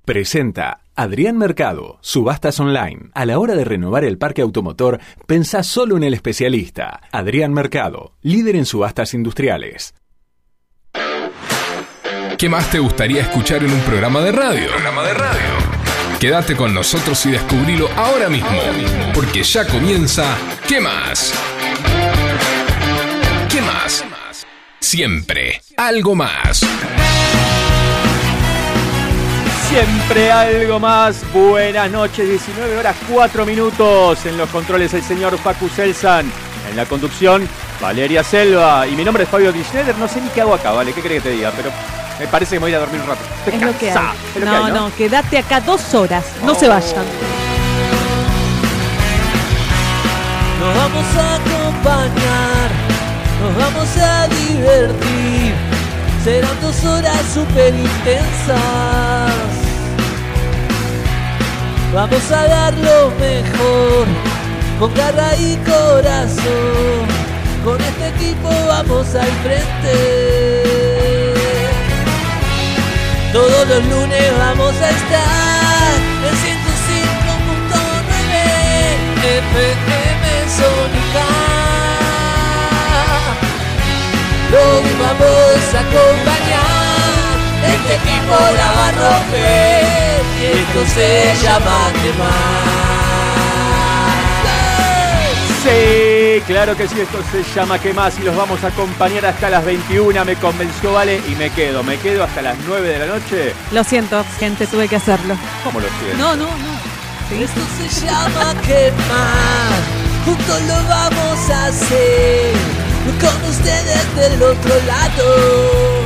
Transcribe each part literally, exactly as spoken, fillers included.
Presenta Adrián Mercado, Subastas Online. A la hora de renovar el parque automotor, pensá solo en el especialista. Adrián Mercado, líder en subastas industriales. ¿Qué más te gustaría escuchar en un programa de radio? Programa de radio. Quédate con nosotros y descubrilo ahora mismo, ahora mismo, porque ya comienza ¿Qué más? ¿Qué más? Siempre algo más. Siempre algo más. Buenas noches, diecinueve horas cuatro minutos. En los controles el señor Facu Selsan. En la conducción, Valeria Selva. Y mi nombre es Fabio Kirchner. No sé ni qué hago acá, ¿vale? ¿Qué crees que te diga? Pero me parece que me voy a ir a dormir un rato. Es lo que hay. Es lo no, que hay, ¿no? no, quédate acá dos horas. No oh. se vayan. Nos vamos a acompañar, nos vamos a divertir. Serán dos horas súper intensas. Vamos a dar lo mejor, con garra y corazón. Con este equipo vamos al frente. Todos los lunes vamos a estar en ciento cinco punto nueve F M Sónica. Los vamos a acompañar, este equipo la va a romper, y esto se llama ¿Qué más? Sí, claro que sí, esto se llama ¿Qué más? Y los vamos a acompañar hasta las veintiuna, me convenció, Vale, y me quedo, me quedo hasta las nueve de la noche. Lo siento, gente, tuve que hacerlo. ¿Cómo lo siento? No, no, no. Sí. Esto se llama ¿Qué más? Juntos lo vamos a hacer, con ustedes del otro lado,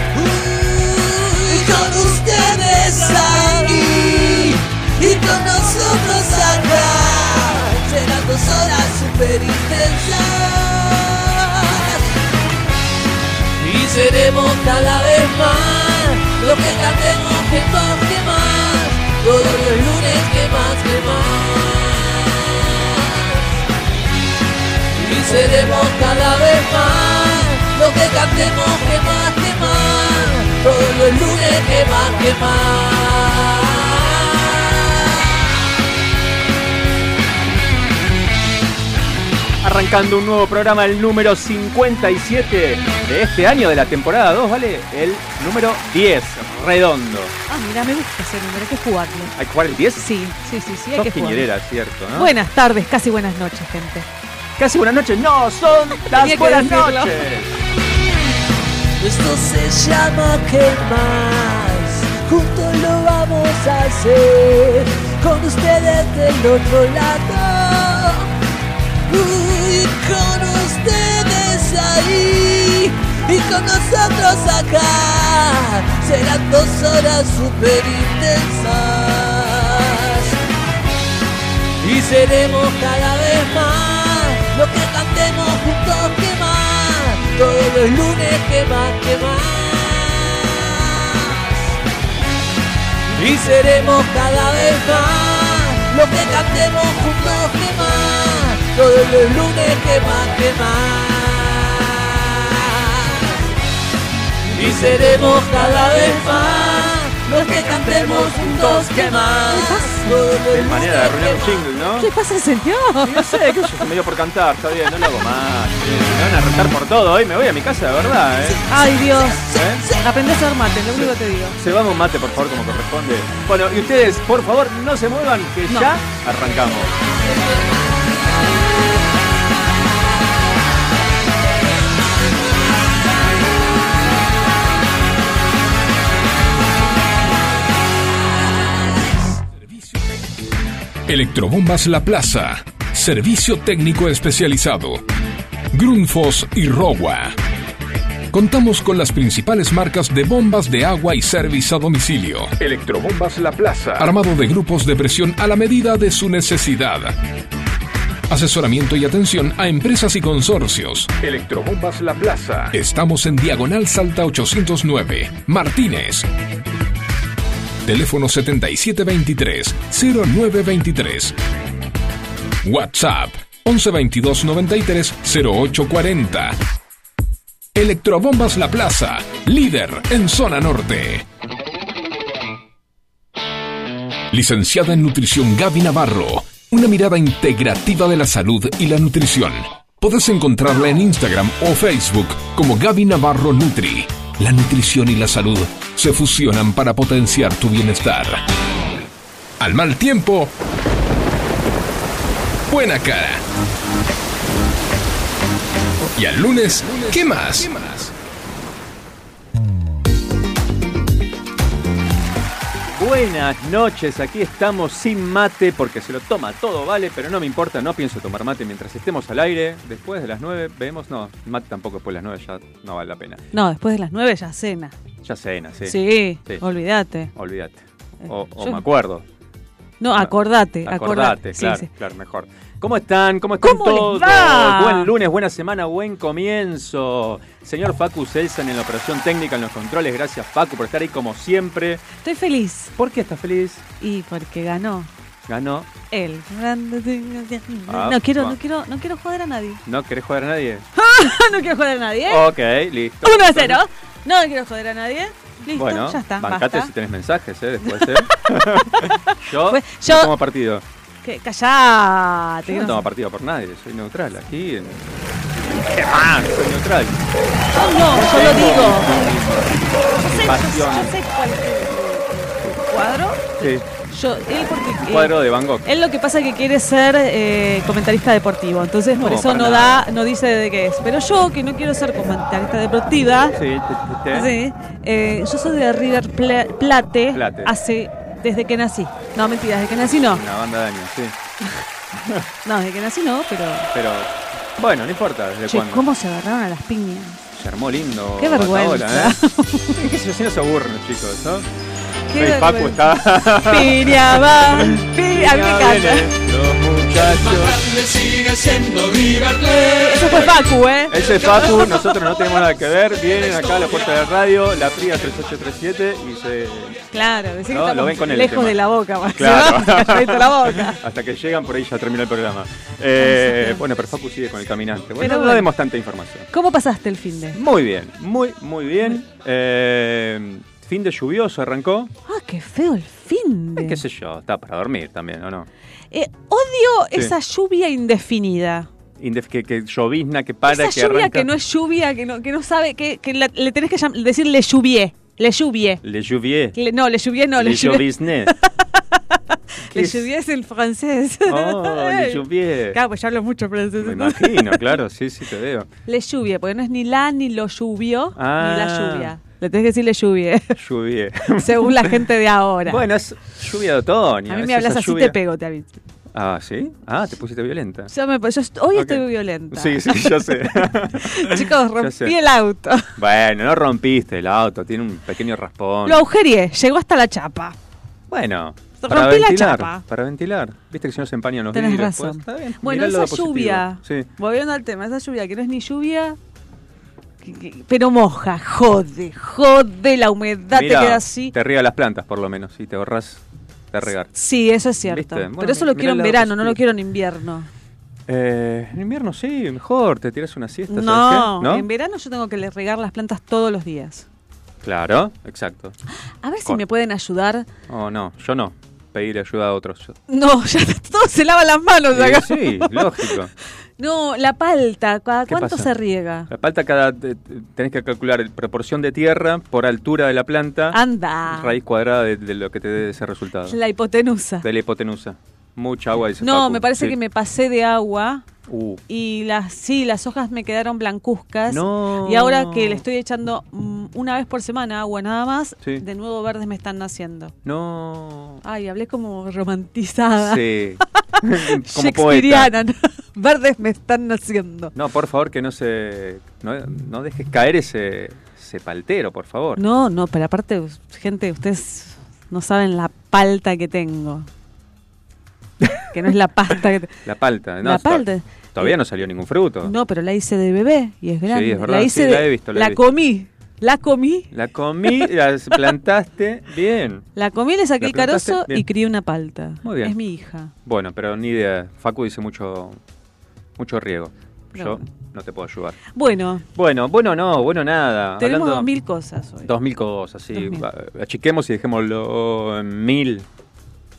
uh, con ustedes ahí y con nosotros acá. Serán dos horas super intensas y seremos cada vez más lo que cantemos, que más, que más, todos los lunes, que más, que más. Y seremos cada vez más lo que cantemos, que más, que más, todos los lunes, que más, que más. Arrancando un nuevo programa, el número cincuenta y siete de este año, de la temporada dos, ¿vale? El número diez, redondo. Ah, mira, me gusta ese número, hay que jugarlo. ¿Hay que jugar el diez? Sí, sí, sí, sí, hay Sos que jugarlo. quiñerera, cierto, ¿no? Buenas tardes, casi buenas noches, gente. Casi buenas noches, no, son las buenas noches. Esto se llama ¿Qué más? Juntos lo vamos a hacer, con ustedes del otro lado, y con ustedes ahí y con nosotros acá. Serán dos horas super intensas y seremos cada vez más lo que cantemos juntos, que más, todos los lunes, que más, que más. Y seremos cada vez más lo que cantemos juntos, que más, todos los lunes, que más, que más. Y seremos cada vez más los que cantemos juntos, que más. Es manera de arruinar un jingle, ¿no? ¿Qué pasa, señor? No sé, que yo se me dio por cantar, está bien, no lo hago más. Me van a retar por todo hoy, me voy a mi casa, de verdad, ¿eh? Ay, Dios. ¿Eh? Aprendés a dar mate, lo único que te digo. Se va un mate, por favor, como corresponde. Bueno, y ustedes, por favor, no se muevan, que no. ya arrancamos. Electrobombas La Plaza. Servicio técnico especializado. Grundfos y Rowa. Contamos con las principales marcas de bombas de agua y servicio a domicilio. Electrobombas La Plaza. Armado de grupos de presión a la medida de su necesidad. Asesoramiento y atención a empresas y consorcios. Electrobombas La Plaza. Estamos en Diagonal Salta ochocientos nueve, Martínez. Teléfono setenta y siete veintitrés cero nueve veintitrés. WhatsApp once veintidós noventa y tres cero ocho cuarenta. Electrobombas La Plaza, líder en zona norte. Licenciada en Nutrición Gaby Navarro. Una mirada integrativa de la salud y la nutrición. Podés encontrarla en Instagram o Facebook como Gaby Navarro Nutri. La nutrición y la salud se fusionan para potenciar tu bienestar. Al mal tiempo, buena cara. Y al lunes, ¿qué más? Buenas noches, aquí estamos sin mate porque se lo toma todo, vale, pero no me importa, no pienso tomar mate mientras estemos al aire. Después de las nueve vemos, no, mate tampoco después de las nueve, ya no vale la pena. No, después de las nueve ya cena. Ya cena, sí. Sí, Sí. olvídate. Olvídate. O, o Yo- me acuerdo. No, acordate, Acordate, acordate. claro, Sí, sí. claro, mejor. ¿Cómo están? ¿Cómo están ¿Cómo les todos? va? Buen lunes, buena semana, buen comienzo. Señor Facu Selsan en la operación técnica, en los controles. Gracias, Facu, por estar ahí como siempre. Estoy feliz. ¿Por qué estás feliz? Y porque ganó Ganó. él. Ah, No quiero, va. no quiero, no quiero joder a nadie. ¿No querés joder a nadie? No quiero joder a nadie. Ok, listo. uno a cero. No quiero joder a nadie. Listo, Bueno, ya está, bancate basta. si tenés mensajes, ¿eh? Después, ¿eh? yo, Pues, yo yo- tomo partido. Que, callate. Yo que no no tomo sé. partido por nadie, soy neutral aquí. En... ¿Qué más? Soy neutral. Yo no, yo lo digo. Yo sé, yo, Pasión. yo sé cuál es el cuadro. Sí, Yo, él porque eh, cuadro de Van Gogh. él lo que pasa es que quiere ser eh, comentarista deportivo, entonces por No, eso para no nada. da, no dice de qué es. Pero yo que no quiero ser comentarista deportiva, Sí, te, te- te- sí, eh, yo soy de River Pla- Plate, Plate. hace desde que nací. No, mentira, desde que nací no. Una banda de años, sí. No, desde que nací no, pero Pero, bueno, no importa desde che, cuándo. cómo se agarraron a las piñas. Se armó lindo. Qué vergüenza. Bataola, ¿eh? ¿Qué sé yo? Si no se aburren los chicos, ¿no? Qué El Facu vergüenza. está... Piña va, piña, a mí me encanta. Vienen los muchachos. sigue siendo River Eh, Eso fue Facu, ¿eh? Ese es Facu, nosotros no tenemos nada que ver. Vienen acá a la puerta de radio, la P R I A tres ocho tres siete y se... Claro, decís que No, lo estamos ven con él el lejos tema. de la boca, más. Claro. Calladito la boca. Hasta que llegan por ahí ya termina el programa. Eh, bueno, pero Facu sigue con el caminante. Bueno, Pero no bueno. demos tanta información. ¿Cómo pasaste el fin de? Muy bien, muy, muy bien. Eh, fin de lluvioso arrancó. Ah, qué feo el fin de. Eh, qué sé yo, está para dormir también, ¿o no? Eh, odio Sí. esa lluvia indefinida. Indef- que, que llovizna, que para, esa que lluvia arranca. que no es lluvia, que no, que no sabe, que, que la- le tenés que llam- decir le lluvie. Le lluvie. Le lluvie. Le- no, le lluvie no, le, Le lluvie. llovizne. Le lluvie es el francés. Oh, le lluvie. Claro, pues yo hablo mucho francés. Me imagino, claro, sí, sí, te veo. Le lluvie, porque no es ni la ni lo lluvió, Ah. ni la lluvia. Le tenés que decir le lluvie, Lluvie. según la gente de ahora. Bueno, es lluvia de otoño. a mí es me hablas esa así, lluvia- te pego, te aviso. Ah, ¿sí? Ah, te pusiste violenta. Yo me- yo est- hoy Ok. estoy violenta. Sí, sí, yo sé. Chicos, Ya sé. rompí el auto. Bueno, no rompiste el auto, tiene un pequeño raspón. Lo agujereé, llegó hasta la chapa. Bueno, Rompí para la ventilar, chapa. para ventilar. Viste que si no se empañan los Tenés vidrios, razón. pues, está bien. Bueno, Mirá el esa lado positivo. lluvia, Sí. volviendo al tema, esa lluvia que no es ni lluvia, que- que- pero moja, jode, jode, la humedad Mirá, te queda así. te riega las plantas por lo menos y te ahorras de regar. Sí, eso es cierto. ¿Viste? Bueno, pero eso mi- lo mirá quiero el en lado verano, no positivo. lo quiero en invierno. Eh, en invierno sí, mejor, te tiras una siesta, ¿sabes No, qué? ¿No? en verano yo tengo que le- regar las plantas todos los días. Claro, exacto. A ver si Con- me pueden ayudar. Oh, no, yo no. Pedir ayuda a otros. Yo- No, ya todos se lavan las manos Eh, acá. sí, lógico. No, la palta, ¿cada ¿Qué cuánto pasa? se riega? La palta cada te- te- tenés que calcular el proporción de tierra por altura de la planta, Anda. raíz cuadrada de, de lo que te dé ese resultado. La hipotenusa. De la hipotenusa. Mucha agua dice No, Facu. me parece Sí. que me pasé de agua Uh, y las sí, las hojas me quedaron blancuzcas. No. Y ahora que le estoy echando mm, una vez por semana agua nada más, Sí. de nuevo verdes me están naciendo. no. Ay, hablé como romantizada. Sí. Como poeta. Shakespeariana. ¿no? Verdes me están naciendo. No, por favor, que no se. No, no dejes caer ese, ese paltero, por favor. No, no, pero aparte, gente, ustedes no saben la palta que tengo. Que no es la pasta que te- La palta. No, La to- palta. Todavía no salió ningún fruto. No, pero la hice de bebé y es grande. es verdad, la hice sí, de- la he visto, la he visto. comí. La comí. La comí, la plantaste. Bien. La comí, le saqué ¿La el plantaste? carozo Bien. y crié una palta. Muy bien. Es mi hija. Bueno, pero ni idea. Facu dice mucho, mucho riego. Yo No. no te puedo ayudar. Bueno, Bueno, bueno no, bueno nada. tenemos Hablando- dos mil cosas hoy. Dos mil cosas, sí. Dos mil. Va, Achiquemos y dejémoslo en mil.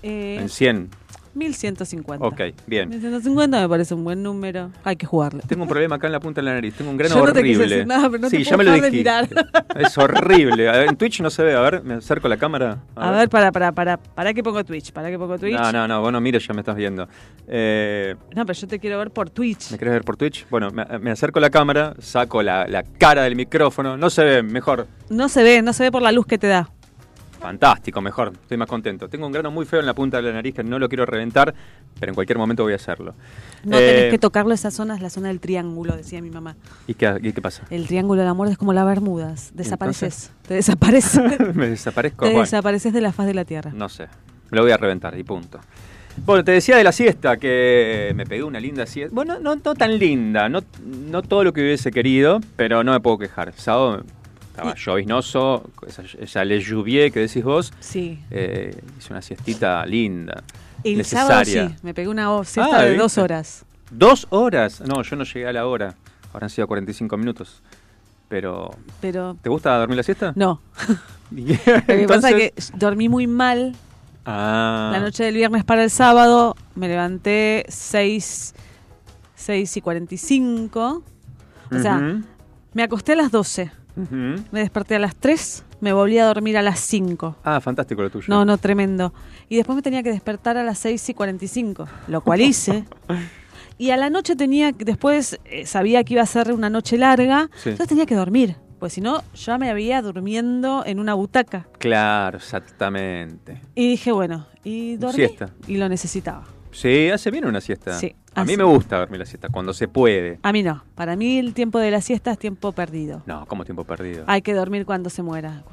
Eh, En cien. mil ciento cincuenta. Ok, bien. mil ciento cincuenta me parece un buen número. Hay que jugarle. Tengo un problema acá en la punta de la nariz. Tengo un grano Yo no te horrible. quise decir nada, pero no sí, te ya puedo me lo dejar de dijiste. mirar. Es horrible. A ver, en Twitch no se ve. A ver, me acerco la cámara. A ver, para, para, para. Para que pongo Twitch. Para que pongo Twitch. No, no, no. Bueno, mire, ya me estás viendo. Eh, No, pero yo te quiero ver por Twitch. ¿Me querés ver por Twitch? Bueno, me, me acerco la cámara, saco la, la cara del micrófono. No se ve, mejor. No se ve, no se ve por la luz que te da. Fantástico, mejor. Estoy más contento. Tengo un grano muy feo en la punta de la nariz que no lo quiero reventar, pero en cualquier momento voy a hacerlo. No Eh, tenés que tocarlo, esa zona es la zona del triángulo, decía mi mamá. ¿Y qué, y qué pasa? El triángulo del amor es como la Bermudas. Desapareces. Te desapareces. ¿Me desaparezco? te Bueno, desapareces de la faz de la tierra. no sé. Me lo voy a reventar y punto. Bueno, te decía de la siesta, que me pegué una linda siesta. Bueno, no, no tan linda, no, no todo lo que hubiese querido, pero no me puedo quejar. El sábado estaba lloviznoso, esa, esa le lluvie que decís vos. Sí. Eh, hice una siestita linda, El necesaria. sábado sí, me pegué una o- siesta Ah, de ¿viste? dos horas. ¿Dos horas? No, yo no llegué a la hora. Habrán sido cuarenta y cinco minutos. Pero, Pero ¿te gusta dormir la siesta? no. Y- Lo que pasa entonces- es que dormí muy mal Ah, la noche del viernes para el sábado. Me levanté seis, seis y cuarenta y cinco. O sea, ujú, me acosté a las doce. ujú. Me desperté a las tres. Me volví a dormir a las cinco. Ah, fantástico lo tuyo. No, no, tremendo. Y después me tenía que despertar a las seis y cuarenta y cinco, lo cual hice. Y a la noche tenía, después eh, sabía que iba a ser una noche larga, Sí. entonces tenía que dormir. Pues si no, ya me había durmiendo en una butaca. Claro, exactamente. Y dije, bueno, y dormí. Siesta. Y lo necesitaba. Sí, hace bien una siesta. Sí, A mí hace- me gusta dormir la siesta, cuando se puede. A mí no. Para mí el tiempo de la siesta es tiempo perdido. No, como tiempo perdido. Hay que dormir cuando se muera.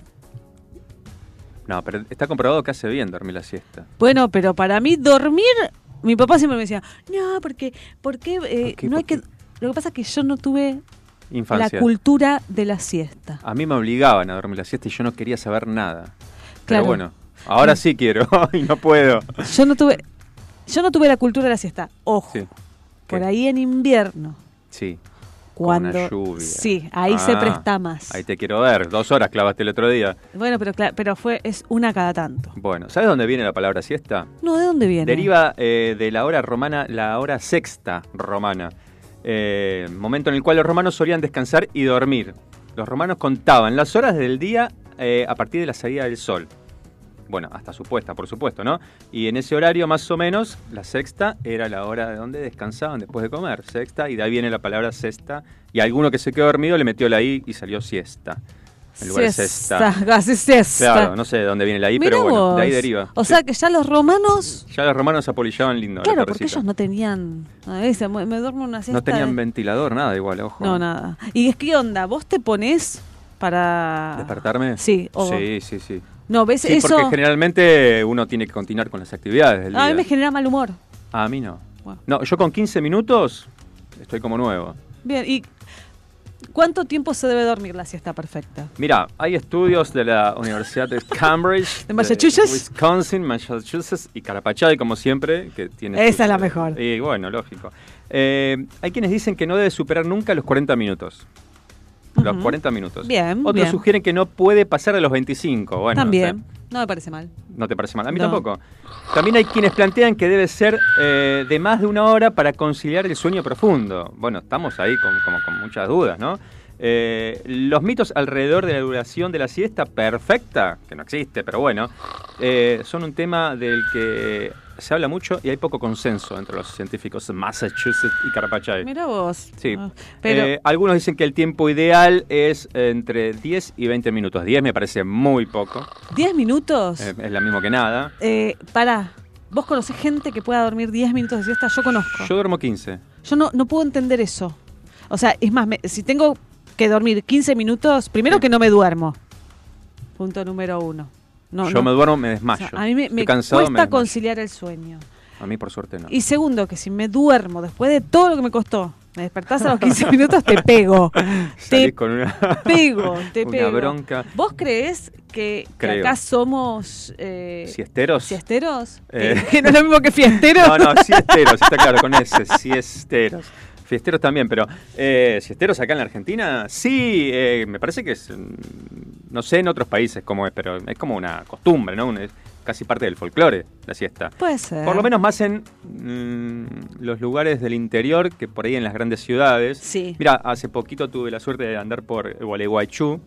No, pero está comprobado que hace bien dormir la siesta. Bueno, pero para mí dormir, mi papá siempre me decía, no, porque, porque eh, ¿Por qué? no hay ¿Por que... Lo que pasa es que yo no tuve Infancia. la cultura de la siesta. A mí me obligaban a dormir la siesta y yo no quería saber nada. Pero Claro. bueno, ahora sí quiero y no puedo. Yo no tuve, yo no tuve la cultura de la siesta. Ojo, Sí. por ¿Qué? ahí en invierno, Sí. cuando Con la lluvia. sí, ahí se Ah, presta más. Ahí te quiero ver. Dos horas clavaste el otro día. Bueno, pero cla- pero fue es una cada tanto. Bueno, ¿sabes dónde viene la palabra siesta? No, ¿de dónde viene? Deriva eh, de la hora romana, la hora sexta romana. Eh, momento en el cual los romanos solían descansar y dormir. Los romanos contaban las horas del día eh, a partir de la salida del sol. Bueno, hasta su puesta, por supuesto, ¿no? Y en ese horario, más o menos, la sexta era la hora de donde descansaban después de comer. Sexta, y de ahí viene la palabra sexta. Y alguno que se quedó dormido le metió la I y salió siesta. En lugar de Siesta, sexta. hace siesta. Claro, no sé de dónde viene la I, Mirá pero bueno, vos. de ahí deriva. O Sí. sea que ya los romanos, Ya los romanos apolillaban lindo. la claro, porque tardecita. ellos no tenían, a veces me, me duermo una siesta. No tenían de- ventilador, nada igual, ojo. No, nada. ¿Y es qué onda? ¿Vos te ponés para ¿Despertarme? Sí, o- Sí, sí, sí. No, ¿ves Sí, eso? porque generalmente uno tiene que continuar con las actividades del A mí día. me genera mal humor. A mí no. Bueno. No, yo con quince minutos estoy como nuevo. Bien, ¿y cuánto tiempo se debe dormir la siesta perfecta? Mira, hay estudios de la Universidad de Cambridge, ¿De Massachusetts? Wisconsin, Massachusetts y Carapachay, como siempre, que tiene Esa sus- es la mejor. Y bueno, lógico. Eh, hay quienes dicen que no debe superar nunca los cuarenta minutos. Los Ujú. cuarenta minutos. Bien, Otros bien. sugieren que no puede pasar a los veinticinco. Bueno, También, o sea, no me parece mal. no te parece mal. A mí No. tampoco. También hay quienes plantean que debe ser eh, de más de una hora para conciliar el sueño profundo. Bueno, estamos ahí con, como con muchas dudas, ¿no? Eh, los mitos alrededor de la duración de la siesta perfecta, que no existe, pero bueno, eh, son un tema del que se habla mucho y hay poco consenso entre los científicos de Massachusetts y Carapachay. Mira vos. Sí. Ah, pero Eh, algunos dicen que el tiempo ideal es entre diez y veinte minutos. diez me parece muy poco. diez minutos. Eh, es lo mismo que nada. Eh, pará, ¿vos conocés gente que pueda dormir diez minutos de siesta? Yo conozco. Yo duermo quince. Yo no, no puedo entender eso. O sea, es más, me- si tengo que dormir quince minutos, primero Sí. que no me duermo. Punto número uno. No, Yo no. me duermo, me O desmayo. sea, a mí me, Estoy me cansado, me cuesta desmayo. conciliar el sueño. A mí, por suerte, no. Y segundo, que si me duermo después de todo lo que me costó, me despertás a los quince minutos, te pego. Salís Te con una, pego, te una pego. bronca. ¿Vos creés que, que Creo. acá somos eh, ¿Siesteros? siesteros? Eh. Que, que no es lo mismo que fiesteros. No, no, siesteros, está claro, con ese, siesteros. Fiesteros también, pero eh, siesteros acá en la Argentina, sí, eh, me parece que es, mm, no sé en otros países cómo es, pero es como una costumbre, ¿no? Un- es casi parte del folclore, la siesta. Puede ser. Por lo menos más en mm, los lugares del interior que por ahí en las grandes ciudades. Sí. Mira, hace poquito tuve la suerte de andar por Gualeguaychú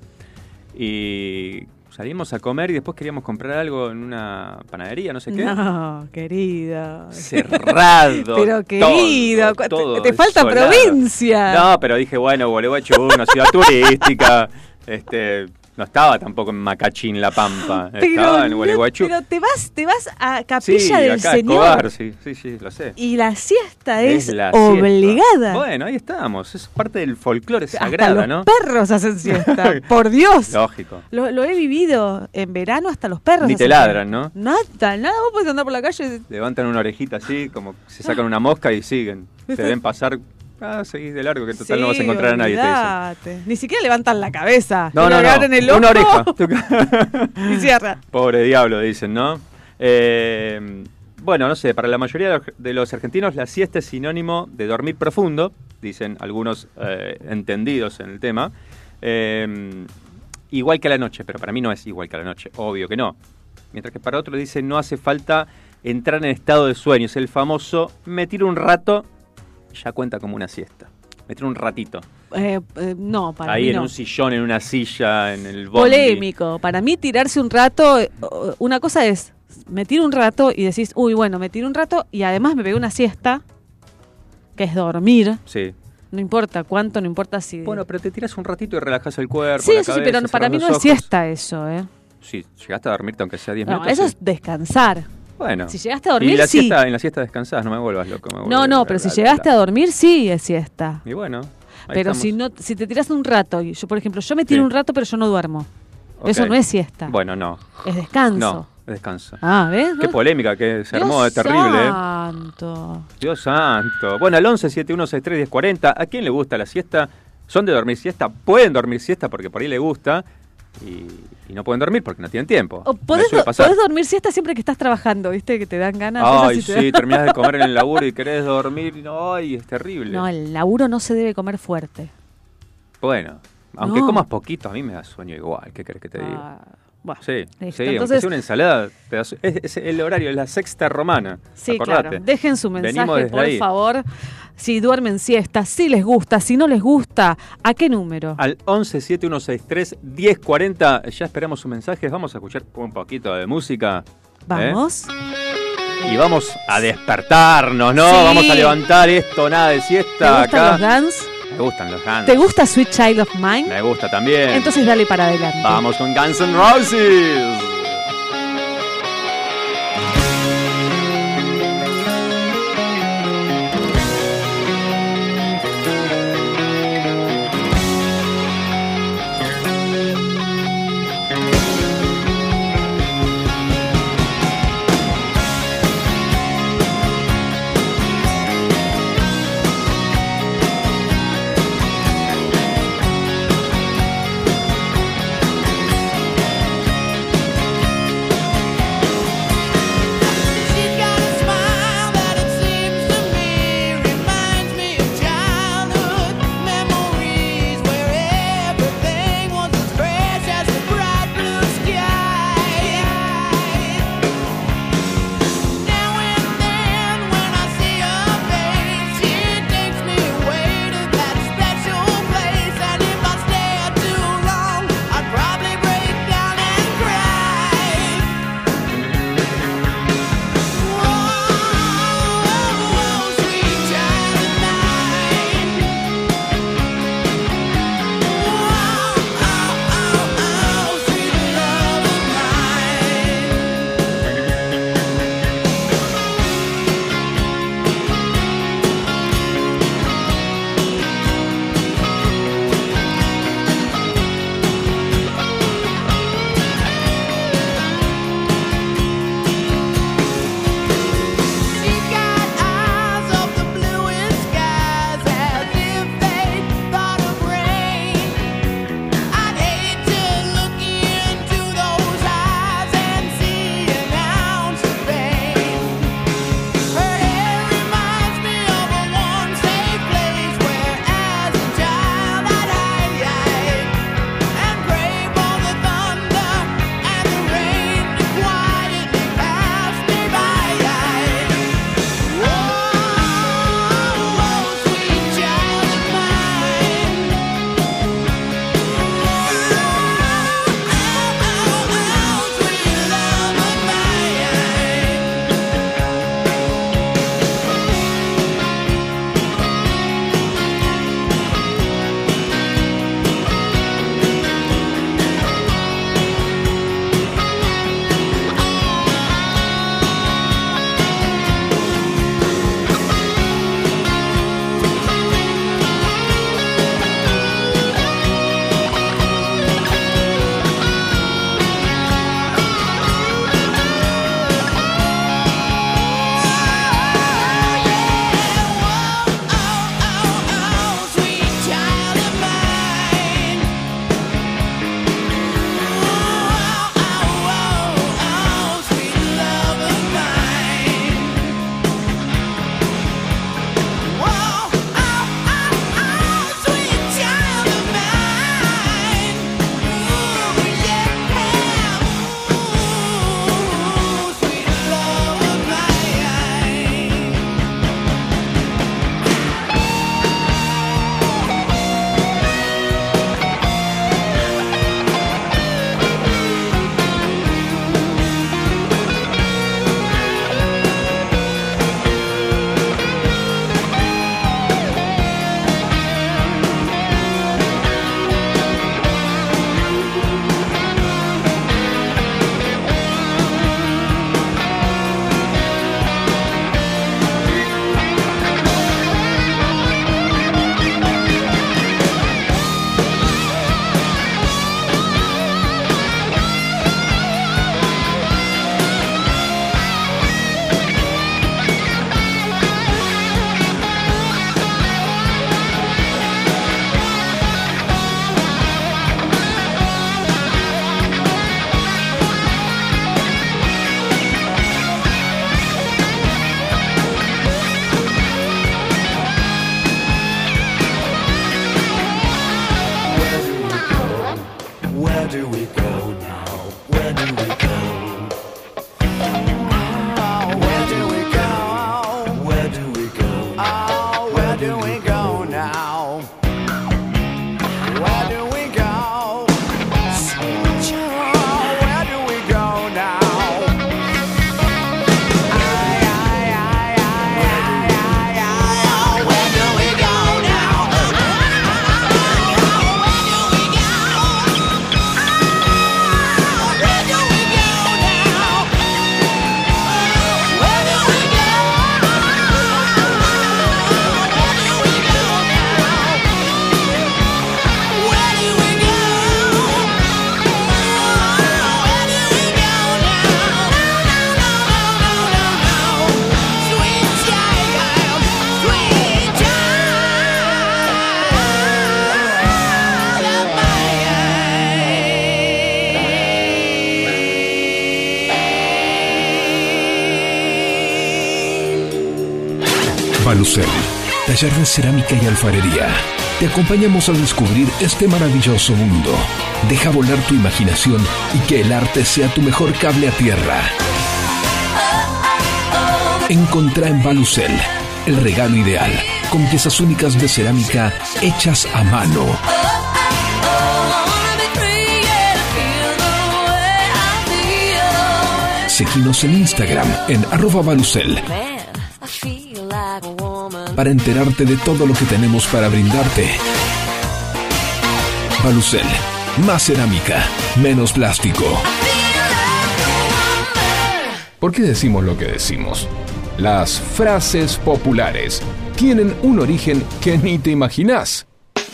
y salimos a comer y después queríamos comprar algo en una panadería, no sé qué. No, querido. Cerrado. Pero querido, todo, te- todo te, falta desolado. provincia. No, pero dije, bueno, Gualeguaychú, una ciudad turística. Este, no estaba tampoco en Macachín, La Pampa. Estaba en no- Gualeguaychú. pero te vas, te vas a Sí, Capilla del acá, Señor. Escobar, sí, sí, sí, lo sé. Y la siesta es, la obligada. siesta. Bueno, ahí estamos. Es parte del folclore Hasta sagrado, los ¿no? perros hacen siesta. Por Dios. Lógico. Lo, lo he vivido en verano, hasta los perros. Ni te hacen ladran, siesta. ¿no? Nada, nada. Vos podés andar por la calle. Levantan una orejita así, como se sacan una mosca y siguen. Te ven pasar. Ah, seguís de largo, que en total Sí, no vas a encontrar a nadie, te dicen. olvidate. Ni siquiera levantan la cabeza. No, Te no, lo no. agarran en el Una ojo oreja. y cierran. Pobre diablo, dicen, ¿no? Eh, bueno, no sé, para la mayoría de los- de los argentinos la siesta es sinónimo de dormir profundo, dicen algunos eh, entendidos en el tema. Eh, igual que a la noche, pero para mí no es igual que a la noche, obvio que no. Mientras que para otros dice no hace falta entrar en estado de sueño, es el famoso me tiro un rato, ya cuenta como una siesta. Me tiro un ratito. Eh, eh, no, para Ahí mí en no. un sillón, en una silla, en el bondi. Polémico. Para mí tirarse un rato, eh, una cosa es, me tiro un rato y decís, uy, bueno, me tiro un rato y además me pegué una siesta, que es dormir. Sí. No importa cuánto, no importa si... Bueno, pero te tiras un ratito y relajas el cuerpo. sí, la eso sí, cabeza, pero para cerrás mí no los es ojos. siesta eso, ¿eh? Sí, llegaste a dormirte aunque sea diez No, minutos. eso sí. es descansar. Bueno. Si llegaste a dormir, y la sí. siesta, en la siesta descansás, no me vuelvas loco. Me No, vuelve- no, pero si la- la- llegaste la- a dormir, sí es siesta. Y bueno. ahí Pero estamos. si no, si te tiras un rato, y yo por ejemplo, yo me tiro Sí. un rato pero yo no duermo. Ok. Eso no es siesta. Bueno, no. Es descanso. No, es descanso. Ah, ¿ves? Qué polémica que se armó, Dios es terrible. ¿eh? santo. Dios santo. Bueno, al once setenta y uno sesenta y tres diez cuarenta, ¿a quién le gusta la siesta? ¿Son de dormir siesta? ¿Pueden dormir siesta porque por ahí le gusta? Y, y no pueden dormir porque no tienen tiempo. O Me podés, suele do- pasar. podés dormir siesta siempre que estás trabajando, ¿viste? Que te dan ganas. Ay, Eso sí te sí, da- terminás de comer en el laburo y querés dormir. y no, Ay, es terrible. No, el laburo no se debe comer fuerte. Bueno, aunque No. comas poquito, a mí me da sueño igual. ¿Qué querés que te diga? Ah, bueno, Sí, listo. sí, aunque Entonces, sea una ensalada, te da su- es, es el horario, es la sexta romana. sí, acordate. claro. Dejen su Venimos mensaje, desde por ahí. favor. Si duermen siesta, si les gusta, si no les gusta, ¿a qué número? Al once setenta y uno sesenta y tres diez cuarenta, ya esperamos sus mensajes. Vamos a escuchar un poquito de música. ¿eh? Vamos. Y vamos a despertarnos, ¿no? Sí. Vamos a levantar esto, nada de ¿Te siesta gustan acá. los Guns? Me gustan los Guns. ¿Te gusta Sweet Child of Mine? Me gusta también. Entonces dale para adelante. Vamos con Guns N' Roses. Thank Balucel, taller de cerámica y alfarería. Te acompañamos a descubrir este maravilloso mundo. Deja volar tu imaginación y que el arte sea tu mejor cable a tierra. Encontrá en Balucel el regalo ideal, con piezas únicas de cerámica hechas a mano. Seguinos en Instagram en arroba Balucel para enterarte de todo lo que tenemos para brindarte. Balucel, más cerámica, menos plástico. ¿Por qué decimos lo que decimos? Las frases populares tienen un origen que ni te imaginás.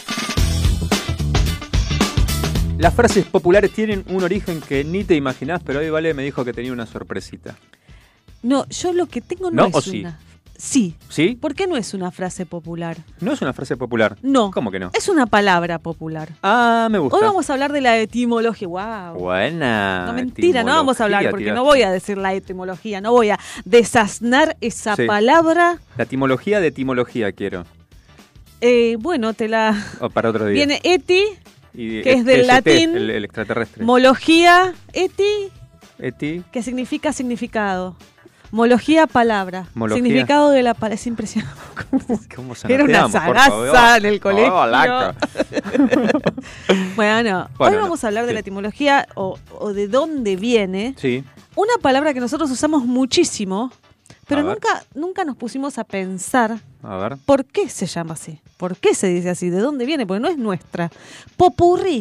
Las frases populares tienen un origen que ni te imaginás, pero hoy Vale me dijo que tenía una sorpresita. No, yo lo que tengo no, ¿No es o sí? una... Sí. ¿Sí? ¿Por qué no es una frase popular? ¿No es una frase popular? No. ¿Cómo que no? Es una palabra popular. Ah, me gusta. Hoy vamos a hablar de la etimología. ¡Wow! Buena. No, mentira, no vamos a hablar porque tiraste. no voy a decir la etimología, no voy a desasnar esa Sí. palabra. La etimología de etimología quiero. Eh, bueno, te la... O para otro día. Viene eti, Y que es del S T, latín. El, el extraterrestre. mología, eti, Eti. que significa significado. Mología, palabra. Mología. Significado de la palabra. Es impresionante. ¿Cómo se Era una sagaza en el colegio. Oh, laca. Bueno, Bueno, hoy vamos no. a hablar de Sí. la etimología o, o de dónde viene. Sí. Una palabra que nosotros usamos muchísimo, pero A ver. nunca, nunca nos pusimos a pensar A ver. por qué se llama así. ¿Por qué se dice así? ¿De dónde viene? Porque no es nuestra. Popurrí.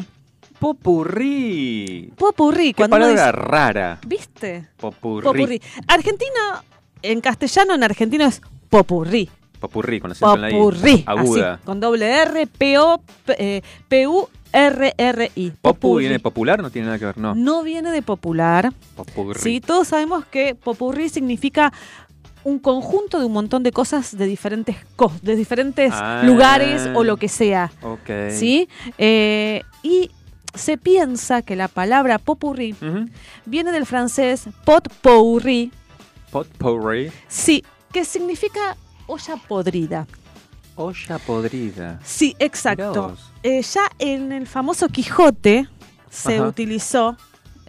Popurrí. Popurrí. Qué Cuando uno palabra dice- rara. ¿Viste? Popurrí. Popurrí. Argentina, en castellano, en argentino es popurrí. Popurrí, con acento en la I. Popurrí. Aguda. Así, con doble R, P O, eh, P U R R I. Popu Popurrí. viene de popular, no tiene nada que ver, no. No viene de popular. Popurrí. Sí, todos sabemos que popurrí significa un conjunto de un montón de cosas de diferentes cos- de diferentes Ah. lugares o lo que sea. Ok. ¿Sí? Eh, y se piensa que la palabra popurrí Ujú. viene del francés pot-pourri, Potpourri. sí, que significa olla podrida. Olla podrida. Sí, Mirá exacto. vos. Eh, ya en el famoso Quijote se Ajá. utilizó,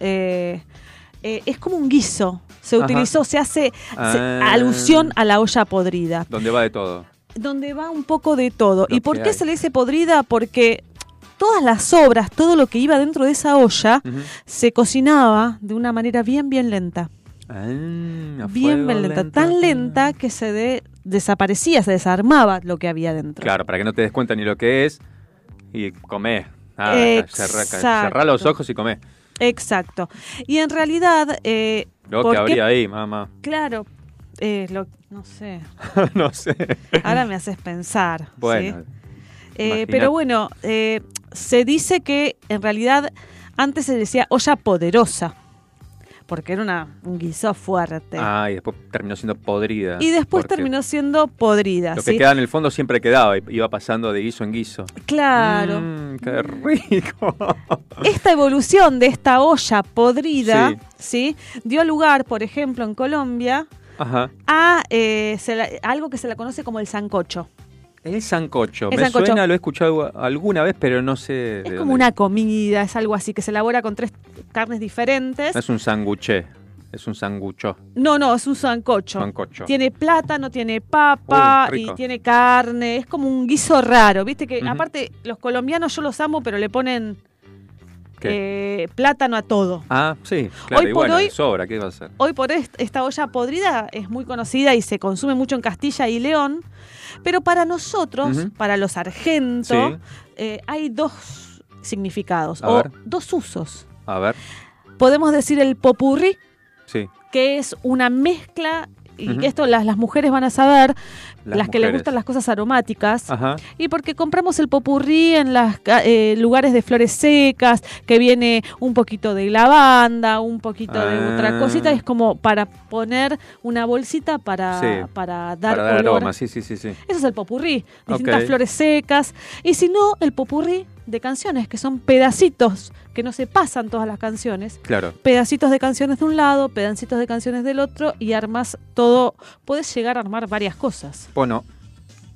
eh, eh, es como un guiso, se Ajá. utilizó, se hace Ah. se- alusión a la olla podrida, Donde va de todo. donde va un poco de todo. Lo ¿Y por que qué hay. se le dice podrida? Porque todas las obras, todo lo que iba dentro de esa olla, Ujú. se cocinaba de una manera bien, bien lenta. Ah, a Bien, fuego bien lenta. lento. Tan lenta que se de- desaparecía, se desarmaba lo que había dentro. Claro, para que no te des cuenta ni lo que es y comés. Nada, cerrá, Exacto. cerrá los ojos y comés. Exacto. Y en realidad, eh, Luego ¿por que qué? habría ahí, mamá. Claro, eh, lo- no sé. No sé. Ahora me haces pensar. Bueno. ¿sí? Eh, Imaginate. pero bueno, eh, se dice que en realidad antes se decía olla poderosa, porque era una, un guiso fuerte. Ah, y después terminó siendo podrida. y después porque terminó siendo podrida. Lo que ¿sí? quedaba en el fondo siempre quedaba y iba pasando de guiso en guiso. Claro. Mm, qué rico. Esta evolución de esta olla podrida, Sí. ¿sí? dio lugar, por ejemplo, en Colombia, Ajá. a, eh, se la- a algo que se la conoce como el sancocho. El sancocho. El Me sancocho. suena, lo he escuchado alguna vez, pero no sé. de Es dónde como una comida, es algo así que se elabora con tres carnes diferentes. No es un sanguché, es un sangucho. No, no, es un sancocho. Sancocho. Tiene plátano, tiene papa Uh, rico. y tiene carne. Es como un guiso raro, ¿viste? Que Ujú. aparte los colombianos yo los amo, pero le ponen ¿Qué? eh, plátano a todo. Ah, sí, claro, Hoy y por bueno, hoy- de sobra, ¿qué va a hacer? Hoy por est- esta olla podrida es muy conocida y se consume mucho en Castilla y León, pero para nosotros, Ujú. para los argentos, Sí. eh, hay dos significados A o ver. dos usos. A ver, Podemos decir el popurrí, sí. que es una mezcla, y Ujú. esto las, las mujeres van a saber, las, Las que les mujeres. gustan las cosas aromáticas, Ajá. y porque compramos el popurrí en los lugares de flores secas, que viene un poquito de lavanda, un poquito de Ah. otra cosita, es como para poner una bolsita para, Sí, para dar Para dar olor. aroma, sí, sí, sí, sí. Eso es el popurrí, distintas Ok. flores secas, y si no, el popurrí de canciones, que son pedacitos, que no se pasan todas las canciones, Claro. pedacitos de canciones de un lado, pedacitos de canciones del otro y armas todo, puedes llegar a armar varias cosas. Bueno,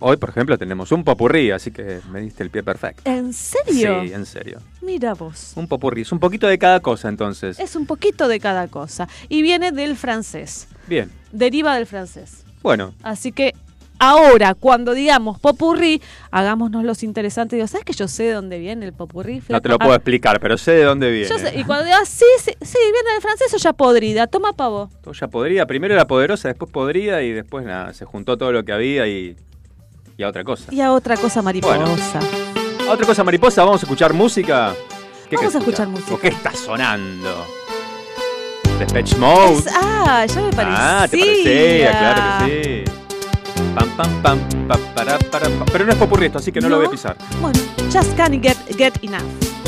Hoy, por ejemplo, tenemos un popurrí, así que me diste el pie perfecto. ¿En serio? Sí, en serio. Mira vos. Un popurrí, es un poquito de cada cosa, entonces. Es un poquito de cada cosa. Y viene del francés. Bien. Deriva del francés. Bueno. Así que ahora, cuando digamos popurrí, hagámonos los interesantes. Digo, ¿sabes que yo sé de dónde viene el popurrí? No te lo puedo ah, explicar, pero sé de dónde viene. Yo sé. Y cuando digo, ah, sí, sí, sí, viene del francés, olla podrida. Toma pavo. Ya podría, primero era poderosa, después podría y después nada, se juntó todo lo que había y, y a otra cosa. Y a otra cosa mariposa. Bueno. A otra cosa mariposa, vamos a escuchar música. ¿Qué Vamos a querés escuchar música. ¿O qué está sonando? Depeche Mode. Es- ah, ya me parecía. Ah, te parecía, claro que sí. Pam, pam, pam, pa, para, para, pa. Pero no es popurrí esto, así que no, lo voy a pisar. Bueno, just can't get, get enough.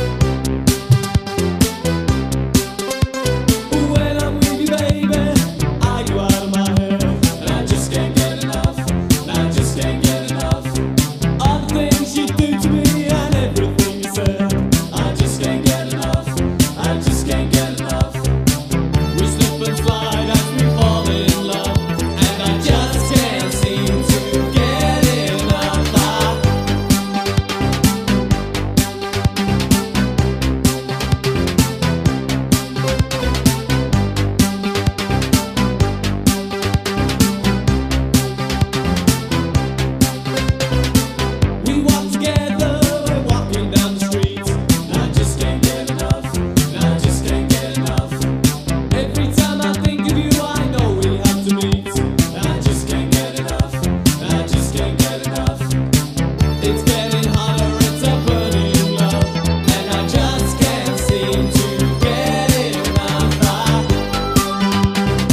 When I'm with you, baby, I go out of my head, and I just can't get enough, and I just can't get enough. All the things you do to me and everything you said, I just can't get enough, I just can't get enough. We slip and slide as we fall in love, and I just can't seem to get enough. I We walk together, we're walking down the street. And I just can't get enough, and I just can't get enough. Every time I think of you, I know we have to meet. And I just can't get enough, and I just can't get enough. It's getting hotter, it's a burning love, and I just can't seem to get enough. I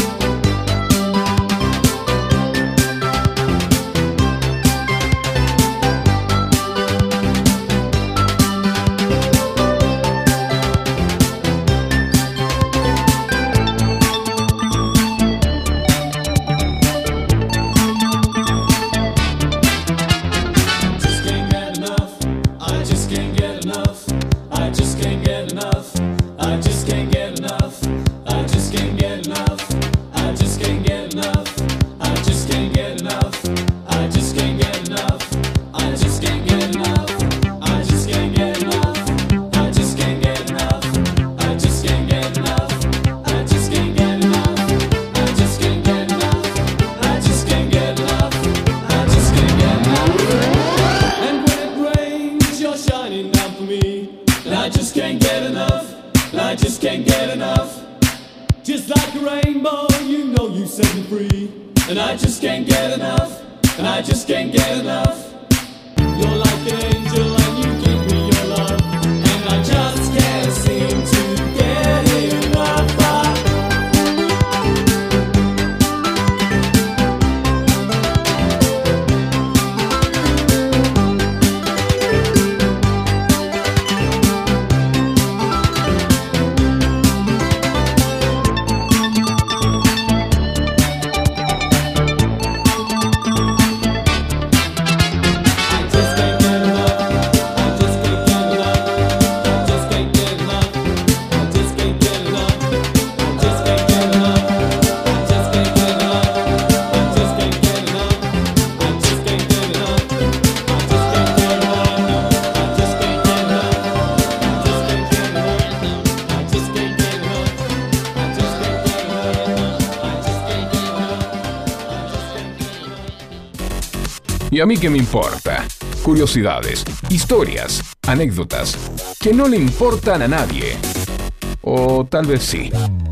just can't get enough. I just can't get enough. I just can't get enough. I just can't get enough. I just can't get enough. I just can't get enough. I just can't get enough. I just can't get enough. I just can't get enough. I just can't get enough. I just can't get enough. I just can't get enough. I just can't get enough. I just can't get enough. I just can't get enough. I just can't get enough. And when it rains, you're shining down for me. And I just can't get enough. And I just can't get enough. Just like a rainbow, you know you set me free. And I just can't get enough. And I just can't get enough. You're like an angel and you give me your love. And I just can't seem to get enough. I just can't get enough. I just can't get enough. I just can't get enough. I just can't get enough. I just can't get enough. I just can't get enough. I just can't get enough. I just can't get enough. I just can't get enough. I just can't get enough. I just can't get enough. I just can't get enough. I just can't get enough. I just can't get enough. ¿Y a mí qué me importa? Curiosidades, historias, anécdotas que no le importan a nadie. O tal vez sí.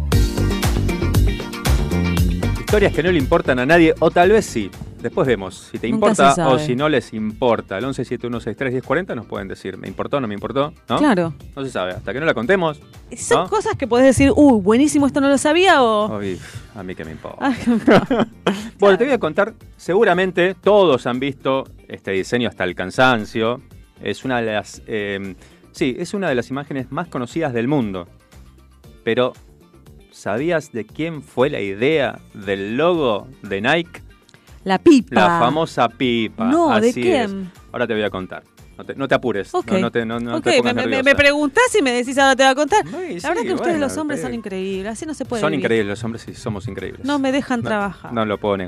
Historias que no le importan a nadie, o tal vez sí. Después vemos si te Nunca importa se o sabe. si no les importa. Al once siete uno seis tres diez cuarenta nos pueden decir, ¿me importó o no me importó? ¿No? Claro. No se sabe, hasta que no la contemos. Son ¿no? cosas que podés decir, uy, buenísimo, esto no lo sabía o... Uy, a mí que me importa. Ay, no. Bueno, te voy a contar, seguramente todos han visto este diseño hasta el cansancio. Es una de las, eh, sí, es una de las imágenes más conocidas del mundo. Pero, ¿sabías de quién fue la idea del logo de Nike? La pipa. La famosa pipa. No, ¿de Así quién? es. Ahora te voy a contar. No te, no te apures. Ok. No, no te, no, no Ok, te pongas me, me, nerviosa. me preguntás y me decís ahora te voy a contar. Ay, sí, la verdad que ustedes bueno, los hombres pero- son increíbles, así no se puede Son vivir. increíbles, los hombres sí, somos increíbles. No me dejan No, trabajar. No lo puedo negar.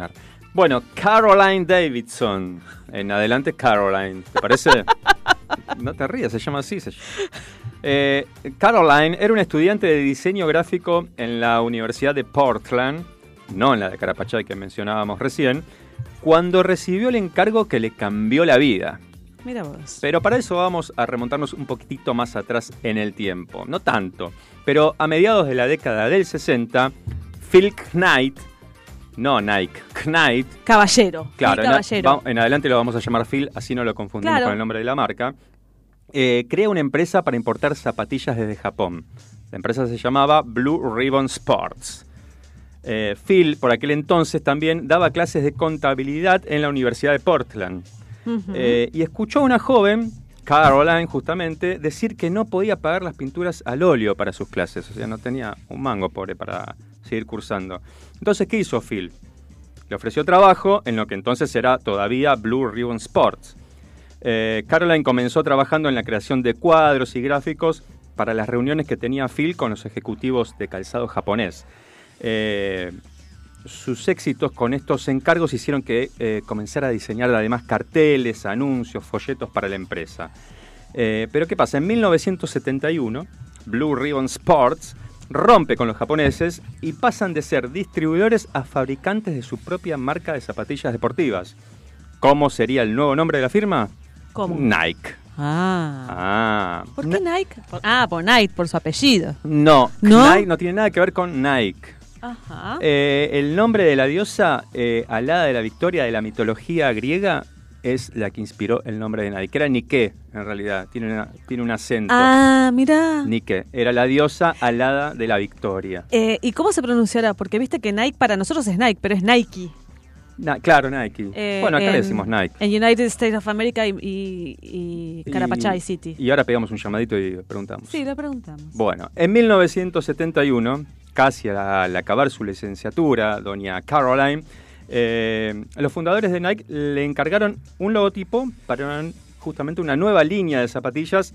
Bueno, Caroline Davidson. En adelante, Caroline. ¿Te parece? No te rías, se llama así. Se llama. Eh, Caroline era una estudiante de diseño gráfico en la Universidad de Portland, no en la de Carapachay que mencionábamos recién, cuando recibió el encargo que le cambió la vida. Mira vos. Pero para eso vamos a remontarnos un poquitito más atrás en el tiempo. No tanto, pero a mediados de la década del sesenta, Phil Knight, no Nike, Knight. Caballero. Claro, Phil en, Caballero. va, en adelante lo vamos a llamar Phil, así no lo confundimos Claro. con el nombre de la marca. Eh, crea una empresa para importar zapatillas desde Japón. La empresa se llamaba Blue Ribbon Sports. Eh, Phil, por aquel entonces, también daba clases de contabilidad en la Universidad de Portland. Ujú. Eh, y escuchó a una joven, Caroline justamente, decir que no podía pagar las pinturas al óleo para sus clases. O sea, no tenía un mango, pobre, para seguir cursando. Entonces, ¿qué hizo Phil? Le ofreció trabajo en lo que entonces era todavía Blue Ribbon Sports. Eh, Caroline comenzó trabajando en la creación de cuadros y gráficos para las reuniones que tenía Phil con los ejecutivos de calzado japonés. Eh, sus éxitos con estos encargos hicieron que eh, comenzara a diseñar además carteles, anuncios, folletos para la empresa. Eh, pero ¿qué pasa? En mil novecientos setenta y uno, Blue Ribbon Sports rompe con los japoneses y pasan de ser distribuidores a fabricantes de su propia marca de zapatillas deportivas. ¿Cómo sería el nuevo nombre de la firma? ¿Cómo? Nike. Ah. Ah. ¿Por qué Nike? Por- ah, por Nike, por su apellido. No, ¿No? Nike no tiene nada que ver con Nike. Ajá. Eh, el nombre de la diosa eh, alada de la victoria de la mitología griega es la que inspiró el nombre de Nike, que era Nike, en realidad, tiene, una- tiene un acento. Ah, mira. Nike, era la diosa alada de la victoria. Eh, ¿Y cómo se pronunciará? Porque viste que Nike para nosotros es Nike, pero es Nike. Na- claro, Nike. Eh, bueno, acá en- le decimos Nike. En United States of America y, y, y Carapachay Y- City. Y ahora pegamos un llamadito y preguntamos. Sí, le preguntamos. Bueno, en mil novecientos setenta y uno, casi al, al acabar su licenciatura, doña Caroline, eh, los fundadores de Nike le encargaron un logotipo para un- justamente una nueva línea de zapatillas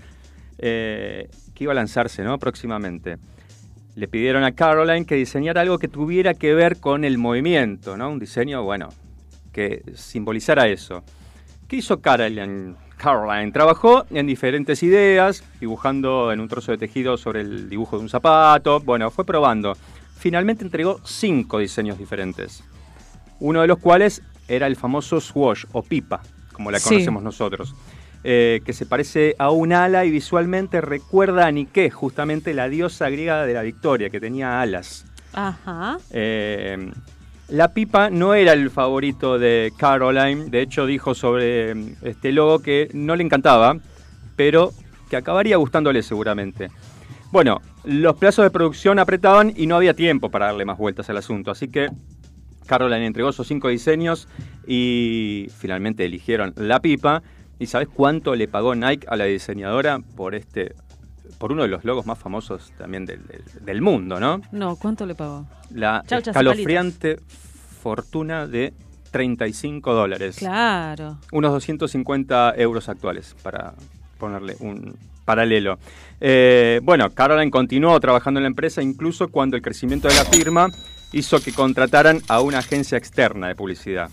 eh, que iba a lanzarse, ¿no?, próximamente. Le pidieron a Caroline que diseñara algo que tuviera que ver con el movimiento, ¿no? Un diseño, bueno, que simbolizara eso. ¿Qué hizo Caroline? Caroline trabajó en diferentes ideas, dibujando en un trozo de tejido sobre el dibujo de un zapato. Bueno, fue probando. Finalmente entregó cinco diseños diferentes. Uno de los cuales era el famoso swoosh o pipa, como la Sí. conocemos nosotros. Eh, que se parece a un ala y visualmente recuerda a Nike, justamente la diosa griega de la victoria, que tenía alas. Ajá. Eh, la pipa no era el favorito de Caroline, de hecho dijo sobre eh, este logo que no le encantaba, pero que acabaría gustándole seguramente. Bueno, los plazos de producción apretaban y no había tiempo para darle más vueltas al asunto, así que Caroline entregó esos cinco diseños y finalmente eligieron la pipa. ¿Y sabes cuánto le pagó Nike a la diseñadora por este, por uno de los logos más famosos también del, del, del mundo, ¿no? No, ¿cuánto le pagó? La Chauchas y escalofriante fortuna de treinta y cinco dólares. Claro. Unos doscientos cincuenta euros actuales, para ponerle un paralelo. Eh, bueno, Caroline continuó trabajando en la empresa incluso cuando el crecimiento de la firma hizo que contrataran a una agencia externa de publicidad.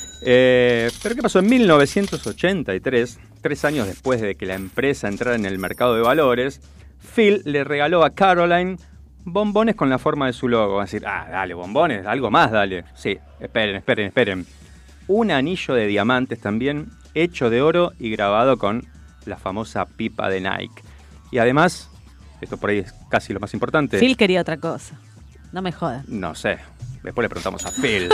Eh, pero ¿qué pasó? En mil novecientos ochenta y tres, tres años después de que la empresa entrara en el mercado de valores, Phil le regaló a Caroline bombones con la forma de su logo. Va a decir, ah, dale, bombones, algo más, dale. Sí, esperen, esperen, esperen. Un anillo de diamantes también, hecho de oro y grabado con la famosa pipa de Nike. Y además, esto por ahí es casi lo más importante. Phil quería otra cosa. No me jodas. No sé, después le preguntamos a Phil.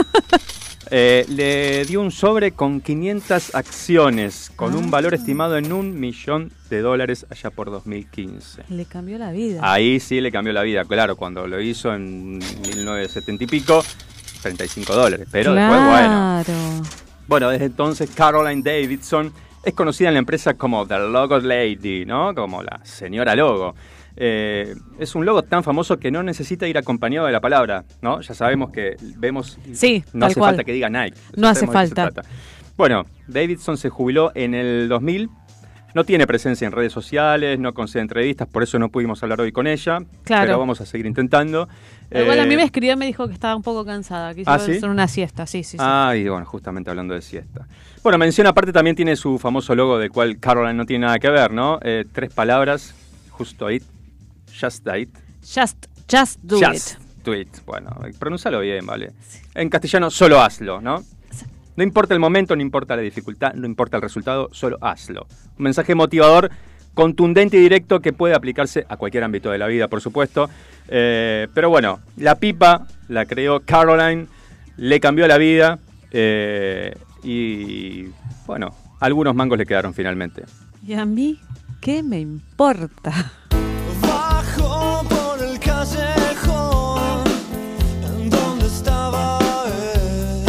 Eh, le dio un sobre con quinientas acciones, con Ah. un valor estimado en un millón de dólares allá por dos mil quince. Le cambió la vida. Ahí sí le cambió la vida, claro, cuando lo hizo en mil novecientos setenta y pico, treinta y cinco dólares, pero después, bueno. Claro. Bueno, desde entonces Caroline Davidson es conocida en la empresa como The Logo Lady, ¿no? Como la señora logo. Eh, es un logo tan famoso que no necesita ir acompañado de la palabra, ¿no? Ya sabemos que vemos... Sí, no tal hace cual. falta que diga Nike. No Ya hace sabemos de qué se falta. trata. Bueno, Davidson se jubiló en el dos mil. No tiene presencia en redes sociales, no concede entrevistas, por eso no pudimos hablar hoy con ella. Claro. Pero vamos a seguir intentando. Igual a mí Eh, me escribió y me dijo que estaba un poco cansada, quiso ¿Ah, sí? hacer una siesta, sí, sí, sí. Ah, y bueno, justamente hablando de siesta. Bueno, mención aparte también tiene su famoso logo, del cual Caroline no tiene nada que ver, ¿no? Eh, tres palabras, justo it, just do it. Just, just do Just it. do it. Bueno, pronúncialo bien, ¿vale? En castellano, solo hazlo, ¿no? No importa el momento, no importa la dificultad, no importa el resultado, solo hazlo. Un mensaje motivador, contundente y directo que puede aplicarse a cualquier ámbito de la vida, por supuesto. Eh, pero bueno, la pipa la creó Caroline, le cambió la vida eh, y bueno, algunos mangos le quedaron finalmente. Y a mí, ¿qué me importa? Bajo por el callejón en donde estaba él.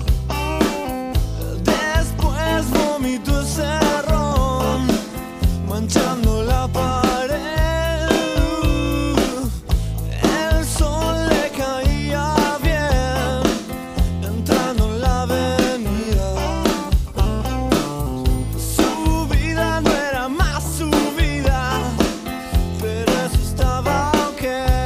Después vomitó ese ron, manchando la pared. El sol le caía bien, entrando en la avenida. Su vida no era más su vida, pero eso estaba ok.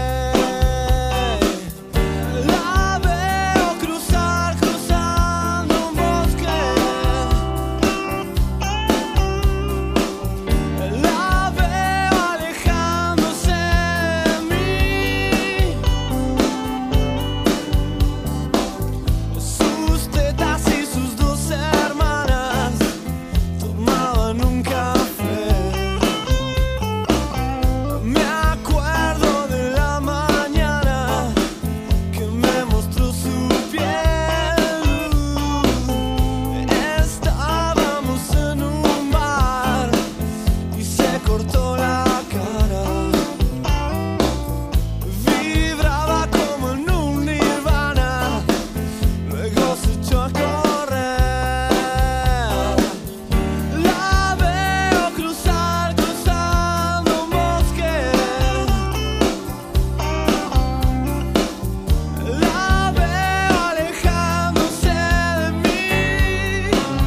La veo cruzar, cruzando un bosque. La veo alejándose de mí. Sus tetas y sus dos hermanas tomaban un café. Me acuerdo de la mañana que me mostró su piel. Estábamos en un bar y se cortó la cara. Vibraba como en un nirvana, luego se echó a correr. La veo cruzar, cruzando un bosque. La veo alejándose de mí.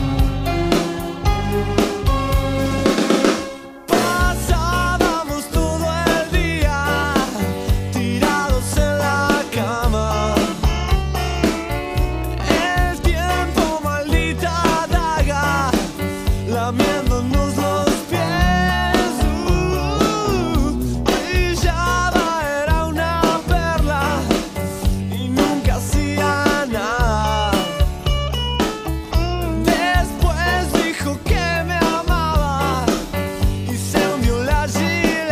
Pasábamos todo el día tirados en la cama. El tiempo, maldita daga, lamiéndonos los pies. Uh, brillaba, era una perla y nunca hacía nada. Después dijo que me amaba y se hundió la gilet.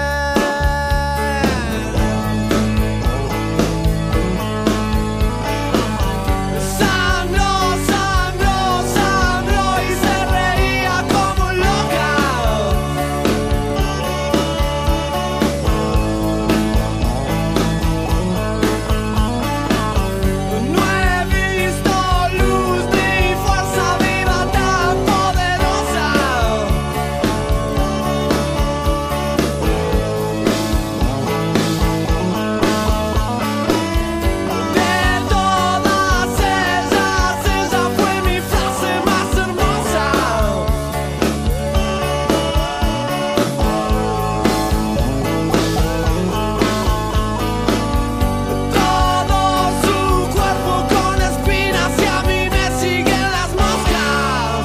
Sangró, sangró, sangró y se reía como loca. No he visto luz ni fuerza viva tan poderosa. De todas ellas, ella fue mi frase más hermosa. Todo su cuerpo con espinas y a mí me siguen las moscas.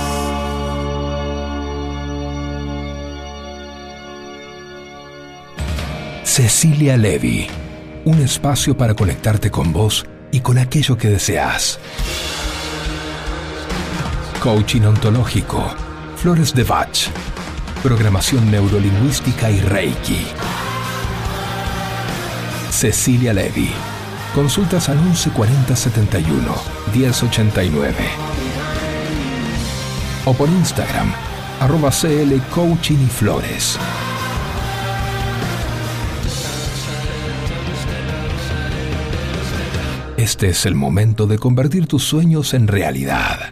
Cecilia Levy, un espacio para conectarte con vos y con aquello que deseas. Coaching ontológico, flores de Bach, programación neurolingüística y Reiki. Cecilia Levy. Consultas al once cuarenta setenta y uno diez ochenta y nueve. O por Instagram, arroba cl coaching y flores. Este es el momento de convertir tus sueños en realidad.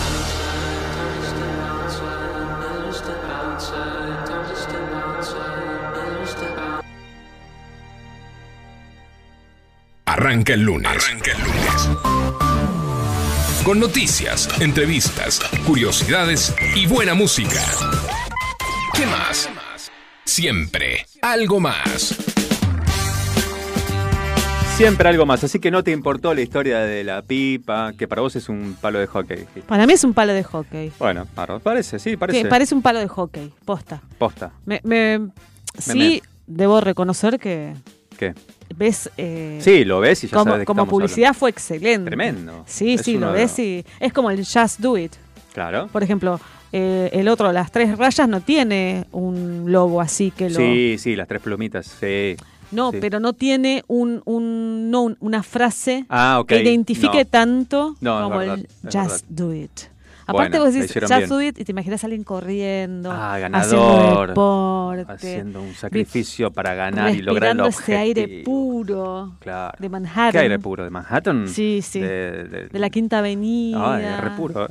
Arranca el lunes. Arranca el lunes. Con noticias, entrevistas, curiosidades y buena música. ¿Qué más? Siempre algo más. siempre algo más. Así que no te importó la historia de la pipa, que para vos es un palo de hockey. Para mí es un palo de hockey. Bueno, paro, parece, sí, parece. Que parece un palo de hockey, posta. Posta. Me, me, sí, debo reconocer que... ¿Qué? ¿Ves? Eh, Sí, lo ves y ya como, sabes de qué como estamos publicidad hablando. fue excelente. Tremendo. Sí, Es sí, uno lo de ves y es como el Just Do It. Claro. Por ejemplo, eh, el otro, Las Tres Rayas, no tiene un logo así que lo... Sí, sí, las tres plumitas, sí. No, sí. pero no tiene un, un, no, un- una frase Ah, ok. que identifique No. tanto No, es como verdad, el es Just verdad. Do It. Bueno, Aparte vos la decís hicieron Just bien. Do It y te imaginas a alguien corriendo, Ah, haciendo ganador. deporte, Haciendo un sacrificio para ganar y lograr el respirando ese aire objetivo. puro Claro. de Manhattan. ¿Qué aire puro? ¿De Manhattan? Sí, sí. De, de- De la Quinta Avenida. Ay, es re puro.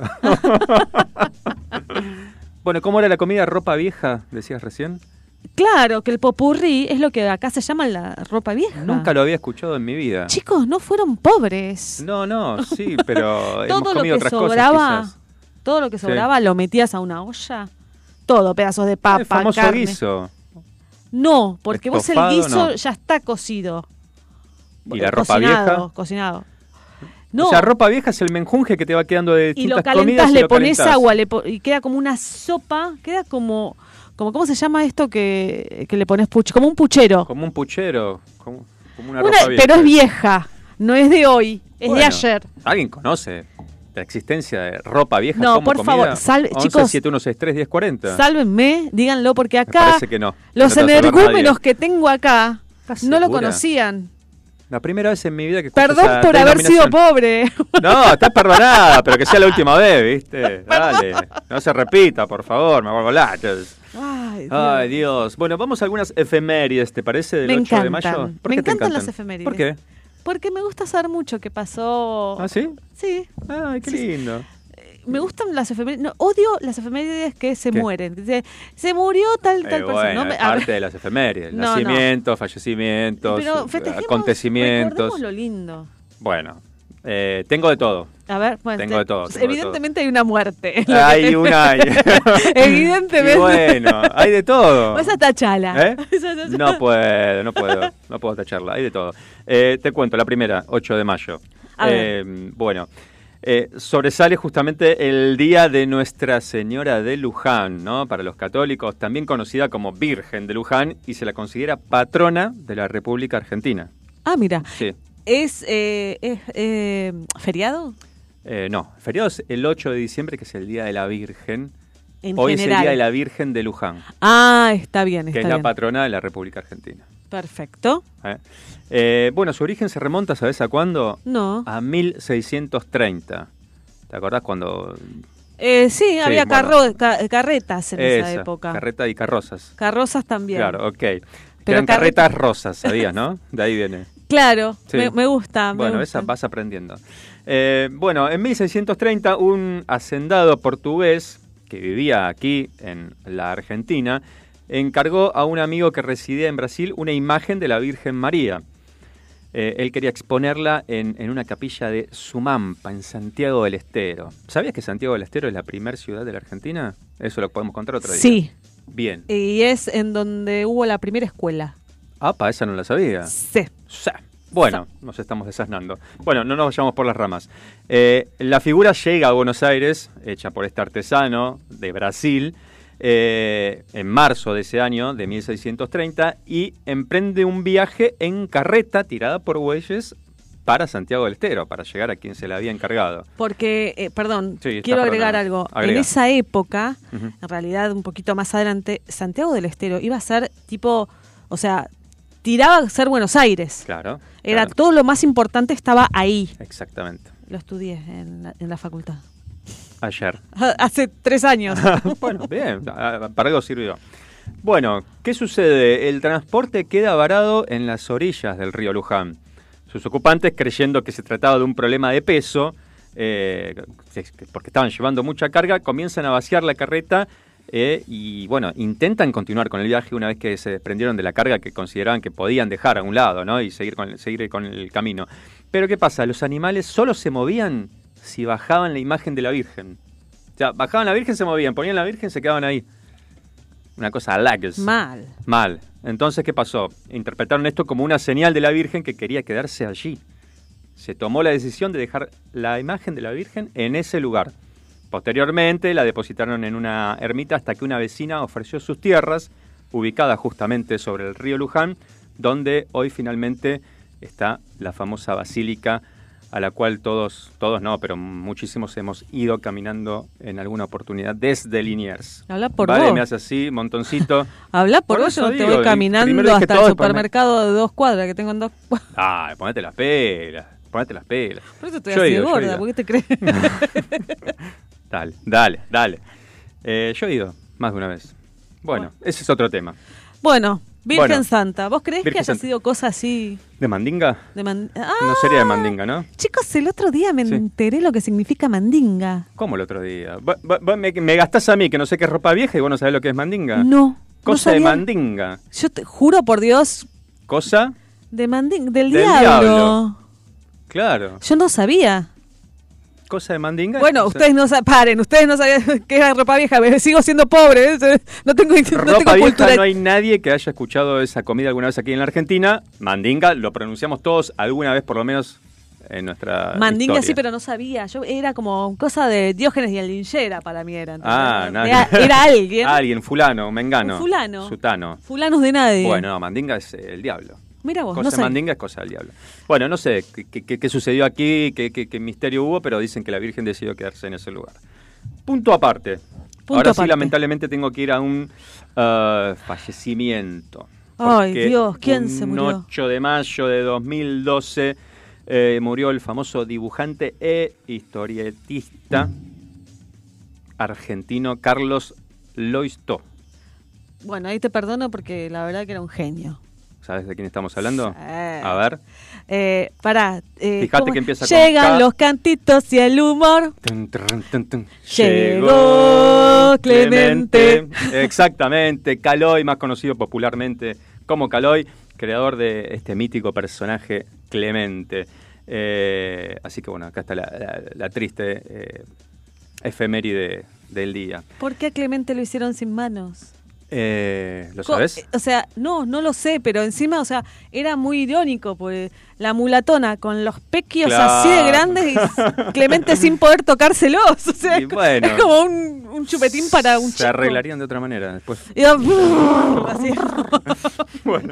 Bueno, ¿cómo era la comida? ¿Ropa vieja? Decías recién. Claro, que el popurrí es lo que acá se llama la ropa vieja. Nunca lo había escuchado en mi vida. Chicos, no fueron pobres. No, no, sí, pero hemos Todo lo comido que otras sobraba, cosas todo lo que Sí. sobraba lo metías a una olla. Todo, pedazos de quizás. papa, El famoso carne. guiso. No, porque vos el Estofado, guiso no. ya está cocido. ¿Y la Eh, ropa cocinado, vieja? Cocinado. No, O sea, ropa vieja es el menjunje que te va quedando de y lo distintas calentás, comidas y le lo pones calentás. agua le po- y queda como una sopa, queda como, como ¿cómo se llama esto que, que le pones puch? Como un puchero. Como un puchero, como, como una, Una- ropa vieja. pero es vieja, no es de hoy, es de Bueno, ayer. ¿Alguien conoce la existencia de ropa vieja No, como por comida? favor, salve- once, chicos, siete uno seis tres, diez cuarenta. Sálvenme, díganlo, porque Me acá parece que no. los No te va a salvar energúmenos nadie. que tengo acá ¿Estás no lo segura? conocían. La primera vez en mi vida que escucho Perdón esa por haber sido denominación. pobre. No, estás perdonada, pero que sea la última vez, ¿viste? Dale, no se repita, por favor, me vuelvo lachos. Ay, Dios. Ay, Dios. Bueno, vamos a algunas efemérides, ¿te parece? Del Me ocho de encantan. mayo. ¿Por Me qué te encantan encantan? las efemérides. ¿Por qué? Porque me gusta saber mucho qué pasó. ¿Ah, sí? Sí. Ay, qué Sí. lindo. Me gustan las efemérides. No, odio las efemérides que se ¿Qué? mueren. Dice, se murió tal, tal Eh, persona. bueno, No me- es a ver, parte de las efemérides. No, no. Nacimientos, fallecimientos, pero eh, festejemos, acontecimientos. recordemos lo lindo. Bueno, eh, tengo de todo. A ver, bueno, Tengo de todo, tengo de evidentemente hay una muerte. es lo que Hay te- una hay. Evidentemente. Y bueno, hay de todo. Vas a tachala. ¿Eh? No puedo, no puedo, no puedo tacharla, hay de todo. Eh, te cuento, la primera, ocho de mayo. A Eh, bueno, eh, sobresale justamente el día de Nuestra Señora de Luján, ¿no? Para los católicos, también conocida como Virgen de Luján, y se la considera patrona de la República Argentina. Ah, mira. Sí. ¿Es, eh, es eh, feriado? Eh, no, feriado es el ocho de diciembre, que es el Día de la Virgen. En Hoy es general. el Día de la Virgen de Luján, Ah, está bien, que está es la bien. patrona de la República Argentina. Perfecto. ¿eh? Eh, bueno, su origen se remonta, ¿sabes a cuándo? No. A mil seiscientos treinta. ¿Te acordás cuando...? Eh, sí, había bueno. carro- ca- carretas en esa, época. Carreta y carrozas. Carrozas también. Claro, ok. Pero Eran carreta- carretas rosas, ¿sabías, no? De ahí viene. Claro, Sí. me, me gusta. me Bueno, gusta. esa vas aprendiendo. Eh, bueno, en mil seiscientos treinta, un hacendado portugués que vivía aquí en la Argentina encargó a un amigo que residía en Brasil una imagen de la Virgen María. Eh, él quería exponerla en, en una capilla de Sumampa, en Santiago del Estero. ¿Sabías que Santiago del Estero es la primera ciudad de la Argentina? Eso lo podemos contar otro día. Sí, Bien. y es en donde hubo la primera escuela. Apa, esa no la sabía. Sí. Sí. Bueno, nos estamos desasnando. Bueno, no nos vayamos por las ramas. Eh, la figura llega a Buenos Aires, hecha por este artesano de Brasil, eh, en marzo de ese año, de mil seiscientos treinta, y emprende un viaje en carreta tirada por bueyes para Santiago del Estero, para llegar a quien se la había encargado. Porque, eh, perdón, Sí, está quiero agregar perdonado. algo. Agrega. En esa época, Ujú. en realidad un poquito más adelante, Santiago del Estero iba a ser tipo, o sea, tiraba a ser Buenos Aires. Claro. Era claro. todo lo más importante estaba ahí. Exactamente. Lo estudié en la, en la facultad. Ayer. Hace tres años. Bueno, bien, ah, para algo sirvió. Bueno, ¿qué sucede? El transporte queda varado en las orillas del río Luján. Sus ocupantes, creyendo que se trataba de un problema de peso, eh, porque estaban llevando mucha carga, comienzan a vaciar la carreta eh, y, bueno, intentan continuar con el viaje una vez que se desprendieron de la carga que consideraban que podían dejar a un lado, ¿no? Y seguir con, seguir con el camino. Pero ¿qué pasa? Los animales solo se movían si bajaban la imagen de la Virgen. O sea, bajaban la Virgen, se movían, ponían la Virgen, se quedaban ahí. Una cosa lags. Mal. Mal. Entonces, ¿qué pasó? Interpretaron esto como una señal de la Virgen que quería quedarse allí. Se tomó la decisión de dejar la imagen de la Virgen en ese lugar. Posteriormente la depositaron en una ermita hasta que una vecina ofreció sus tierras, ubicada justamente sobre el río Luján, donde hoy finalmente está la famosa basílica a la cual todos, todos no, pero muchísimos hemos ido caminando en alguna oportunidad desde Liniers. Habla por vale, vos. me hace así, montoncito. Habla por, Por vos, yo eso no te digo, voy caminando primero dije hasta todo, el después me- supermercado de dos cuadras, que tengo en dos cuadras. Ay, ponete las pelas, ponete las pelas. Por eso estoy Yo he así de ido, yo he gorda, ido. ¿por qué te crees? Dale, dale, dale. Eh, yo he ido más de una vez. Bueno, ese es otro tema. Bueno, Virgen Bueno, Santa, ¿vos creés Virgen que haya Santa. sido cosa así ¿De mandinga? de man- ah, No sería de mandinga, ¿no? Chicos, el otro día me Sí. enteré lo que significa mandinga. ¿Cómo el otro día? Vos- vos- vos me, me gastás a mí que no sé qué es ropa vieja y vos no sabés lo que es mandinga. No. Cosa no de sabía. mandinga. Yo te juro por Dios, Cosa, de mandinga, del, Del diablo. diablo. claro. Yo no sabía. Cosa de mandinga. Bueno, cosa- ustedes no sa- paren, ustedes no sabían qué era ropa vieja, me- sigo siendo pobre, ¿eh? no tengo, no Ropa tengo vieja, cultura. no hay nadie que haya escuchado esa comida alguna vez aquí en la Argentina. Mandinga, lo pronunciamos todos alguna vez por lo menos en nuestra Mandinga historia. sí, pero no sabía. Yo era como cosa de Diógenes y el Linchera para mí era. ¿entendés? Ah, nada era, que- era alguien. Alguien, fulano, mengano. Un fulano. Sutano. Fulanos de nadie. Bueno, no, mandinga es eh, el diablo. Mira vos, Cosa no de sabía. mandinga es cosa del diablo. Bueno, no sé qué, qué- qué sucedió aquí, qué, qué- qué misterio hubo, pero dicen que la Virgen decidió quedarse en ese lugar. Punto aparte. Punto Ahora aparte. sí, lamentablemente tengo que ir a un ah, fallecimiento. Ay, Porque Dios, ¿quién se murió? Un ocho de mayo de dos mil doce eh, murió el famoso dibujante e historietista argentino Carlos Loisto. Bueno, ahí te perdono porque la verdad que era un genio. ¿Sabes de quién estamos hablando? Sí. A ver. Eh, pará. eh, Fíjate ¿cómo? que empieza con Llegan K. los cantitos y el humor. Tun, trun, tun, tun. Llegó Clemente. Exactamente, Caloi, más conocido popularmente como Caloi, creador de este mítico personaje Clemente. Eh, así que bueno, acá está la, la- la triste eh, efeméride del día. ¿Por qué a Clemente lo hicieron sin manos? Eh, ¿Lo Co- sabes? eh, O sea, no, no lo sé, pero encima, o sea, era muy irónico, pues la mulatona con los pequios Claro. así de grandes y Clemente sin poder tocárselos. O sea, Y bueno. es como un, un chupetín para un Se chico. arreglarían de otra manera después. Y yo, así. Bueno.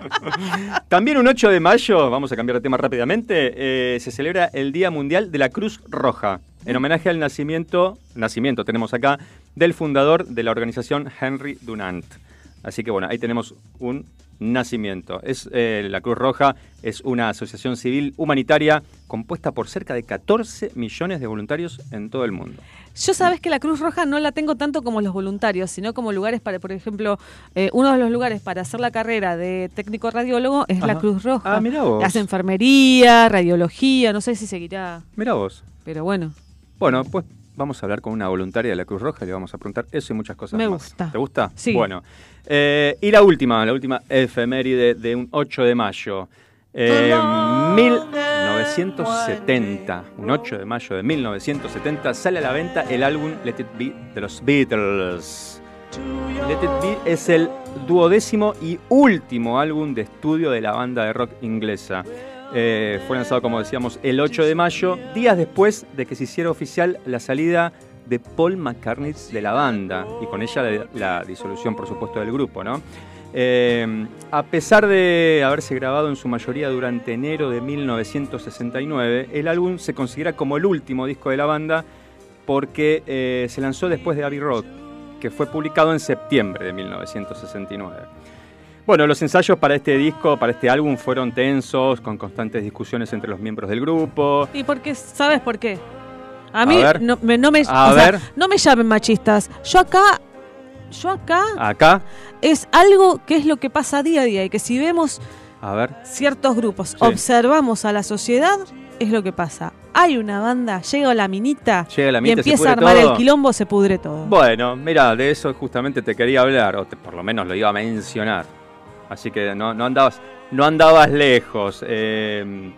También un ocho de mayo, vamos a cambiar de tema rápidamente, eh, se celebra el Día Mundial de la Cruz Roja, en homenaje al nacimiento, nacimiento tenemos acá, del fundador de la organización Henry Dunant. Así que bueno, ahí tenemos un nacimiento. Es eh, la Cruz Roja es una asociación civil humanitaria compuesta por cerca de catorce millones de voluntarios en todo el mundo. Yo sabes que la Cruz Roja no la tengo tanto como los voluntarios, sino como lugares para, por ejemplo, eh, uno de los lugares para hacer la carrera de técnico radiólogo es la Ajá. Cruz Roja. Ah, mirá vos. Hace enfermería, radiología, no sé si seguirá, Mira vos. pero bueno. Bueno, pues vamos a hablar con una voluntaria de la Cruz Roja y le vamos a preguntar eso y muchas cosas Me más. gusta. ¿Te gusta? Sí. Bueno. Eh, y la última, la última efeméride de un ocho de mayo. Eh, mil novecientos setenta, un ocho de mayo de mil novecientos setenta, sale a la venta el álbum Let It Be de los Beatles. Let It Be es el duodécimo y último álbum de estudio de la banda de rock inglesa. Eh, fue lanzado, como decíamos, el ocho de mayo, días después de que se hiciera oficial la salida de Paul McCartney de la banda y con ella la, la disolución, por supuesto, del grupo, ¿no? Eh, a pesar de haberse grabado en su mayoría durante enero de mil novecientos sesenta y nueve, el álbum se considera como el último disco de la banda porque eh, se lanzó después de Abbey Road, que fue publicado en septiembre de mil novecientos sesenta y nueve. Bueno, los ensayos para este disco, para este álbum, fueron tensos, con constantes discusiones entre los miembros del grupo. ¿Y por qué? ¿Sabes por qué? A A mí ver. no me, no me, A o sea, ver. no me llamen machistas. Yo acá, yo acá Acá, es algo que es lo que pasa día a día y que si vemos a ver, ciertos grupos, Sí. observamos a la sociedad, es lo que pasa. Hay una banda, llega la minita, llega la y mitad, se empieza a pudre armar todo. el quilombo, se pudre todo. Bueno, mira, de eso justamente te quería hablar, o te- por lo menos lo iba a mencionar. Así que no, no andabas, no andabas lejos. Eh,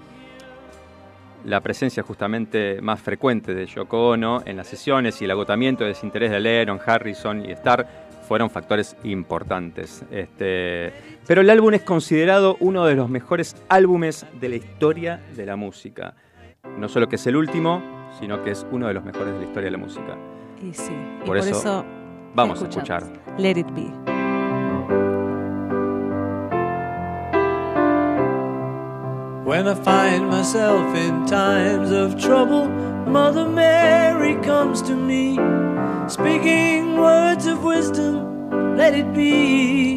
la presencia justamente más frecuente de Yoko Ono en las sesiones y el agotamiento y desinterés de Lennon, Harrison y Starr fueron factores importantes. Este, pero el álbum es considerado uno de los mejores álbumes de la historia de la música. No solo que es el último, sino que es uno de los mejores de la historia de la música. Y sí, y Por por, eso, eso, vamos a escuchamos escuchar. Let It Be. When I find myself in times of trouble, Mother Mary comes to me, speaking words of wisdom, let it be.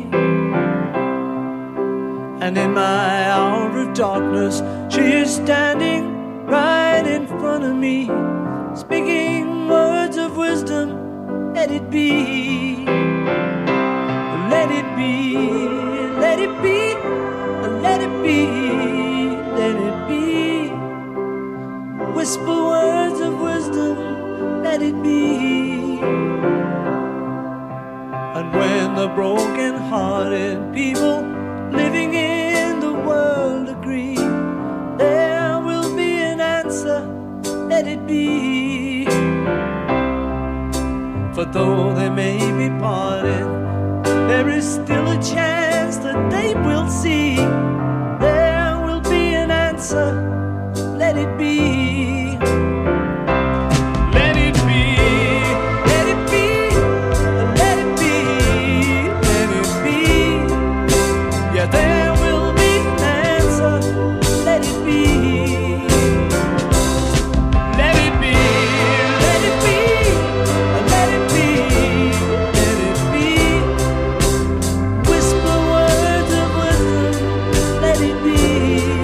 And in my hour of darkness, she is standing right in front of me, speaking words of wisdom, let it be. Let it be, let it be, let it be. Let it be. Whisper words of wisdom, let it be. And when the broken-hearted people living in the world agree, there will be an answer, let it be. For though they may be parted, there is still a chance that they will see. Let it be. Let it be. Let it be. Let it be. Let it be. Yeah, there will be an answer. Let it be. Let it be. Let it be. Let it be. Let it be. Whisper words of wisdom. Let it be.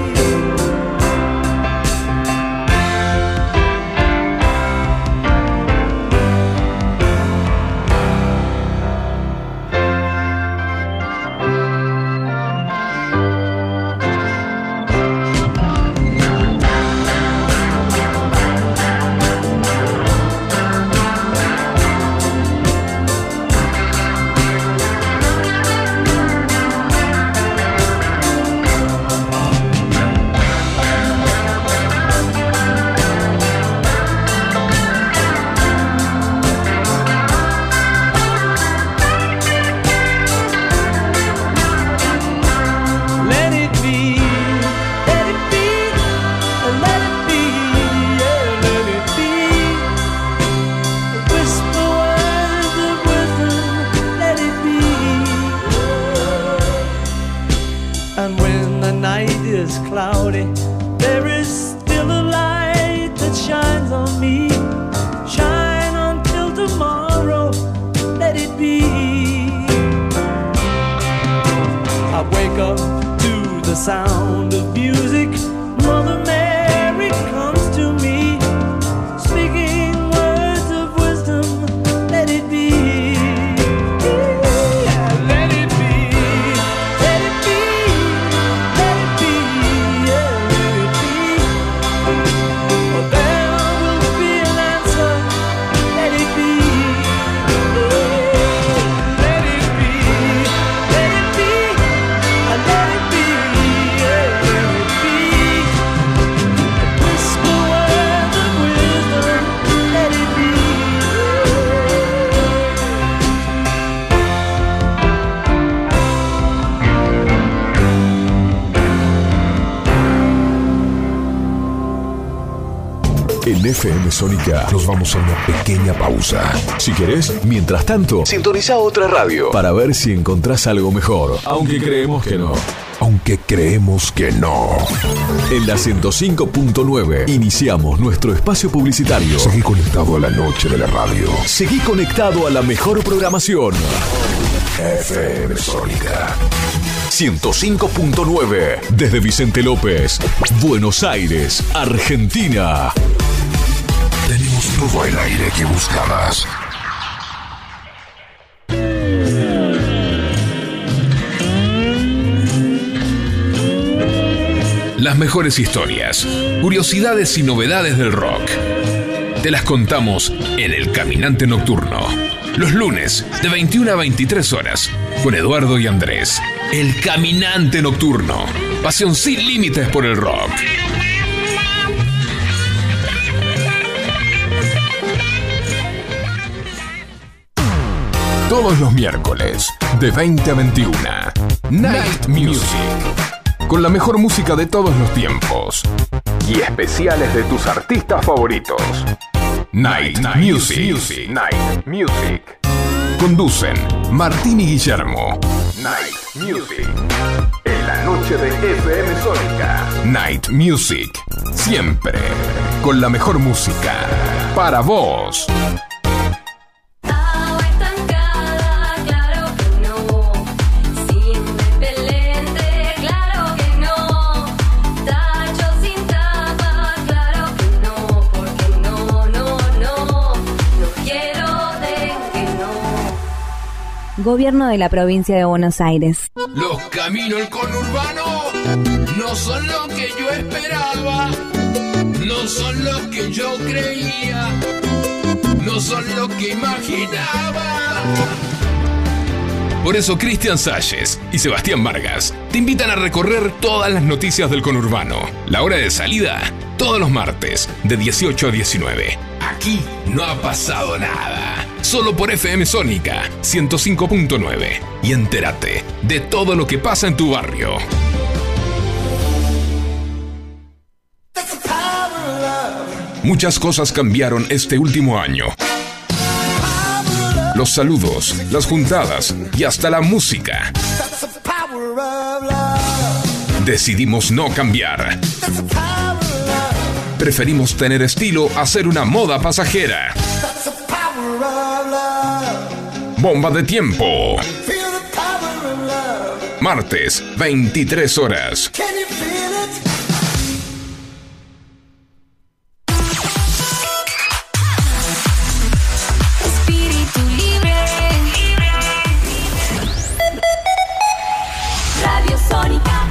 Cloudy, there is still a light that shines on me. Shine until tomorrow, let it be. I wake up to the sound of music. Mother Mary comes to me, speaking words of wisdom, let it be. En F M Sónica nos vamos a una pequeña pausa. Si querés, mientras tanto, sintoniza otra radio para ver si encontrás algo mejor. Aunque creemos que no. Aunque creemos que no. En la ciento cinco punto nueve iniciamos nuestro espacio publicitario. Seguí conectado a la noche de la radio. Seguí conectado a la mejor programación. F M Sónica ciento cinco punto nueve desde Vicente López, Buenos Aires, Argentina. Tenemos todo el aire que buscabas. Las mejores historias, curiosidades y novedades del rock. Te las contamos en El Caminante Nocturno. Los lunes de veintiuna a veintitrés horas con Eduardo y Andrés. El Caminante Nocturno. Pasión sin límites por el rock. Todos los miércoles, de veinte a veintiuno. Night Music. Con la mejor música de todos los tiempos. Y especiales de tus artistas favoritos. Night, Night Music. Music. Night Music. Conducen Martín y Guillermo. Night Music. En la noche de F M Sónica. Night Music. Siempre con la mejor música. Para vos. Gobierno de la provincia de Buenos Aires. Los caminos del conurbano no son lo que yo esperaba, no son lo que yo creía, no son lo que imaginaba. Por eso Cristian Salles y Sebastián Vargas te invitan a recorrer todas las noticias del conurbano. La hora de salida, todos los martes, de dieciocho a diecinueve. Aquí no ha pasado nada. Solo por F M Sónica ciento cinco punto nueve. Y entérate de todo lo que pasa en tu barrio. Muchas cosas cambiaron este último año. Los saludos, las juntadas y hasta la música. Decidimos no cambiar. Preferimos tener estilo a ser una moda pasajera. Bomba de tiempo. Martes, veintitrés horas. Espíritu libre. Radio Sónica.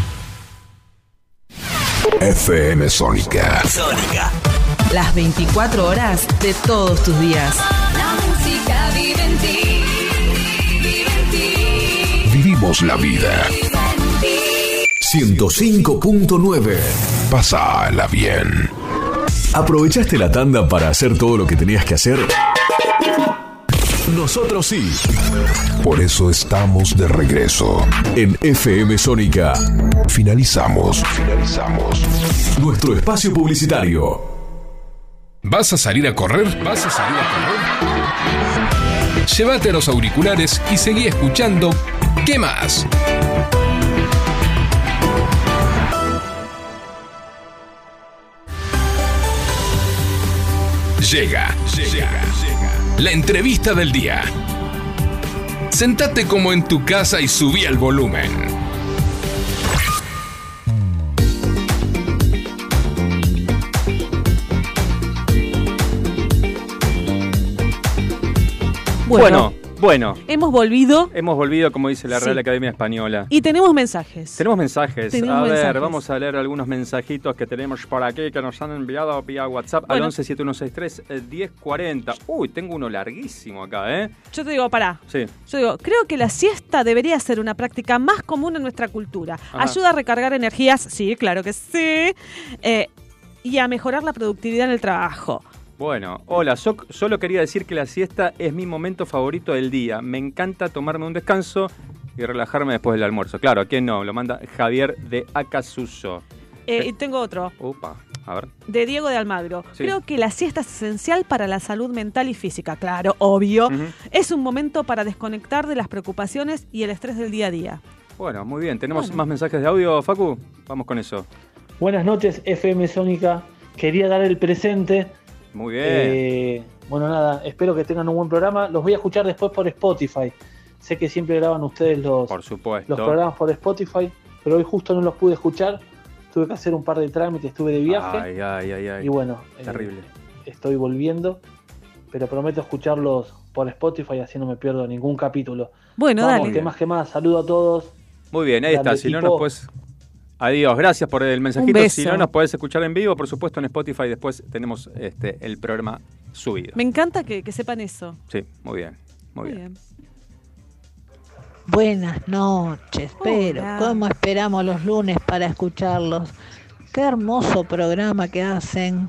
F M Sónica. Sónica. Las veinticuatro horas de todos tus días. La música vive en ti. Vive en ti. Vivimos la vida. Vive en ti. ciento cinco punto nueve. Pásala bien. ¿Aprovechaste la tanda para hacer todo lo que tenías que hacer? Nosotros sí. Por eso estamos de regreso. En F M Sónica Finalizamos. Finalizamos. nuestro espacio publicitario. ¿Vas a salir a correr? ¿Vas a salir a correr? Llévate los auriculares y seguí escuchando. ¿Qué más? Llega, llega, llega. La entrevista del día. Sentate como en tu casa y subí el volumen. Bueno, bueno. Hemos volvido. Hemos volvido, como dice la Real Sí. Academia Española. Y tenemos mensajes. Tenemos mensajes. Tenemos a ver, mensajes. vamos a leer algunos mensajitos que tenemos por aquí que nos han enviado vía WhatsApp Bueno. al once siete uno seis tres diez cuarenta. Uy, tengo uno larguísimo acá, ¿eh? Yo te digo, pará. Sí. Yo digo, creo que la siesta debería ser una práctica más común en nuestra cultura. Ajá. Ayuda a recargar energías, sí, claro que sí. Eh, y a mejorar la productividad en el trabajo. Bueno, hola, yo solo quería decir que la siesta es mi momento favorito del día. Me encanta tomarme un descanso y relajarme después del almuerzo. Claro, ¿a quién no? Lo manda Javier de Acasuso. Eh, Sí. Y tengo otro, Upa, a ver. de Diego de Almagro. Sí. Creo que la siesta es esencial para la salud mental y física. Claro, obvio. Ujú. Es un momento para desconectar de las preocupaciones y el estrés del día a día. Bueno, muy bien. ¿Tenemos Bueno. más mensajes de audio, Facu? Vamos con eso. Buenas noches, F M Sónica. Quería dar el presente. Muy bien. Eh, bueno, nada, espero que tengan un buen programa. Los voy a escuchar después por Spotify. Sé que siempre graban ustedes los, Por supuesto. los programas por Spotify, pero hoy justo no los pude escuchar. Tuve que hacer un par de trámites, estuve de viaje. Ay, ay, ay, ay. Y bueno, eh, Terrible. estoy volviendo, pero prometo escucharlos por Spotify, así no me pierdo ningún capítulo. Bueno, Vamos, dale. que más que más, saludo a todos. Muy bien, ahí Grande está. Si no equipo. nos puedes... Adiós, gracias por el mensajito. Un beso. Si no nos podés escuchar en vivo, por supuesto en Spotify después tenemos este el programa subido. Me encanta que, que sepan eso. Sí, muy bien, muy, bien. Buenas noches, pero Hola. ¿cómo esperamos los lunes para escucharlos? Qué hermoso programa que hacen.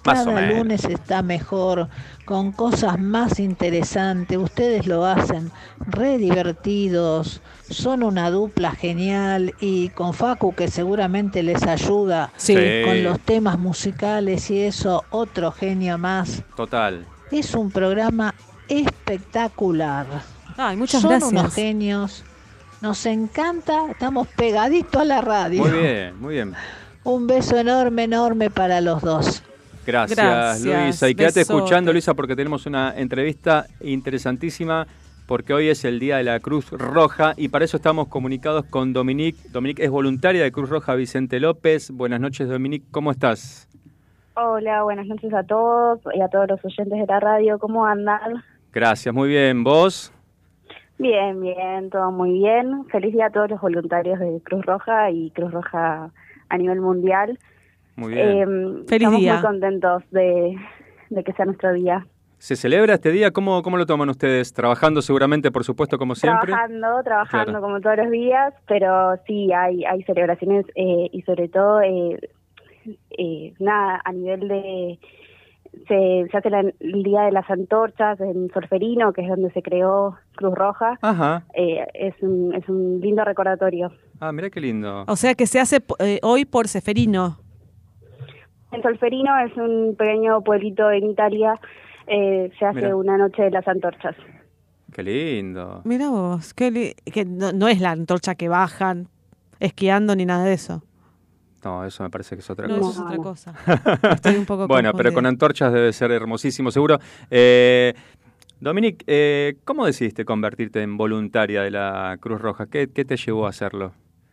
Más o Cada menos. lunes está mejor, con cosas más interesantes. Ustedes lo hacen re divertidos, son una dupla genial y con Facu que seguramente les ayuda Sí. con los temas musicales y eso, otro genio más. Total. Es un programa espectacular. Ay, muchas son gracias. unos genios. Nos encanta, estamos pegaditos a la radio. Muy bien, muy bien. Un beso enorme, enorme para los dos. Gracias, Gracias, Luisa. Y quédate besote. escuchando, Luisa, porque tenemos una entrevista interesantísima, porque hoy es el Día de la Cruz Roja y para eso estamos comunicados con Dominique. Dominique es voluntaria de Cruz Roja Vicente López. Buenas noches, Dominique. ¿Cómo estás? Hola, buenas noches a todos y a todos los oyentes de la radio. ¿Cómo andan? Gracias, muy bien. ¿Vos? Bien, bien, todo muy bien. Feliz día a todos los voluntarios de Cruz Roja y Cruz Roja a nivel mundial. Muy bien. Eh, Feliz estamos día. muy contentos de, de que sea nuestro día. ¿Se celebra este día? ¿Cómo, cómo lo toman ustedes? ¿Trabajando seguramente, por supuesto, como siempre? Trabajando, trabajando Claro. como todos los días, pero sí, hay, hay celebraciones eh, y sobre todo, eh, eh, nada, a nivel de... Se, se hace la- el Día de las Antorchas en Solferino, que es donde se creó Cruz Roja. Ajá. Eh, es, un, es un lindo recordatorio. Ah, mira qué lindo. O sea que se hace eh, hoy por Seferino. En Solferino es un pequeño pueblito en Italia, eh, se hace Mira. una noche de las antorchas. Qué lindo. Mira vos, qué li- que no, no es la antorcha que bajan esquiando ni nada de eso. No, eso me parece que es otra No, cosa. eso es otra cosa. Estoy un poco Bueno, pero confundida. con antorchas debe ser hermosísimo, seguro. Eh, Dominique, eh, ¿cómo decidiste convertirte en voluntaria de la Cruz Roja? ¿Qué, qué te llevó a hacerlo?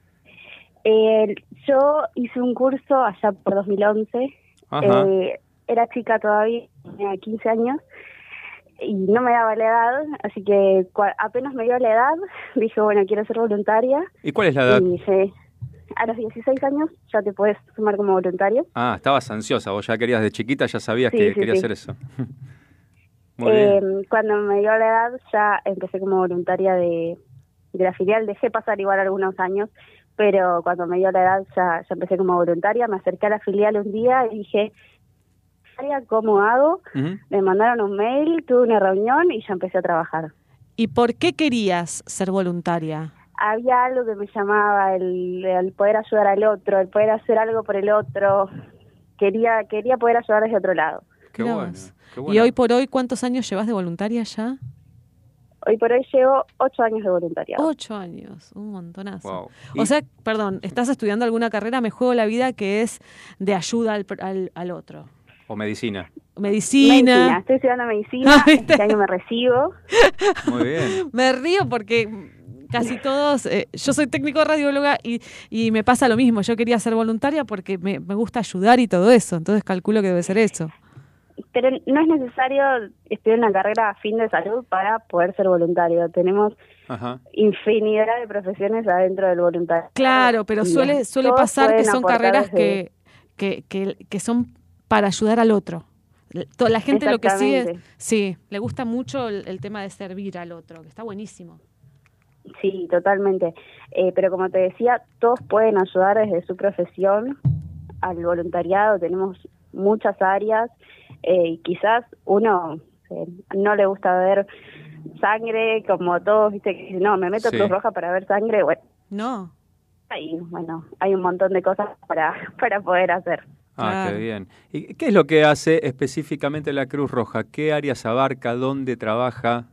Eh, yo hice un curso allá por dos mil once, Ajá. eh, era chica todavía, tenía quince años, y no me daba la edad, así que cua- apenas me dio la edad, dije, bueno, quiero ser voluntaria. ¿Y cuál es la edad? Y dije, a los dieciséis años ya te puedes sumar como voluntario. Ah, estabas ansiosa, vos ya querías de chiquita, ya sabías Sí, que sí, querías sí. hacer eso. Muy Eh, bien. Cuando me dio la edad ya empecé como voluntaria de, de la filial, dejé pasar igual algunos años, pero cuando me dio la edad ya, ya empecé como voluntaria, me acerqué a la filial un día y dije, ¿cómo hago? Ujú. Me mandaron un mail, tuve una reunión y ya empecé a trabajar. ¿Y por qué querías ser voluntaria? Había algo que me llamaba, el, el poder ayudar al otro, el poder hacer algo por el otro, quería quería poder ayudar desde otro lado. Qué Mirá bueno, vos. qué ¿Y bueno. hoy por hoy cuántos años llevas de voluntaria ya? Hoy por hoy llevo ocho años de voluntariado. Ocho años, un montonazo. Wow. O Y- sea, perdón, estás estudiando alguna carrera, me juego la vida que es de ayuda al, al, al otro. O medicina. Medicina. Medicina, estoy estudiando medicina, Ah, ¿viste? este año me recibo. Muy bien. Me río porque casi todos, eh, yo soy técnico radióloga y, y me pasa lo mismo. Yo quería ser voluntaria porque me, me gusta ayudar y todo eso, entonces calculo que debe ser eso. Pero no es necesario estudiar una carrera a fin de salud para poder ser voluntario. Tenemos Ajá. infinidad de profesiones adentro del voluntario. Claro, pero Y suele suele todos pasar que pueden son aportar carreras desde- que, que, que, que son para ayudar al otro. To- La gente lo que sigue, Exactamente. sí, le gusta mucho el, el tema de servir al otro, que está buenísimo. Sí, totalmente. Eh, pero como te decía, todos pueden ayudar desde su profesión al voluntariado. Tenemos muchas áreas eh, y quizás uno eh, no le gusta ver sangre, como todos, viste, que no, me meto Sí. Cruz Roja para ver sangre. Bueno, No, ahí, bueno, hay un montón de cosas para, para poder hacer. Ah, Claro. qué bien. ¿Y qué es lo que hace específicamente la Cruz Roja? ¿Qué áreas abarca? ¿Dónde trabaja?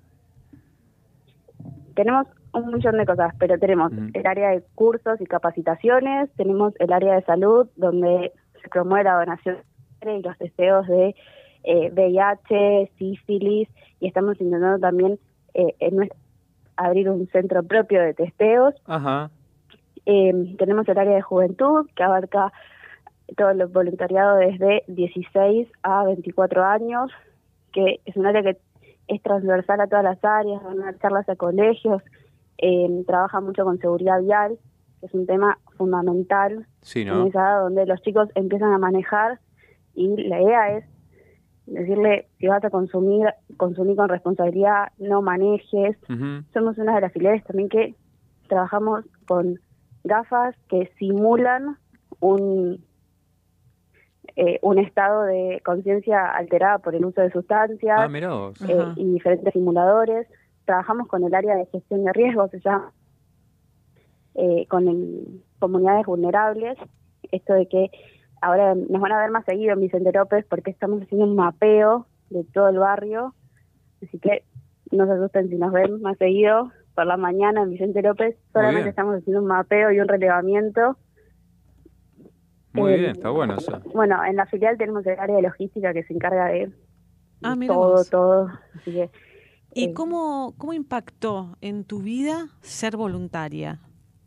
Tenemos un millón de cosas, pero tenemos Ujú. el área de cursos y capacitaciones, tenemos el área de salud, donde se promueve la donación de sangre y los testeos de eh, V I H, sífilis, y estamos intentando también eh, en nuestra- abrir un centro propio de testeos. Ajá. Eh, tenemos el área de juventud, que abarca todo el voluntariado desde dieciséis a veinticuatro años, que es un área que es transversal a todas las áreas, van a dar charlas a colegios, eh, trabaja mucho con seguridad vial, que es un tema fundamental Sí, en ¿no? esa edad donde los chicos empiezan a manejar y la idea es decirle, si vas a consumir, consumir con responsabilidad, no manejes. Ujú. Somos una de las filiales también que trabajamos con gafas que simulan un eh, un estado de conciencia alterada por el uso de sustancias Ah, mirá vos. eh, Ajá. y diferentes simuladores. Trabajamos con el área de gestión de riesgos, se llama, eh, con el, comunidades vulnerables. Esto de que ahora nos van a ver más seguido en Vicente López porque estamos haciendo un mapeo de todo el barrio, así que no se asusten si nos ven más seguido por la mañana en Vicente López. Solamente bien. estamos haciendo un mapeo y un relevamiento. Muy Eh, bien, está bueno eso. Bueno, en la filial tenemos el área de logística que se encarga de Ah, mira todo, vos. todo. Así que, ¿Y eh, cómo, cómo impactó en tu vida ser voluntaria?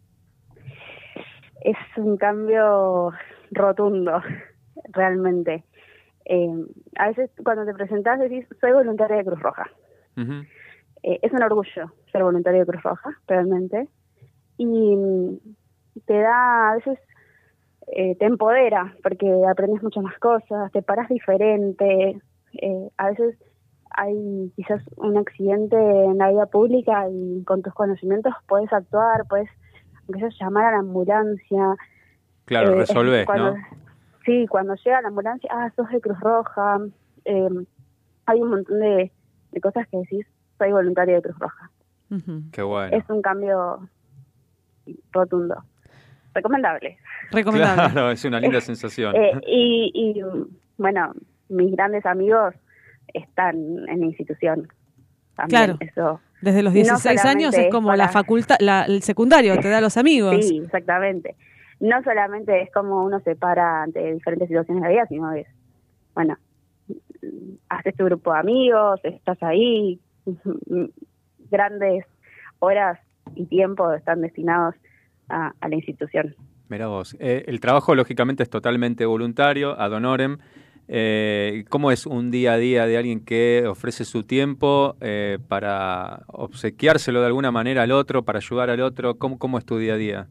es un cambio rotundo, realmente. Eh, a veces cuando te presentás decís, soy voluntaria de Cruz Roja. Ujú. Eh, es un orgullo ser voluntario de Cruz Roja, realmente. Y mm, te da, a veces, eh, te empodera, porque aprendes muchas más cosas, te paras diferente. Eh, a veces hay quizás un accidente en la vida pública y con tus conocimientos puedes actuar, puedes, aunque sea, llamar a la ambulancia. Claro, Eh, resolvés, cuando- ¿no? Sí, cuando llega la ambulancia, ah, sos de Cruz Roja. Eh, hay un montón de, de cosas que decís, soy voluntaria de Cruz Roja. Ujú. Qué bueno. Es un cambio rotundo. Recomendable. Recomendable. Claro, es una linda sensación. Eh, y, y, bueno, mis grandes amigos están en la institución. También, Claro. eso. Desde los No dieciséis años solamente es es como para- la facultad, la, el secundario, te da los amigos. Sí, exactamente. No solamente es como uno se para ante diferentes situaciones de la vida, sino es, bueno, haces tu grupo de amigos, estás ahí, grandes horas y tiempo están destinados a, a la institución. Mirá vos. Eh, el trabajo, lógicamente, es totalmente voluntario, ad honorem. Eh, ¿Cómo es un día a día de alguien que ofrece su tiempo eh, para obsequiárselo de alguna manera al otro, para ayudar al otro? ¿Cómo, cómo es tu día a día?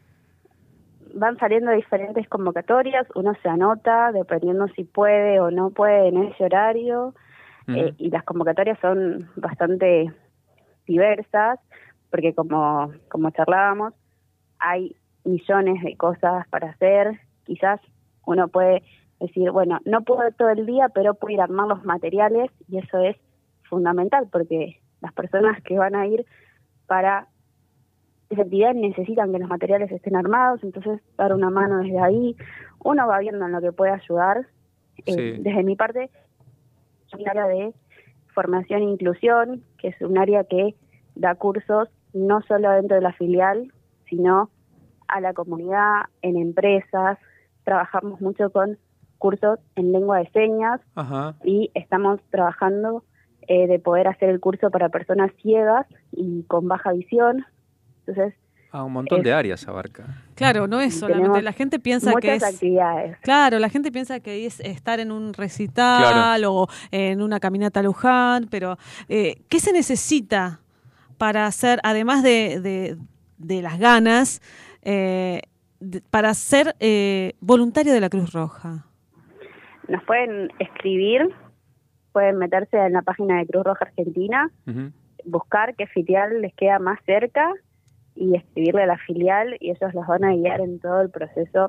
Van saliendo diferentes convocatorias, uno se anota dependiendo si puede o no puede en ese horario, Ujú. eh, y las convocatorias son bastante diversas, porque como, como charlábamos, hay millones de cosas para hacer. Quizás uno puede decir, bueno, no puedo todo el día, pero puedo ir a armar los materiales, y eso es fundamental, porque las personas que van a ir para esa actividad necesitan que los materiales estén armados, entonces dar una mano desde ahí. Uno va viendo en lo que puede ayudar. Eh, Sí. Desde mi parte, soy un área de formación e inclusión, que es un área que da cursos no solo dentro de la filial, sino a la comunidad, en empresas. Trabajamos mucho con cursos en lengua de señas Ajá. y estamos trabajando eh, de poder hacer el curso para personas ciegas y con baja visión. Entonces, Ah, un montón es- de áreas abarca. Claro, no es solamente, tenemos la gente piensa que muchas es... actividades. Claro, la gente piensa que es estar en un recital o en una caminata a Luján, pero eh, ¿qué se necesita para hacer, además de, de, de las ganas, eh, de- para ser eh, voluntario de la Cruz Roja? Nos pueden escribir, pueden meterse en la página de Cruz Roja Argentina, Ujú. buscar qué filial les queda más cerca y escribirle a la filial, y ellos los van a guiar en todo el proceso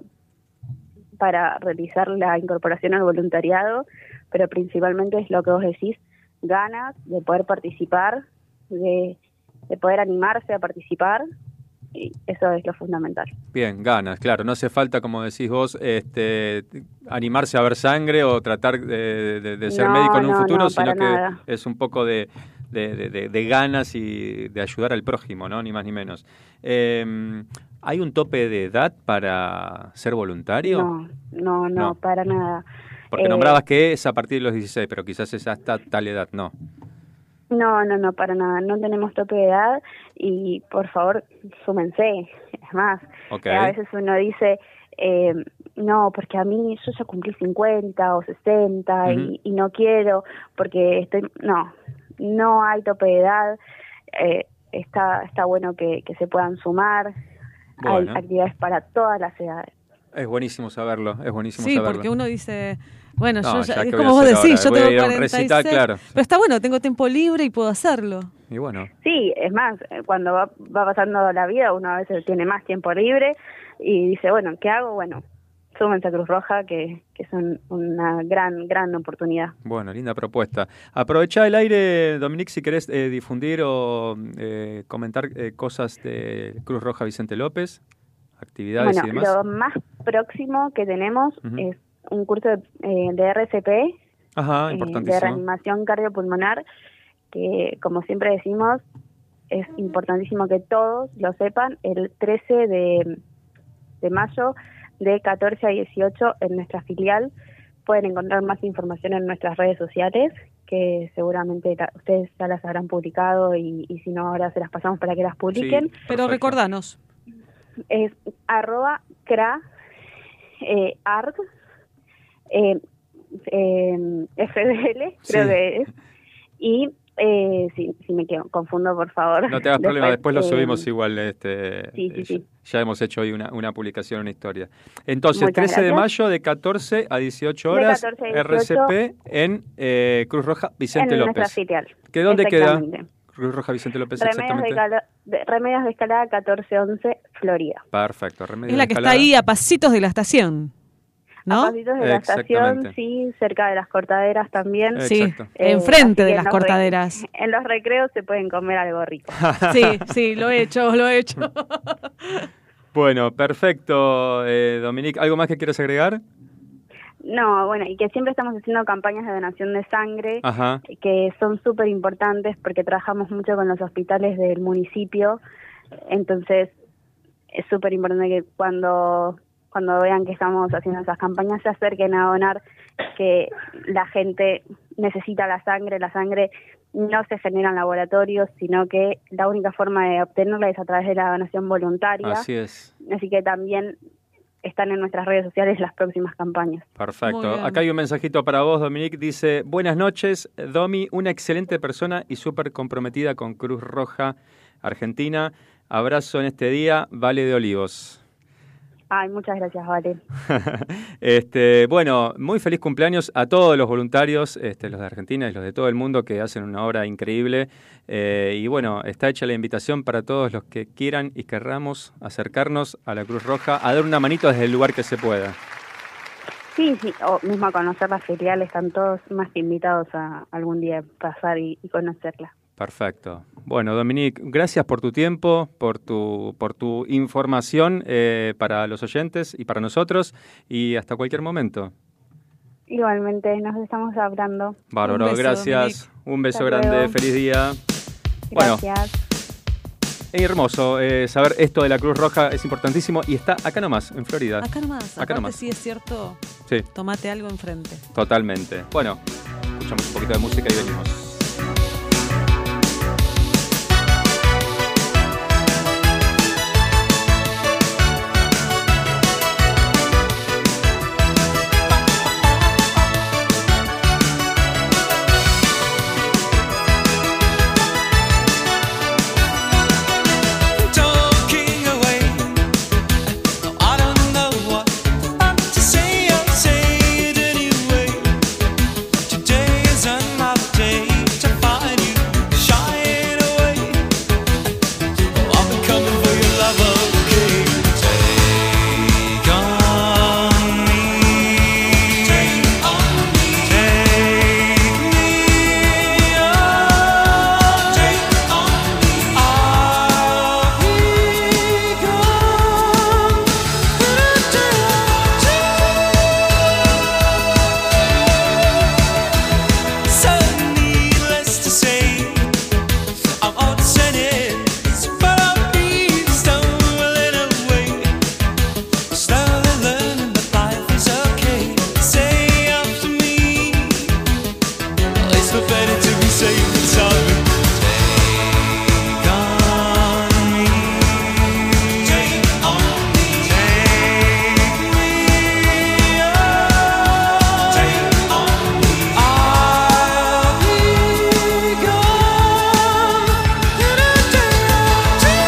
para realizar la incorporación al voluntariado, pero principalmente es lo que vos decís, ganas de poder participar, de, de poder animarse a participar, y eso es lo fundamental. Bien, ganas, claro. No hace falta, como decís vos, este, animarse a ver sangre o tratar de, de- de ser No, médico en un no, futuro, no, sino para que nada. es un poco de, de, de- de- de ganas y de ayudar al prójimo, ¿no? Ni más ni menos. Eh, ¿Hay un tope de edad para ser voluntario? No, no, no, No. para nada. Porque Eh, nombrabas que es a partir de los dieciséis, pero quizás es hasta tal edad, no. No, no, no, para nada. No tenemos tope de edad y, por favor, súmense. Es más, Ok. eh, a veces uno dice, eh, no, porque a mí yo ya cumplí cincuenta o sesenta Ujú. y, y no quiero porque estoy... No, no hay tope de edad. Eh, está, está bueno que, que se puedan sumar. Bueno. Hay actividades para todas las edades. Es buenísimo saberlo, es buenísimo Sí, saberlo. porque uno dice, bueno, No, yo ya ya, que es voy a como vos hacer decís, ahora, yo voy a tengo ir a un cuarenta y seis, recital, claro. pero está bueno, tengo tiempo libre y puedo hacerlo. Y bueno, Sí, es más, eh, cuando va, va pasando la vida, uno a veces tiene más tiempo libre y dice, bueno, ¿qué hago? Bueno, súmense a Cruz Roja, que, que es un, una gran, gran oportunidad. Bueno, linda propuesta. Aprovechá el aire, Dominique, si querés eh, difundir o eh, comentar eh, cosas de Cruz Roja Vicente López, actividades bueno, y demás. Lo más próximo que tenemos uh-huh. es un curso de, eh, de R C P, Ajá, eh, importantísimo. de reanimación cardiopulmonar, que como siempre decimos, es importantísimo que todos lo sepan, el trece de, de mayo de catorce a dieciocho en nuestra filial. Pueden encontrar más información en nuestras redes sociales, que seguramente la, ustedes ya las habrán publicado y, y si no ahora se las pasamos para que las publiquen. Sí, pero recordanos. Es arroba cra eh, arg eh, eh, F D L, creo sí. que es, y Eh, si, si me quedo, confundo, por favor. No te hagas problema, después lo eh, subimos igual. Este, sí, sí, ya, sí. ya hemos hecho hoy una, una publicación, una historia. Entonces, Muchas trece gracias. de mayo de catorce a dieciocho horas, catorce a dieciocho, R C P en eh, Cruz Roja Vicente en López. nuestra filial. ¿Que dónde queda? Exactamente. Cruz Roja Vicente López, Remedios exactamente. de, calo, de, Remedios de Escalada catorce once, Florida. Perfecto. Remedios es la de que Escalada. está ahí a pasitos de la estación, ¿no? A pasitos de la estación, sí, cerca de las cortaderas también. Sí, Exacto. eh, enfrente de así que las en los cortaderas. Re, en los recreos se pueden comer algo rico. Sí, sí, lo he hecho, lo he hecho. Bueno, perfecto, eh, Dominique. ¿Algo más que quieras agregar? No, bueno, y que siempre estamos haciendo campañas de donación de sangre, Ajá. que son súper importantes porque trabajamos mucho con los hospitales del municipio, entonces es súper importante que cuando, cuando vean que estamos haciendo esas campañas se acerquen a donar, que la gente necesita la sangre, la sangre no se genera en laboratorios, sino que la única forma de obtenerla es a través de la donación voluntaria. Así es. Así que también están en nuestras redes sociales las próximas campañas. Perfecto. Acá hay un mensajito para vos, Dominique. Dice, buenas noches, Domi, una excelente persona y súper comprometida con Cruz Roja Argentina. Abrazo en este día, Vale de Olivos. Ay, muchas gracias, Vale. este, bueno, muy feliz cumpleaños a todos los voluntarios, este, los de Argentina y los de todo el mundo que hacen una obra increíble. Eh, y bueno, está hecha la invitación para todos los que quieran y querramos acercarnos a la Cruz Roja a dar una manito desde el lugar que se pueda. Sí, sí, o mismo a conocer la filial, están todos más que invitados a algún día pasar y, y conocerla. Perfecto. Bueno, Dominique, gracias por tu tiempo, por tu por tu información eh, para los oyentes y para nosotros, y hasta cualquier momento. Igualmente, nos estamos hablando. Bárbaro, Un beso, gracias. Dominique. Un beso Hasta grande, luego. feliz día. Gracias. Bueno, es hermoso eh, saber esto de la Cruz Roja, es importantísimo y está acá nomás, en Florida. Acá nomás, Acá aparte nomás. sí es cierto, Sí, tomate algo enfrente. totalmente. Bueno, escuchamos un poquito de música y venimos. Talking away, I don't know what to say. I'll say it anyway. Today is another day to find you shying away. Oh, I'll be coming for your love, okay? Take on me, take on me, take me on, take on me. I'll be gone. So needless to say, I'm on sentence, but I'll be stumbling away, slowly learning that life is okay. Say after me, it's no better to be safe than sorry. Take on me, take on me, take me on, take on me. I'll be gone in a day or two.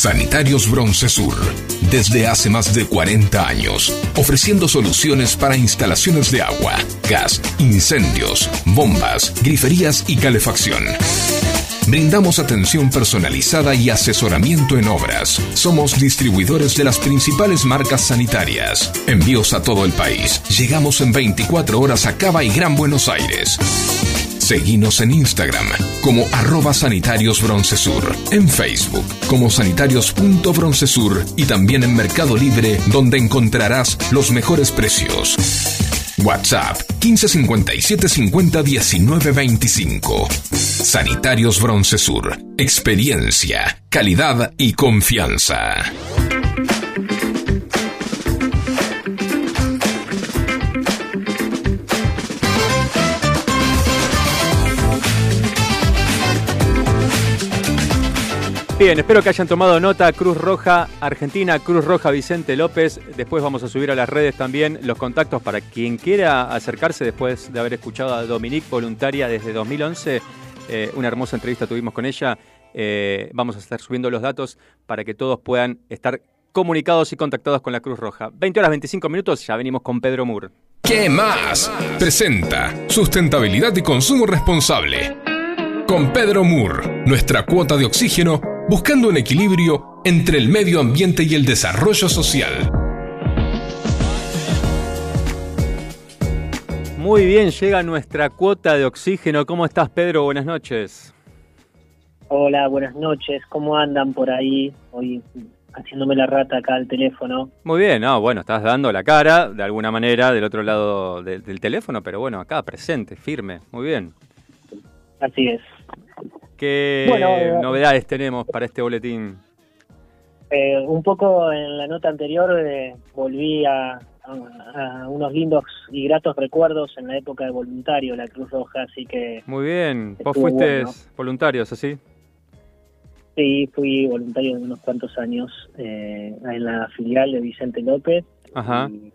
Sanitarios Broncesur, desde hace más de cuarenta años, ofreciendo soluciones para instalaciones de agua, gas, incendios, bombas, griferías y calefacción. Brindamos atención personalizada y asesoramiento en obras. Somos distribuidores de las principales marcas sanitarias. Envíos a todo el país. Llegamos en veinticuatro horas a Cava y Gran Buenos Aires. Seguinos en Instagram como arroba sanitarios broncesur, en Facebook como sanitarios.broncesur y también en Mercado Libre, donde encontrarás los mejores precios. WhatsApp quince cincuenta y siete cincuenta diecinueve veinticinco. Sanitarios Broncesur. Experiencia, calidad y confianza. Bien, espero que hayan tomado nota. Cruz Roja Argentina, Cruz Roja Vicente López. Después vamos a subir a las redes también los contactos para quien quiera acercarse después de haber escuchado a Dominique, voluntaria desde dos mil once. Eh, una hermosa entrevista tuvimos con ella. Eh, vamos a estar subiendo los datos para que todos puedan estar comunicados y contactados con la Cruz Roja. veinte horas veinticinco minutos, ya venimos con Pedro Moore. ¿Qué más? Presenta Sustentabilidad y Consumo Responsable. Con Pedro Moore, nuestra cuota de oxígeno, buscando un equilibrio entre el medio ambiente y el desarrollo social. Muy bien, llega nuestra cuota de oxígeno. ¿Cómo estás, Pedro? Buenas noches. Hola, buenas noches. ¿Cómo andan por ahí? Hoy haciéndome la rata acá al teléfono. Muy bien, no, bueno, estás dando la cara de alguna manera del otro lado de, del teléfono, pero bueno, acá presente, firme. Muy bien. Así es. ¿Qué bueno, eh, novedades tenemos para este boletín? Eh, un poco en la nota anterior eh, volví a, a, a unos lindos y gratos recuerdos en la época de voluntario, la Cruz Roja, así que... Muy bien, vos fuiste bueno. voluntario, ¿así? Sí, fui voluntario de unos cuantos años eh, en la filial de Vicente López. Ajá. Y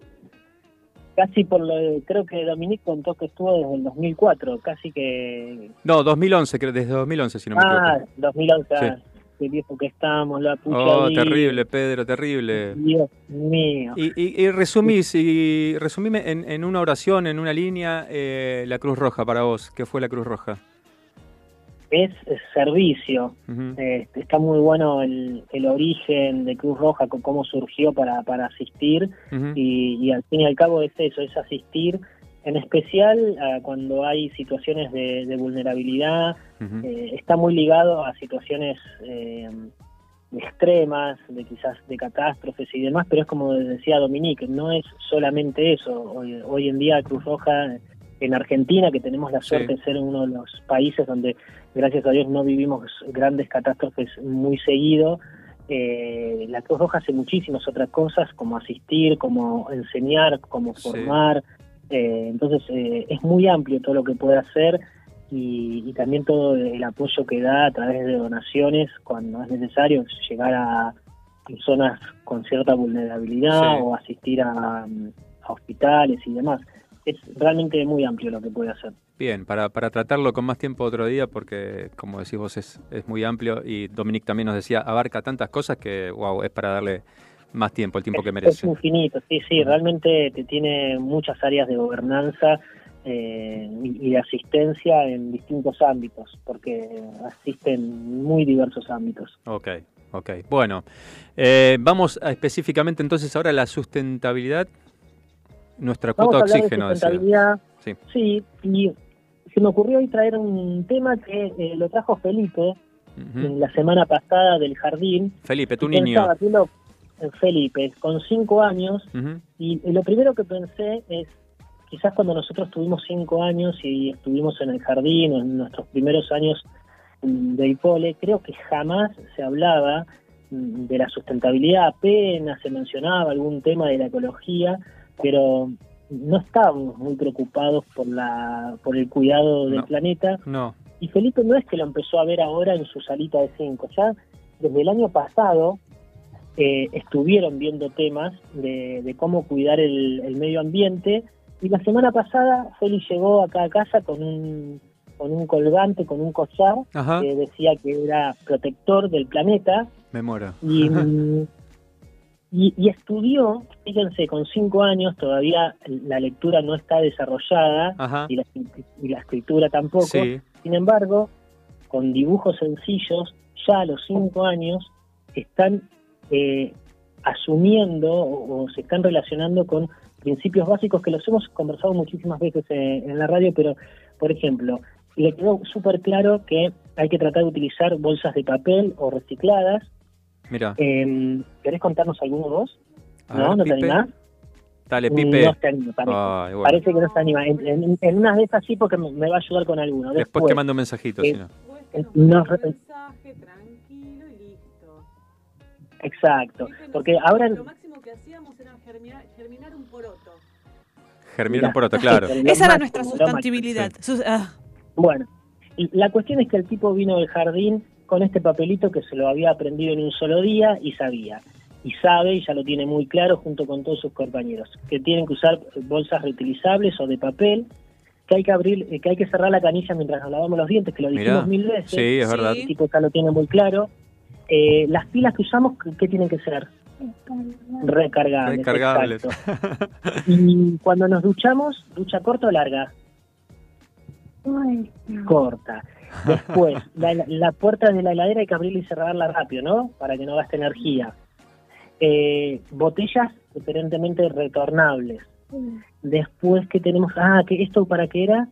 casi por lo, creo que Dominique contó que estuvo desde el dos mil cuatro, casi que... No, dos mil once, creo, desde dos mil once, si no me ah, equivoco. dos mil once, Sí. ah, qué viejo que estamos, la pucha. Oh, ahí. terrible, Pedro, terrible. Dios mío. Y, y, y resumís, y resumime en, en una oración, en una línea, eh, la Cruz Roja para vos. ¿Qué fue la Cruz Roja? Es, es servicio. Uh-huh. Eh, está muy bueno el, el origen de Cruz Roja, con cómo surgió para, para asistir. Uh-huh. y, y al fin y al cabo es eso, es asistir, en especial uh, cuando hay situaciones de, de vulnerabilidad. Uh-huh. Eh, está muy ligado a situaciones eh, extremas, de quizás de catástrofes y demás, pero es como decía Dominique, no es solamente eso. Hoy, hoy en día Cruz Roja en Argentina, que tenemos la suerte Sí. de ser uno de los países donde, gracias a Dios, no vivimos grandes catástrofes muy seguido, eh, la Cruz Roja hace muchísimas otras cosas, como asistir, como enseñar, como Sí. formar. Eh, entonces, eh, es muy amplio todo lo que puede hacer y, y también todo el apoyo que da a través de donaciones cuando es necesario llegar a zonas con cierta vulnerabilidad Sí. o asistir a, a hospitales y demás. Es realmente muy amplio lo que puede hacer. Bien, para, para tratarlo con más tiempo otro día, porque como decís vos es, es muy amplio y Dominique también nos decía, abarca tantas cosas que, wow, es para darle más tiempo, el tiempo es, que merece. Es infinito, sí, sí, realmente te tiene muchas áreas de gobernanza eh, y, y de asistencia en distintos ámbitos, porque asisten muy diversos ámbitos. Ok, ok. Bueno, eh, vamos a específicamente entonces ahora a la sustentabilidad. Nuestra Vamos cuota a hablar oxígeno, de sustentabilidad. Sí. Sí, y se me ocurrió hoy traer un tema que eh, lo trajo Felipe uh-huh. en la semana pasada del jardín. Felipe, tu y niño. Pensaba, que lo, Felipe, con cinco años, Uh-huh. y, y lo primero que pensé es, quizás cuando nosotros tuvimos cinco años y estuvimos en el jardín, o en nuestros primeros años de IPOLE, creo que jamás se hablaba de la sustentabilidad, apenas se mencionaba algún tema de la ecología, pero no estábamos muy preocupados por la por el cuidado del No. planeta. No. Y Felipe no es que lo empezó a ver ahora en su salita de cinco, ya desde el año pasado eh, estuvieron viendo temas de, de cómo cuidar el, el medio ambiente, y la semana pasada Feli llegó acá a casa con un con un colgante, con un collar Ajá. que decía que era protector del planeta, Me muero. Y, y, y estudió, fíjense, con cinco años todavía la lectura no está desarrollada y la, y la escritura tampoco. Sí. Sin embargo, con dibujos sencillos, ya a los cinco años están eh, asumiendo o, o se están relacionando con principios básicos que los hemos conversado muchísimas veces en, en la radio, pero, por ejemplo, le quedó súper claro que hay que tratar de utilizar bolsas de papel o recicladas. Mira. Eh, ¿Querés contarnos alguno vos? A ¿No? ver, ¿No te Pipe. animás? Dale, Pipe. No se anima, parece. Ay, bueno. Parece que no se anima. En, en, en unas de esas sí, porque me, me va a ayudar con alguno. Después, Después te mando un mensajito, eh, si no. eh, nos re- Exacto. Porque ahora... Lo máximo que hacíamos era germinar, germinar un poroto. Germinar un poroto, claro. Lo Esa máximo, era nuestra lo sustantibilidad. Sus- ah. Bueno, y la cuestión es que el tipo vino del jardín con este papelito que se lo había aprendido en un solo día y sabía. Y sabe, y ya lo tiene muy claro junto con todos sus compañeros, que tienen que usar bolsas reutilizables o de papel, que hay que abrir, eh, que hay que cerrar la canilla mientras nos lavamos los dientes, que lo dijimos Mirá. mil veces. Sí, es verdad. El tipo ya lo tiene muy claro. Eh, las pilas que usamos, ¿qué, qué tienen que ser? Recargables. Recargables. Exacto. Y cuando nos duchamos, ¿ducha corta o larga? Corta. Después, la, la puerta de la heladera hay que abrirla y cerrarla rápido, ¿no? Para que no gaste energía. Eh, botellas preferentemente retornables. Después, ¿qué tenemos? Ah, ¿qué, ¿esto para qué era?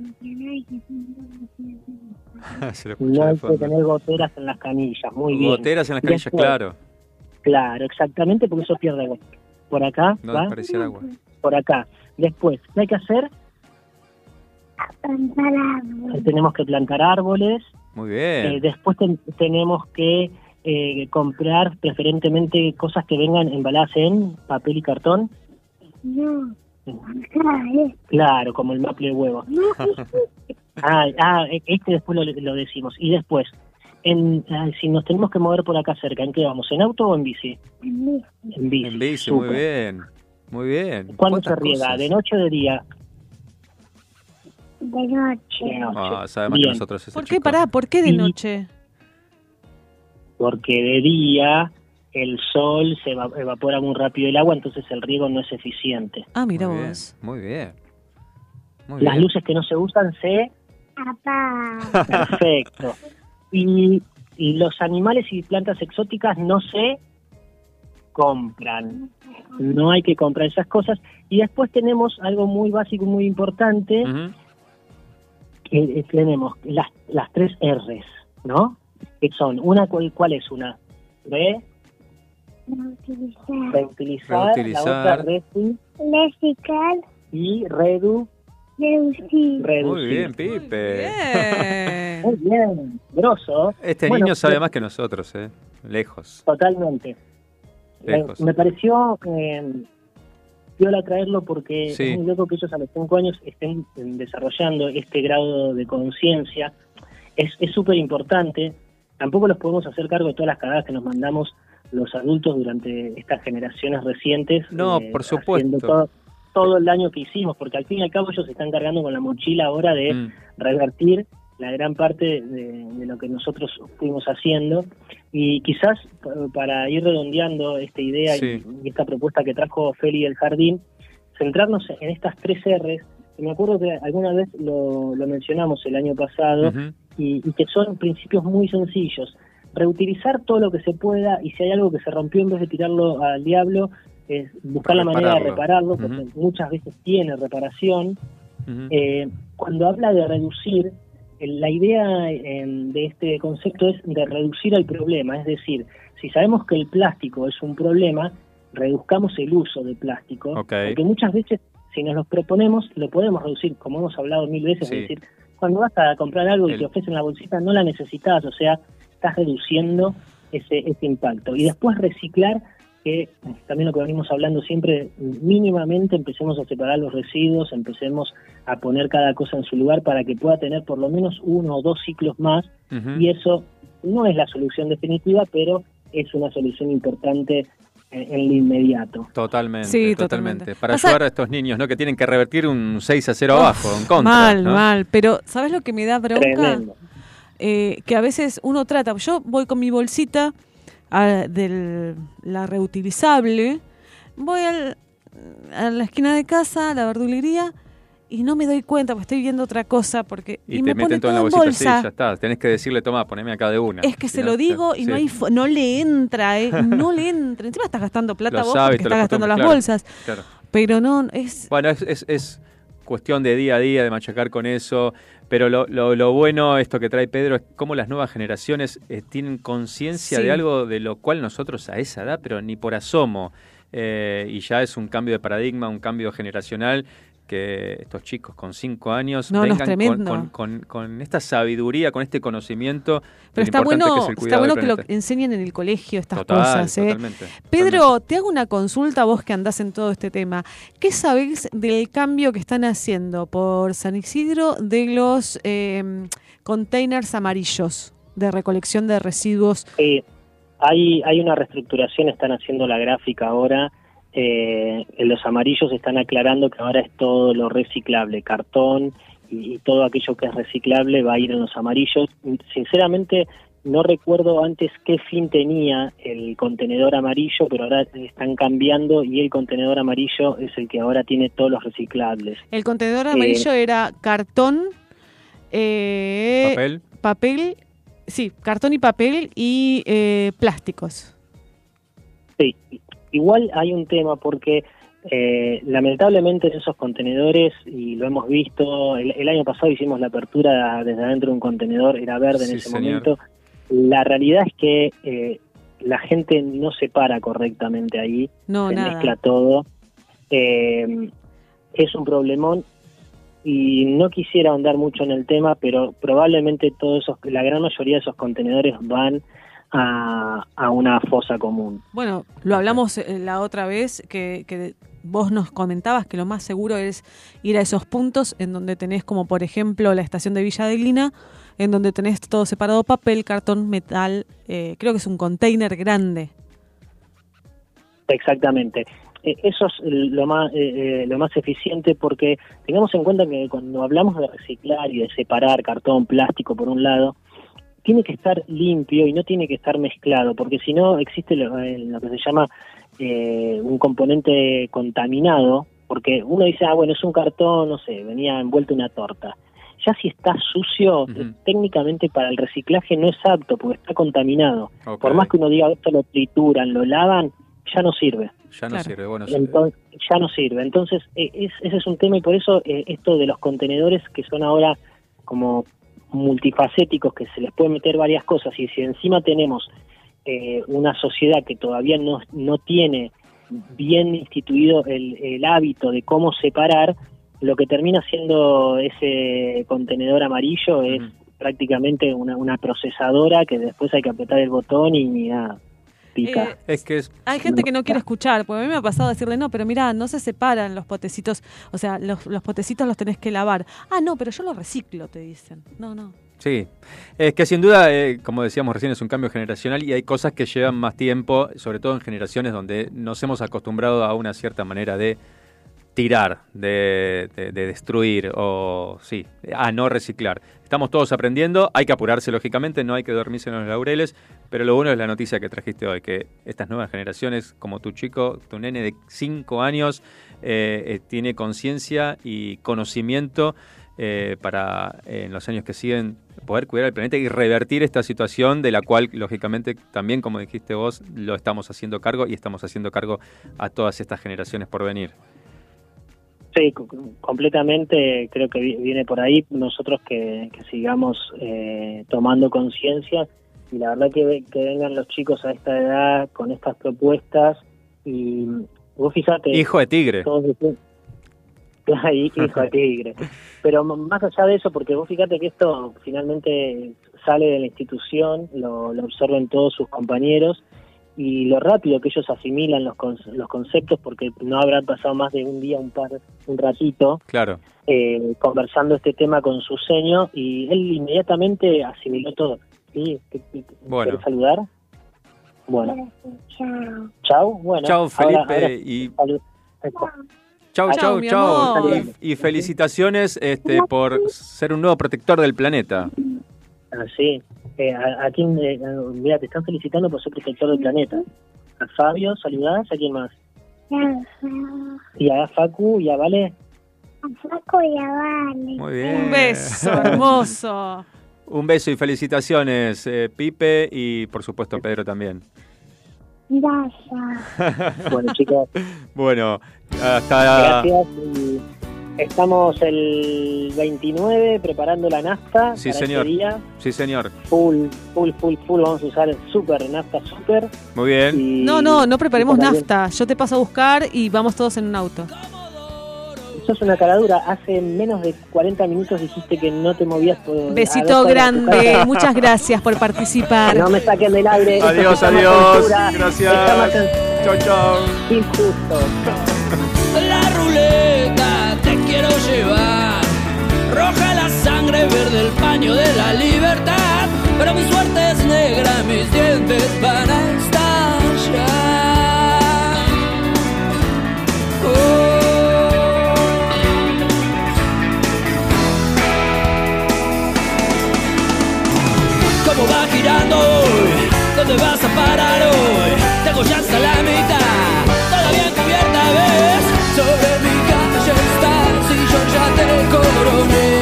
Se lo escuché No de hay que fondo. tener goteras en las canillas, muy bien. Goteras en las canillas, Después, claro. Claro, exactamente, porque eso pierde agua. Por acá, No ¿va? desperdicia el agua. Por acá. Después, ¿qué hay que hacer? Plantar árboles. Tenemos que plantar árboles. Muy bien. Eh, después ten- tenemos que eh, comprar preferentemente cosas que vengan embaladas en papel y cartón. No. Acá, eh. Claro, como el maple de huevo. No, Ah, ah, este después lo, lo decimos. Y después, en, ah, si nos tenemos que mover por acá cerca, ¿en qué vamos? ¿En auto o en bici? En bici. En bici, Súper. muy bien. Muy bien. ¿Cuándo se ¿Cuántas riega? cosas? ¿De noche o de día? de noche. De noche. Ah, sabe más que Bien. nosotros ese ¿Por qué? chico. Pará, ¿por qué de Y- noche? Porque de día el sol se eva- evapora muy rápido el agua, entonces el riego no es eficiente. Ah, mira Muy vos. bien, muy bien. Muy Las bien. luces que no se usan se... Papá. Perfecto. Y, y los animales y plantas exóticas no se compran. No hay que comprar esas cosas. Y después tenemos algo muy básico, muy importante, Ujú. que eh, tenemos las, las tres R's, ¿no? Que son, una, ¿cuál, cuál es una? Re, Reutilizar. reutilizar, Reutilizar. la otra reci Lesical. y redu, Reducir. reducir. Muy bien, Pipe. Bien. Muy bien, grosso. Este Bueno, niño sabe pero- más que nosotros, ¿eh? Lejos. Totalmente. Me, Lejos. me pareció eh, piola traerlo porque Sí. es muy loco que ellos a los cinco años estén eh, desarrollando este grado de conciencia. Es es súper importante. Tampoco los podemos hacer cargo de todas las cagadas que nos mandamos los adultos durante estas generaciones recientes. No, eh, por supuesto. haciendo todo, todo el daño que hicimos, porque al fin y al cabo ellos se están cargando con la mochila ahora de Mm. revertir la gran parte de, de lo que nosotros fuimos haciendo. Y quizás p- para ir redondeando esta idea Sí. y, y esta propuesta que trajo Feli del Jardín, centrarnos en estas tres R's, que me acuerdo que alguna vez lo, lo mencionamos el año pasado, Ujú. y, y que son principios muy sencillos. Reutilizar todo lo que se pueda, y si hay algo que se rompió, en vez de tirarlo al diablo, es buscar la manera de Repararlo. repararlo, porque Ujú. muchas veces tiene reparación. Ujú. Eh, cuando habla de reducir, eh, la idea eh, de este concepto es de reducir el problema, es decir, si sabemos que el plástico es un problema, reduzcamos el uso de plástico, Ok. porque muchas veces si nos lo proponemos lo podemos reducir, como hemos hablado mil veces, Sí. es decir, cuando vas a comprar algo y El- te ofrecen la bolsita no la necesitas, o sea, estás reduciendo ese, ese impacto. Y después reciclar, que eh, también lo que venimos hablando siempre, mínimamente empecemos a separar los residuos, empecemos a poner cada cosa en su lugar para que pueda tener por lo menos uno o dos ciclos más, Ujú. y eso no es la solución definitiva, pero es una solución importante en, en lo inmediato. Totalmente, Sí, totalmente. totalmente. Para Pasa- ayudar a estos niños, ¿no? Que tienen que revertir un seis a cero Uf, abajo, en contra. Mal, ¿no? mal. Pero, ¿sabes lo que me da bronca? Tremendo. Eh, que a veces uno trata, yo voy con mi bolsita a, de la reutilizable, voy al, a la esquina de casa, a la verdulería, y no me doy cuenta, porque estoy viendo otra cosa, porque Y, y te me pone meten todo todo en la en bolsita, sí, bolsa. ya está. Tenés que decirle, toma, poneme acá de una. Es que Si se no, lo digo sí. y no hay fo- no le entra, eh, no le entra. Encima estás gastando plata Los vos hábitos, porque estás las gastando las costumbres, bolsas. claro, claro. Pero no, es... Bueno, es, es, es cuestión de día a día, de machacar con eso, pero lo, lo, lo bueno, esto que trae Pedro, es cómo las nuevas generaciones eh, tienen conciencia Sí. de algo de lo cual nosotros a esa edad, pero ni por asomo, eh, y ya es un cambio de paradigma, un cambio generacional, que estos chicos con cinco años No, no, es vengan con, tremendo. con, con, con esta sabiduría, con este conocimiento de Pero lo está importante bueno, que es el está cuidado bueno del que lo planeta. enseñen en el colegio estas Total, cosas. ¿eh? totalmente, Pedro, totalmente. te hago una consulta, vos que andás en todo este tema. ¿Qué sabés del cambio que están haciendo por San Isidro de los eh, containers amarillos de recolección de residuos? Eh, hay, hay una reestructuración, están haciendo la gráfica ahora. Eh, en los amarillos están aclarando que ahora es todo lo reciclable, cartón y, y todo aquello que es reciclable va a ir en los amarillos. Sinceramente no recuerdo antes qué fin tenía el contenedor amarillo, pero ahora están cambiando y el contenedor amarillo es el que ahora tiene todos los reciclables. El contenedor amarillo Eh, era cartón, eh, ¿Papel? papel, sí, cartón y papel y eh, plásticos. Sí, igual hay un tema porque eh, lamentablemente en esos contenedores, y lo hemos visto, el, el año pasado hicimos la apertura desde adentro de un contenedor, era verde en Sí, ese señor. momento. La realidad es que eh, la gente no separa correctamente ahí, No, se nada. mezcla todo. Eh, es un problemón y no quisiera ahondar mucho en el tema, pero probablemente todos esos, la gran mayoría de esos contenedores van a, a una fosa común. Bueno, lo hablamos eh, la otra vez, que, que vos nos comentabas que lo más seguro es ir a esos puntos en donde tenés, como por ejemplo la estación de Villa Adelina, en donde tenés todo separado, papel, cartón, metal, eh, creo que es un container grande. Exactamente. Eh, Eso es lo más eh, eh, lo más eficiente, porque tengamos en cuenta que cuando hablamos de reciclar y de separar cartón, plástico por un lado, tiene que estar limpio y no tiene que estar mezclado, porque si no existe lo, eh, lo que se llama eh, un componente contaminado, porque uno dice, ah, bueno, es un cartón, no sé, venía envuelto en una torta. Ya si está sucio, Ujú. eh, técnicamente para el reciclaje no es apto, porque está contaminado. Ok. Por más que uno diga, esto lo trituran, lo lavan, ya no sirve. Ya no Claro. sirve. Bueno, sí. Entonces, ya no sirve. Entonces, eh, es, ese es un tema, y por eso eh, esto de los contenedores que son ahora como multifacéticos, que se les puede meter varias cosas, y si encima tenemos eh, una sociedad que todavía no, no tiene bien instituido el, el hábito de cómo separar, lo que termina siendo ese contenedor amarillo es Ujú. prácticamente una, una procesadora que después hay que apretar el botón y ni nada, pica. Eh, Es que es... Hay gente que no quiere escuchar, porque a mí me ha pasado decirle, no, pero mirá, no se separan los potecitos, o sea, los, los potecitos los tenés que lavar. Ah, no, pero yo los reciclo, te dicen. No, no. Sí, es que sin duda, eh, como decíamos recién, es un cambio generacional y hay cosas que llevan más tiempo, sobre todo en generaciones donde nos hemos acostumbrado a una cierta manera de tirar, de, de, de destruir o, sí, a no reciclar. Estamos todos aprendiendo, hay que apurarse lógicamente, no hay que dormirse en los laureles, pero lo bueno es la noticia que trajiste hoy, que estas nuevas generaciones, como tu chico, tu nene de cinco años, eh, eh, tiene conciencia y conocimiento eh, para eh, en los años que siguen poder cuidar el planeta y revertir esta situación de la cual, lógicamente, también, como dijiste vos, lo estamos haciendo cargo y estamos haciendo cargo a todas estas generaciones por venir. Sí, c- completamente, creo que vi- viene por ahí. Nosotros que, que sigamos eh, tomando conciencia, y la verdad que, ve- que vengan los chicos a esta edad con estas propuestas, y vos fíjate... Hijo de tigre. todos dicen- Ay, hijo de tigre. Pero m- más allá de eso, porque vos fíjate que esto finalmente sale de la institución, lo, lo absorben todos sus compañeros, y lo rápido que ellos asimilan los, con- los conceptos, porque no habrán pasado más de un día, un par, un ratito, Claro. eh, conversando este tema con su seño, y él inmediatamente asimiló todo. ¿Sí? ¿Qué- qué- Bueno. ¿Querés saludar? Bueno. Chau. Bueno. Chau, Felipe, ahora- ahora- y... salud. Chau, Chau, chau, mi chau. amor. Y, y felicitaciones este, por ser un nuevo protector del planeta. Así. Eh, a, a quién, eh, mira, te están felicitando por ser protector del planeta. A Fabio, saludás, ¿a quién más? Y a Facu, y a Vale. A Facu y a Vale. Muy bien. Un beso hermoso. Un beso y felicitaciones, eh, Pipe, y por supuesto Pedro también. Gracias. Bueno, chicos. Bueno, hasta... Gracias. Y estamos el veintinueve preparando la nafta. Sí, para señor. ese día. Sí, señor. Full, full, full, full. Vamos a usar el super, nafta super. Muy bien. Y, No, no, no preparemos y también- nafta. Yo te paso a buscar y vamos todos en un auto. Sos una caradura. Hace menos de cuarenta minutos dijiste que no te movías por... Besito grande. Muchas gracias por participar. No me saquen del aire. Esto Adiós, se llama adiós. censura. Gracias. Se llama cen- Chau, chau. Injusto. La ruleta te quiero llevar. Roja la sangre, verde el paño de la libertad. Pero mi suerte es negra, mis dientes van a estallar. Oh. ¿Cómo va girando hoy? ¿Dónde vas a parar hoy? Tengo ya hasta la mitad, todavía cubierta, ¿ves? Sobre mi calle estás y yo ya te coroné.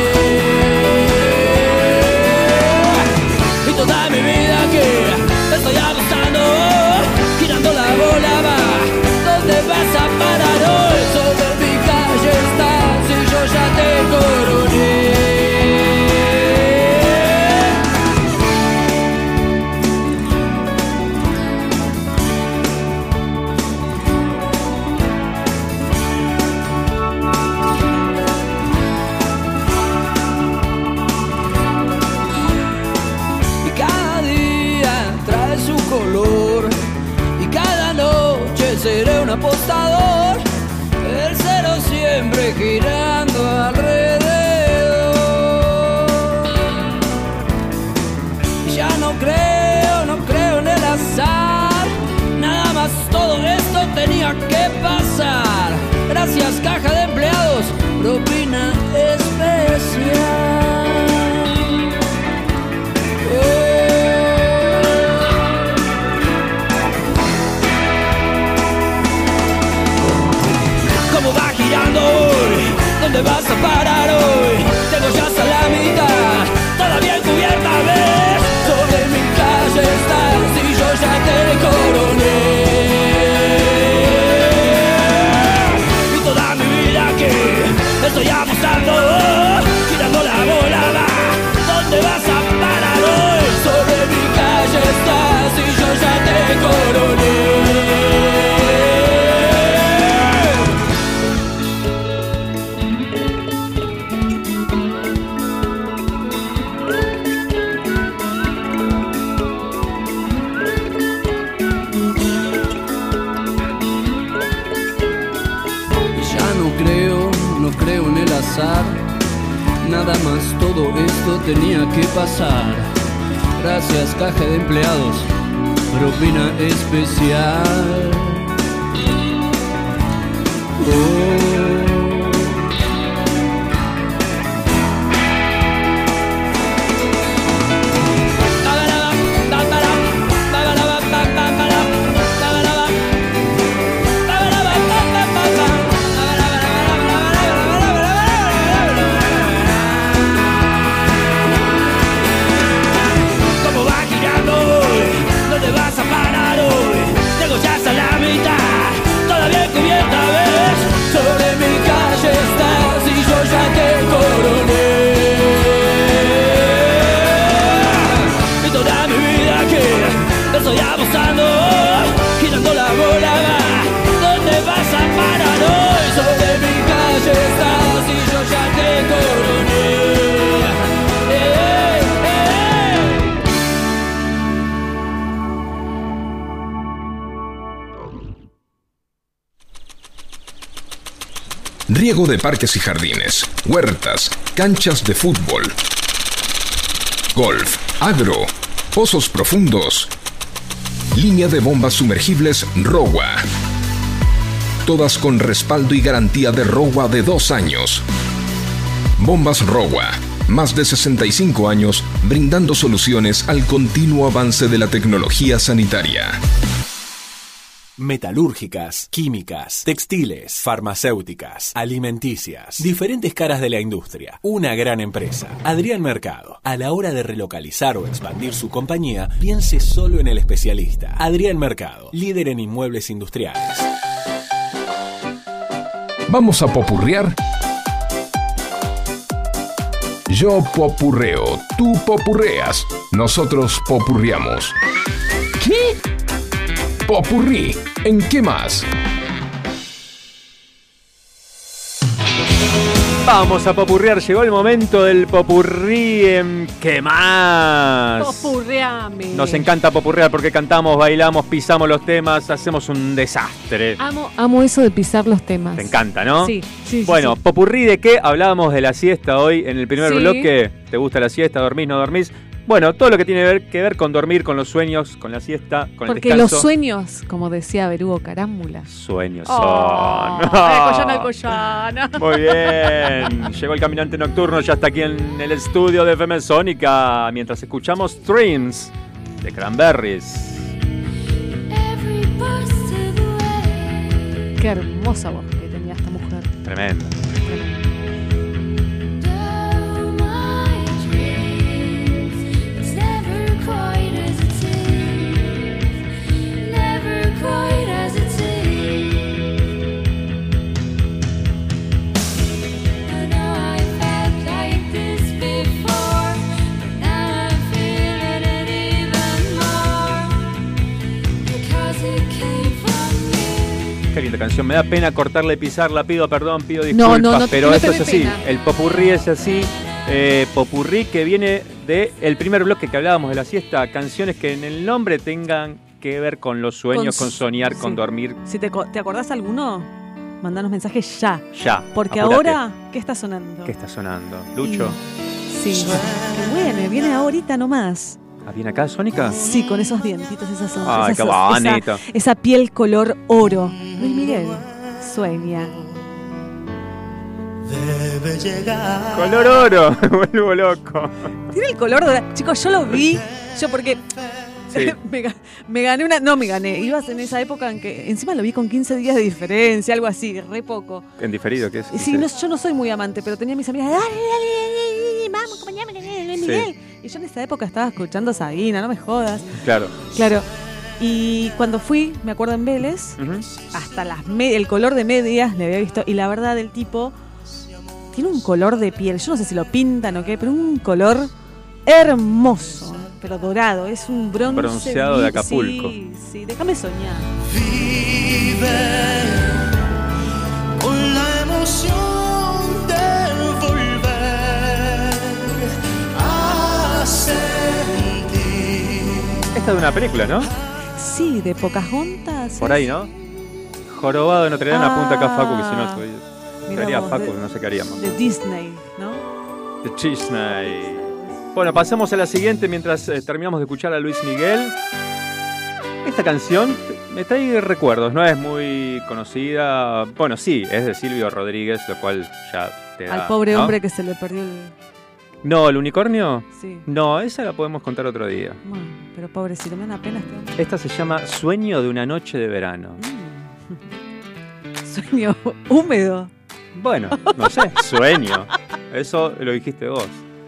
Y toda mi vida que te estoy apostando, girando la bola va. ¿Dónde vas a parar hoy? Sobre mi calle estás y yo ya te coroné. Color y cada noche seré un apostador, el cero siempre girando alrededor. Ya no creo, no creo en el azar, nada más todo esto tenía que pasar. Gracias caja de empleados, propina especial. Oh. ¿Cómo va girando hoy? ¿Dónde vas a parar hoy? Tengo ya hasta la mitad, todavía encubierta, ¿ves? Sobre mi calle estás y yo ya te coroné. Y toda mi vida que estoy apostando, girando la bola va. ¿Dónde vas a parar hoy? Sobre mi calle estás y yo ya te coroné. Nada más todo esto tenía que pasar. Gracias caja de empleados, propina especial. Oh. ¿Dónde vas a parar hoy? Tengo ya hasta la mitad, todavía cubierta, ¿ves? Sobre mi calle estás y yo ya te coroné. Y toda mi vida que te estoy apostando, girando la bola va. ¿Dónde vas a parar hoy? Sobre mi calle estás y yo ya te coroné. Riego de parques y jardines, huertas, canchas de fútbol, golf, agro, pozos profundos, línea de bombas sumergibles ROWA. Todas con respaldo y garantía de ROWA de dos años. Bombas ROWA, Más de sesenta y cinco años brindando soluciones al continuo avance de la tecnología sanitaria. Metalúrgicas, químicas, textiles, farmacéuticas, alimenticias, diferentes caras de la industria. Una gran empresa. Adrián Mercado. A la hora de relocalizar o expandir su compañía, piense solo en el especialista. Adrián Mercado, líder en inmuebles industriales. ¿Vamos a popurrear? Yo popurreo, tú popurreas, nosotros popurriamos. ¿Qué? Popurrí, ¿en qué más? Vamos a popurrear, llegó el momento del popurrí en ¿qué más? Popurreame. Nos encanta popurrear porque cantamos, bailamos, pisamos los temas, hacemos un desastre. Amo, amo eso de pisar los temas. Te encanta, ¿no? Sí, sí. Bueno, sí, sí. ¿Popurrí de qué? Hablábamos de la siesta hoy en el primer Sí. bloque. ¿Te gusta la siesta? ¿Dormís? ¿No dormís? Bueno, todo lo que tiene que ver, que ver con dormir, con los sueños, con la siesta, con Porque el descanso. los sueños, como decía Berugo Carámbula. Sueños Oh, son. Alcoyana, Alcoyana. Muy bien. Llegó el caminante nocturno, ya está aquí en el estudio de F M Sónica. Mientras escuchamos Dreams de Cranberries. Qué hermosa voz que tenía esta mujer. Tremendo. Qué linda canción. Me da pena cortarle, pisarla. Pido perdón, pido disculpas. No, no, no, pero no esto te es dé así. pena. El popurrí es así. Eh, popurrí que viene del primer bloque que hablábamos de la siesta. Canciones que en el nombre tengan que ver con los sueños, con, Con- soñar, sí. con dormir. Si te, co- ¿te acordás alguno, mandanos mensajes ya. Ya. Porque apurate. ahora, ¿qué está sonando? ¿Qué está sonando? Lucho. Sí, que viene, viene ahorita nomás. ¿Ah, viene acá, Sónica? Sí, con esos dientitos, esas son, Ay, esas- qué bonito. esa, esa piel color oro. Luis Miguel, sueña. Debe llegar. Color oro. Me vuelvo loco. Tiene el color dorado. Chicos, yo lo vi, yo porque Sí. me, ga- me gané una, no me gané, ibas en esa época en que encima lo vi con quince días de diferencia, algo así, re poco. En diferido, ¿qué es? Y sí, no, yo no soy muy amante, pero tenía mis amigas, dale, dale, dale, dale, vamos, acompañame, que viene Luis Sí. Miguel. Y yo en esa época estaba escuchando a Sabina, no me jodas. Claro. Claro. Y cuando fui, me acuerdo en Vélez, Ujú. hasta las me- el color de medias le había visto. Y la verdad, el tipo tiene un color de piel. Yo no sé si lo pintan o qué, pero un color hermoso, pero dorado. Es un bronce. Bronceado de vi- Acapulco. Sí, sí, déjame soñar. Vive con la emoción de volver a sentir. Esta es de una película, ¿no? Sí, de Pocahontas. Por ahí, ¿no? Jorobado de Notre Dame, Ah. apunta acá Facu, que si no, Mirá ¿qué haría vos, Facu? de- No sé qué haríamos. De Disney, ¿no? De Disney. Bueno, pasemos a la siguiente mientras eh, terminamos de escuchar a Luis Miguel. Esta canción me trae recuerdos, no es muy conocida. Bueno, sí, es de Silvio Rodríguez, lo cual ya te da. Al pobre ¿no? hombre que se le perdió el... No, ¿el unicornio? Sí. No, esa la podemos contar otro día. Bueno, pero pobrecito, me da una pena este hombre. Esta se llama Sueño de una noche de verano. Sueño húmedo. Bueno, no sé, sueño. Eso lo dijiste vos.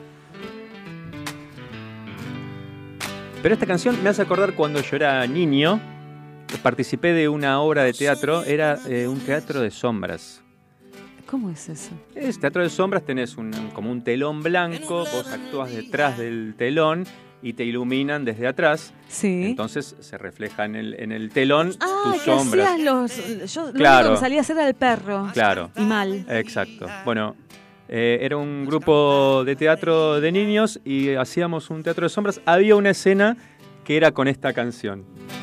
Pero esta canción me hace acordar cuando yo era niño, participé de una obra de teatro, era eh, un teatro de sombras. ¿Cómo es eso? Es teatro de sombras, tenés un, como un telón blanco, vos actúas detrás del telón y te iluminan desde atrás. Sí. Entonces se refleja en el, en el telón Ah, tus que sombras. hacías los... Yo lo Claro. único que salía a hacer era el perro. Claro. Y mal. Exacto. Bueno, eh, era un grupo de teatro de niños y hacíamos un teatro de sombras. Había una escena que era con esta canción.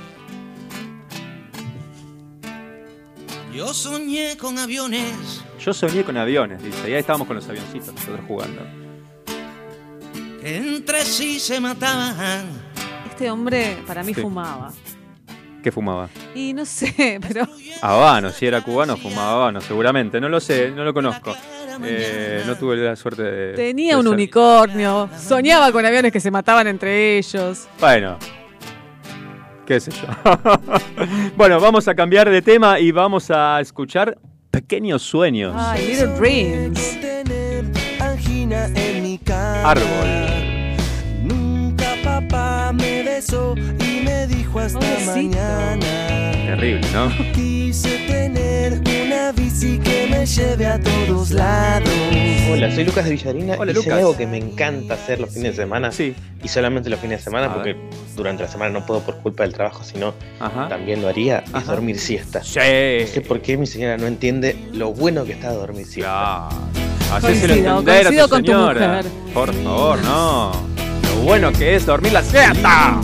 Yo soñé con aviones Yo soñé con aviones, dice. Y ahí estábamos con los avioncitos nosotros jugando. que entre sí se mataban. Este hombre para mí Sí. fumaba. ¿Qué fumaba? Y no sé, pero... Habano, si era cubano, fumaba habano, seguramente. No lo sé, no lo conozco. Eh, no tuve la suerte de... Tenía de un ser. unicornio, soñaba con aviones que se mataban entre ellos. Bueno, qué sé yo. Bueno, vamos a cambiar de tema y vamos a escuchar Pequeños Sueños. Ay, Little Dreams. Angina en mi cara. Árbol. Nunca papá me besó y me dijo hasta Pobrecito. mañana. Terrible, ¿no? Quise tener una bici que me lleve a todos lados. Hola, soy Lucas de Villarina. Hola, y sé Lucas. algo que me encanta hacer los fines de semana. Sí. Y solamente los fines de semana, A porque ver. durante la semana no puedo por culpa del trabajo, sino Ajá. también lo haría, es Ajá. dormir siesta. Sí. No sé por qué mi señora no entiende lo bueno que está dormir siesta. Claro. Hacéselo Coincido, entender a coincido tu con tu señora. mujer. Por favor, no. Lo bueno que es dormir la siesta.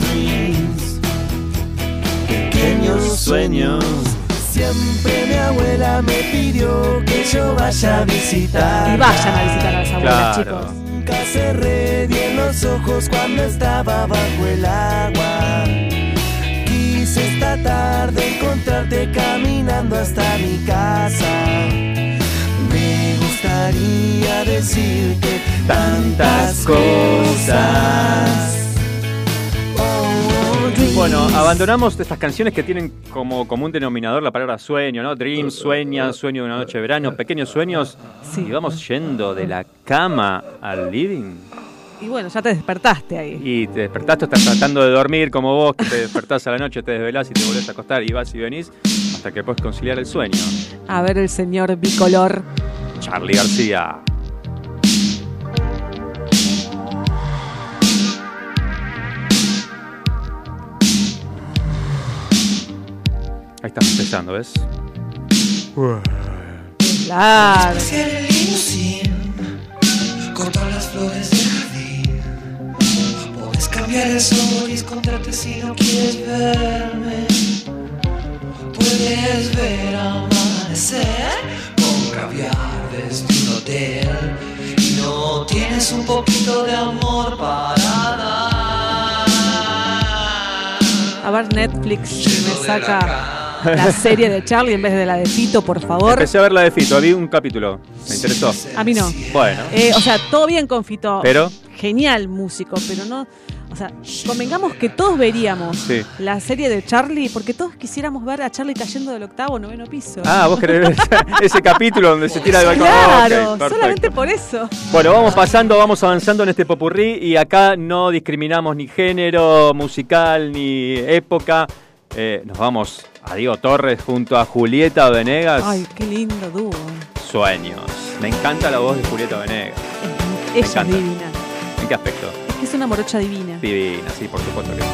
Pequeños sueños. Siempre mi abuela me pidió que yo vaya a visitar. Y vayan a visitar a las abuelas, Claro. chicos. Nunca cerré bien los ojos cuando estaba bajo el agua. Quise esta tarde encontrarte caminando hasta mi casa. Me gustaría decirte tantas cosas. Bueno, abandonamos estas canciones que tienen como común denominador la palabra sueño, ¿no? Dream, sueña, sueño de una noche de verano, pequeños sueños. Sí. Y vamos yendo de la cama al living. Y bueno, ya te despertaste ahí. Y te despertaste, estás tratando de dormir como vos, que te despertás a la noche, te desvelás y te volvés a acostar y vas y venís hasta que puedes conciliar el sueño. A ver el señor bicolor. Charly García. Ahí estás empezando, ¿ves? Claro. El limusín, cortar las flores del jardín. Puedes cambiar el sol y esconderte si no quieres verme. Puedes ver amanecer con caviar desde un hotel. Y no tienes un poquito de amor para dar. A ver Netflix me saca la serie de Charlie en vez de la de Fito, por favor. Empecé a ver la de Fito, vi un capítulo, me interesó. A mí no. Bueno. Eh, o sea, todo bien con Fito. Pero. Genial músico, pero no. O sea, convengamos que todos veríamos Sí. la serie de Charlie porque todos quisiéramos ver a Charlie cayendo del octavo o noveno piso. Ah, vos querés ver ese, ese capítulo donde se tira de balcón. Claro, Ok, perfecto. solamente por eso. Bueno, vamos pasando, vamos avanzando en este popurrí y acá no discriminamos ni género musical ni época. Eh, nos vamos a Diego Torres junto a Julieta Venegas. Ay, qué lindo dúo. Sueños. Me encanta la voz de Julieta Venegas. Me Ella es encanta. divina. ¿En qué aspecto? Es que es una morocha divina. Divina, sí, por supuesto que sí.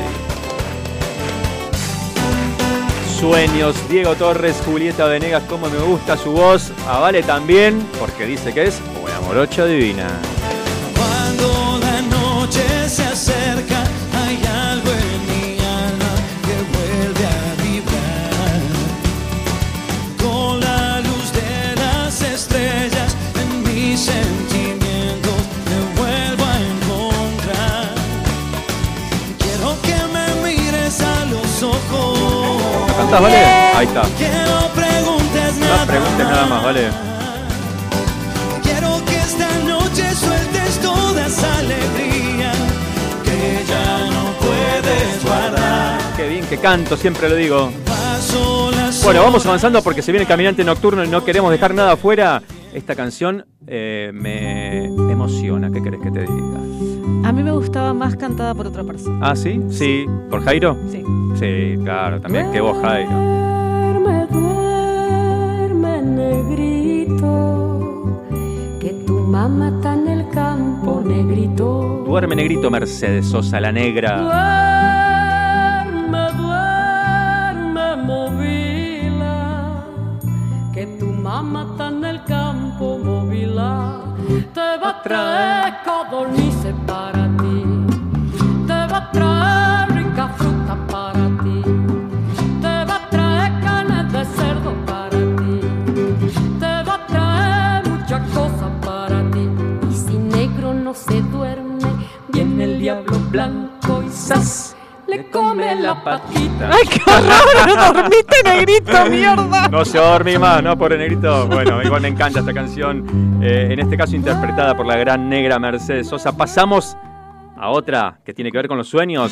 Sueños, Diego Torres, Julieta Venegas, como me gusta su voz. A Vale también, porque dice que es una morocha divina. Cuando la noche se acerca, hay algo en mi alma que vuelve a vibrar. Con la luz de las estrellas en mis sentimientos me vuelvo a encontrar. Quiero que me mires a los ojos. ¿Cantás, Vale? Ahí está. Que no preguntes No nada preguntes nada más, Vale. Quiero que esta noche sueltes toda esa alegría que ya no puedes guardar. Qué bien que canto, siempre lo digo. Paso las Bueno, vamos avanzando porque se viene el Caminante Nocturno y no queremos dejar nada afuera. Esta canción eh, me emociona, ¿qué querés que te diga? A mí me gustaba más cantada por otra persona. ¿Ah, sí? Sí. ¿Por Jairo? Sí. Sí, claro, también que vos, Jairo. Duerme, duerme, negrito, que tu mamá está en el campo, negrito. Duerme, negrito, Mercedes Sosa, la negra. Duerme, duerme, movila, que tu mamá está en el campo, movila. Te va a traer codornices para ti, te va a traer rica fruta para ti, te va a traer carne de cerdo para ti, te va a traer muchas cosas para ti. Y si negro no se duerme, viene el diablo blanco y ¡zas! Le come la patita. ¡Ay, qué horror! ¡No dormiste, negrito, mierda! No se dormí más, ¿no? Pobre negrito. Bueno, igual me encanta esta canción. Eh, en este caso interpretada por la gran negra Mercedes Sosa. Pasamos a otra que tiene que ver con los sueños.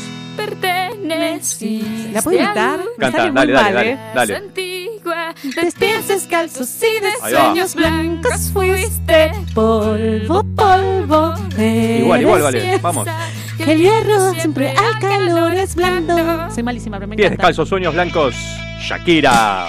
¿La puedo gritar? Canta, dale, dale, dale, dale. Antigua, de pies descalzos y de Ahí va. sueños blancos fuiste polvo, polvo. Igual, igual, vale, vamos. Que el hierro siempre al calor es blando. Soy malísima, pero me Pies encanta. descalzos, sueños blancos. Shakira.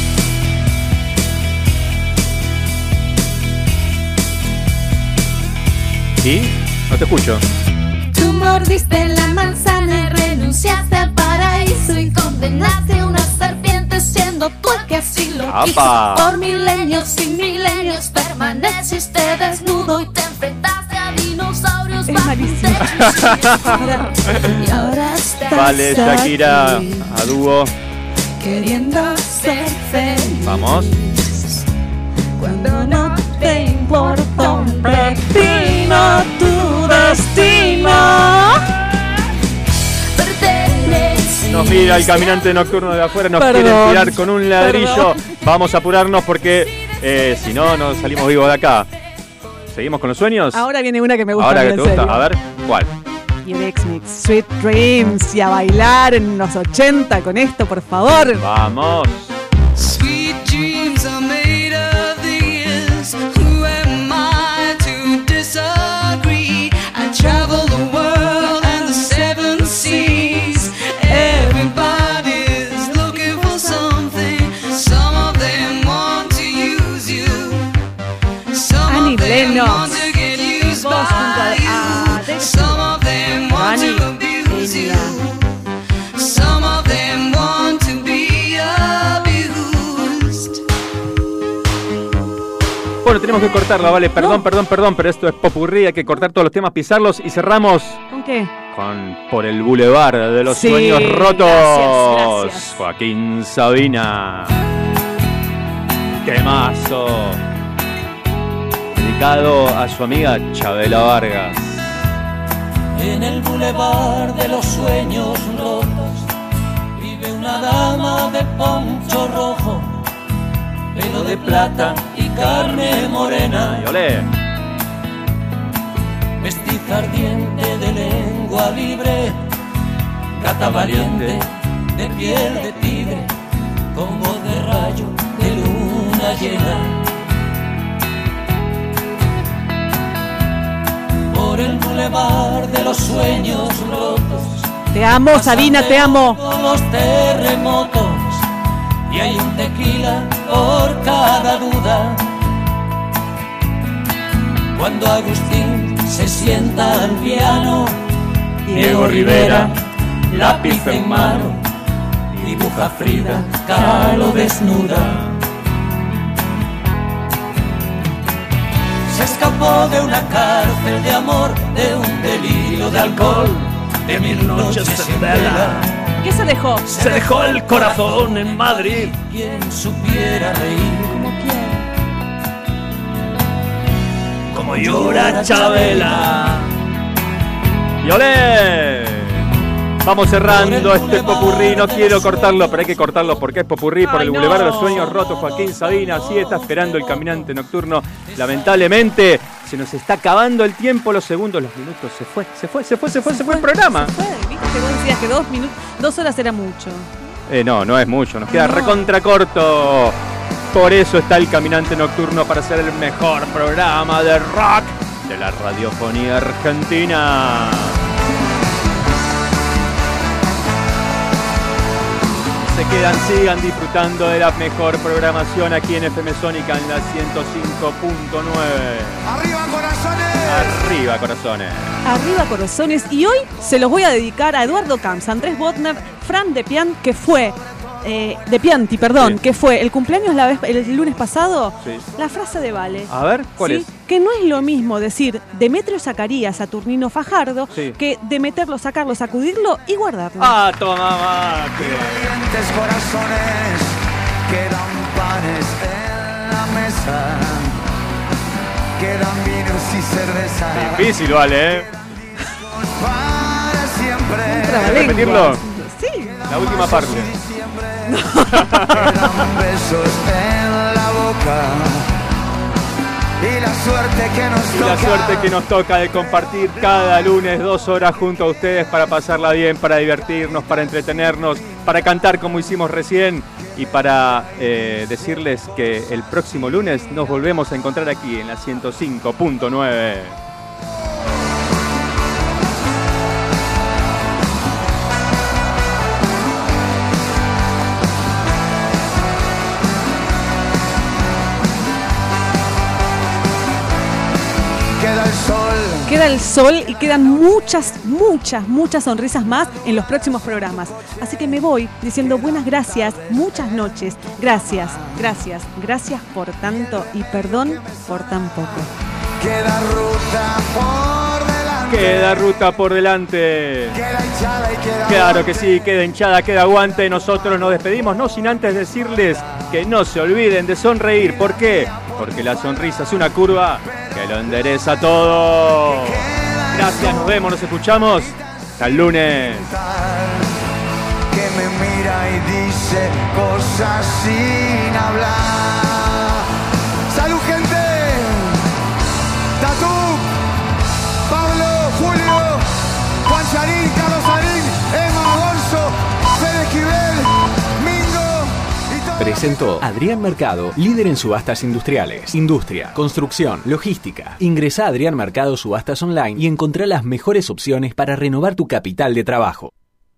¿Y? No te escucho. Tú mordiste la manzana y renunciaste al paraíso y condenaste a una serpiente siendo tú el que así lo ¡Apa! quiso. Por milenios y milenios permaneciste desnudo y te enfrentaste a dinosaurios bajo un techo. Y ahora estás Vale, Shakira. aquí, A dúo. queriendo ser feliz. Vamos. Cuando no te importa un pepino tu destino. Perteneces. Nos mira el caminante nocturno de afuera, nos Perdón, quiere tirar con un ladrillo. perdón. Vamos a apurarnos porque eh, si no, no salimos vivos de acá. ¿Seguimos con los sueños? Ahora viene una que me gusta. Ahora que en te gusta, serio. a ver, ¿cuál? Y el X-Mix, Sweet Dreams, y a bailar en los ochenta con esto, por favor. Vamos. Sweet dreams are made of these. Who am I to disagree? I travel the world and the seven seas. Everybody's looking for something. Some of them want to use you. Some Annie of them Lennox. want to get used Vos junto by a- a you. Dex. Some of them want Annie, to abuse you. genia. Some of them want to be abused. Bueno, tenemos que cortarla, vale. Perdón, perdón, perdón, pero esto es popurrí. Hay que cortar todos los temas, pisarlos y cerramos ¿Con qué? con Por el Boulevard de los Sí, Sueños Rotos. gracias, gracias. Joaquín Sabina. Temazo. Dedicado a su amiga Chabela Vargas. En el bulevar de los sueños rotos vive una dama de poncho rojo, pelo de plata y carne morena, Y olé. mestiza ardiente de lengua libre, gata valiente de piel de tigre, con voz de rayo de luna llena. Por el bulevar de los sueños rotos Te amo, Sabina, te amo. con los terremotos y hay un tequila por cada duda. Cuando Agustín se sienta al piano, Diego Rivera, lápiz en mano, dibuja Frida Kahlo desnuda. Se escapó de una cárcel de amor, de un delirio de alcohol, de mil noches sin vela. ¿Qué se dejó? Se dejó el corazón en Madrid. Quien supiera reír ¿Cómo quién? como llora Chabela. ¡Y olé! Vamos cerrando este popurrí. No quiero cortarlo, pero hay que cortarlo porque es popurrí. Por el Ay, no. Boulevard de los Sueños Rotos, Joaquín Sabina. Así está esperando el caminante nocturno. Lamentablemente, se nos está acabando el tiempo, los segundos, los minutos. Se fue, se fue, se fue, se fue, se fue el programa. Se fue, viste que vos decías que dos minutos, dos horas era mucho. Eh, no, no es mucho. Nos queda recontra corto. Por eso está el caminante nocturno, para hacer el mejor programa de rock de la radiofonía argentina. Se quedan, sigan disfrutando de la mejor programación aquí en F M Sónica en la ciento cinco punto nueve. ¡Arriba, corazones! Arriba, corazones. Arriba, corazones. Y hoy se los voy a dedicar a Eduardo Camps, Andrés Botner, Fran de Pian, que fue... Eh, de Pianti, perdón, Sí. que fue el cumpleaños la vez, el lunes pasado. Sí. La frase de Vale. A ver, ¿cuál ¿sí? es? Que no es lo mismo decir Demetrio Zacarías, Saturnino Fajardo, Sí. que de meterlo, sacarlo, sacudirlo y guardarlo. Ah, toma mate. Valientes corazones, quedan panes en la mesa, quedan vinos y cerveza. Difícil, vale, ¿eh? Para siempre. Trabalenguas. ¿Repetirlo? Sí. La última parte. Quedan besos en la boca. Y la suerte que nos Y toca. la suerte que nos toca de compartir cada lunes dos horas junto a ustedes para pasarla bien, para divertirnos, para entretenernos, para cantar como hicimos recién y para eh, decirles que el próximo lunes nos volvemos a encontrar aquí en la ciento cinco punto nueve. Queda el sol. Queda el sol y quedan muchas, muchas, muchas sonrisas más en los próximos programas. Así que me voy diciendo buenas gracias, muchas noches. Gracias, gracias, gracias por tanto y perdón por tan poco. Queda ruta por delante. Queda ruta por delante. Queda hinchada y queda Claro que sí, queda hinchada, queda aguante. Nosotros nos despedimos, no sin antes decirles que no se olviden de sonreír. ¿Por qué? Porque la sonrisa es una curva que lo endereza todo. Gracias, nos vemos, nos escuchamos. Hasta el lunes. que me mira y dice cosas sin hablar. ¡Salud, gente! Tatú, Pablo, Julio, Juan Charín, Carlos Sarín, Emma Gonzo, Fede Esquivel, Mingo y todo. Presentó Adrián Mercado, líder en subastas industriales, industria, construcción, logística. Ingresá a Adrián Mercado Subastas Online y encontrá las mejores opciones para renovar tu capital de trabajo.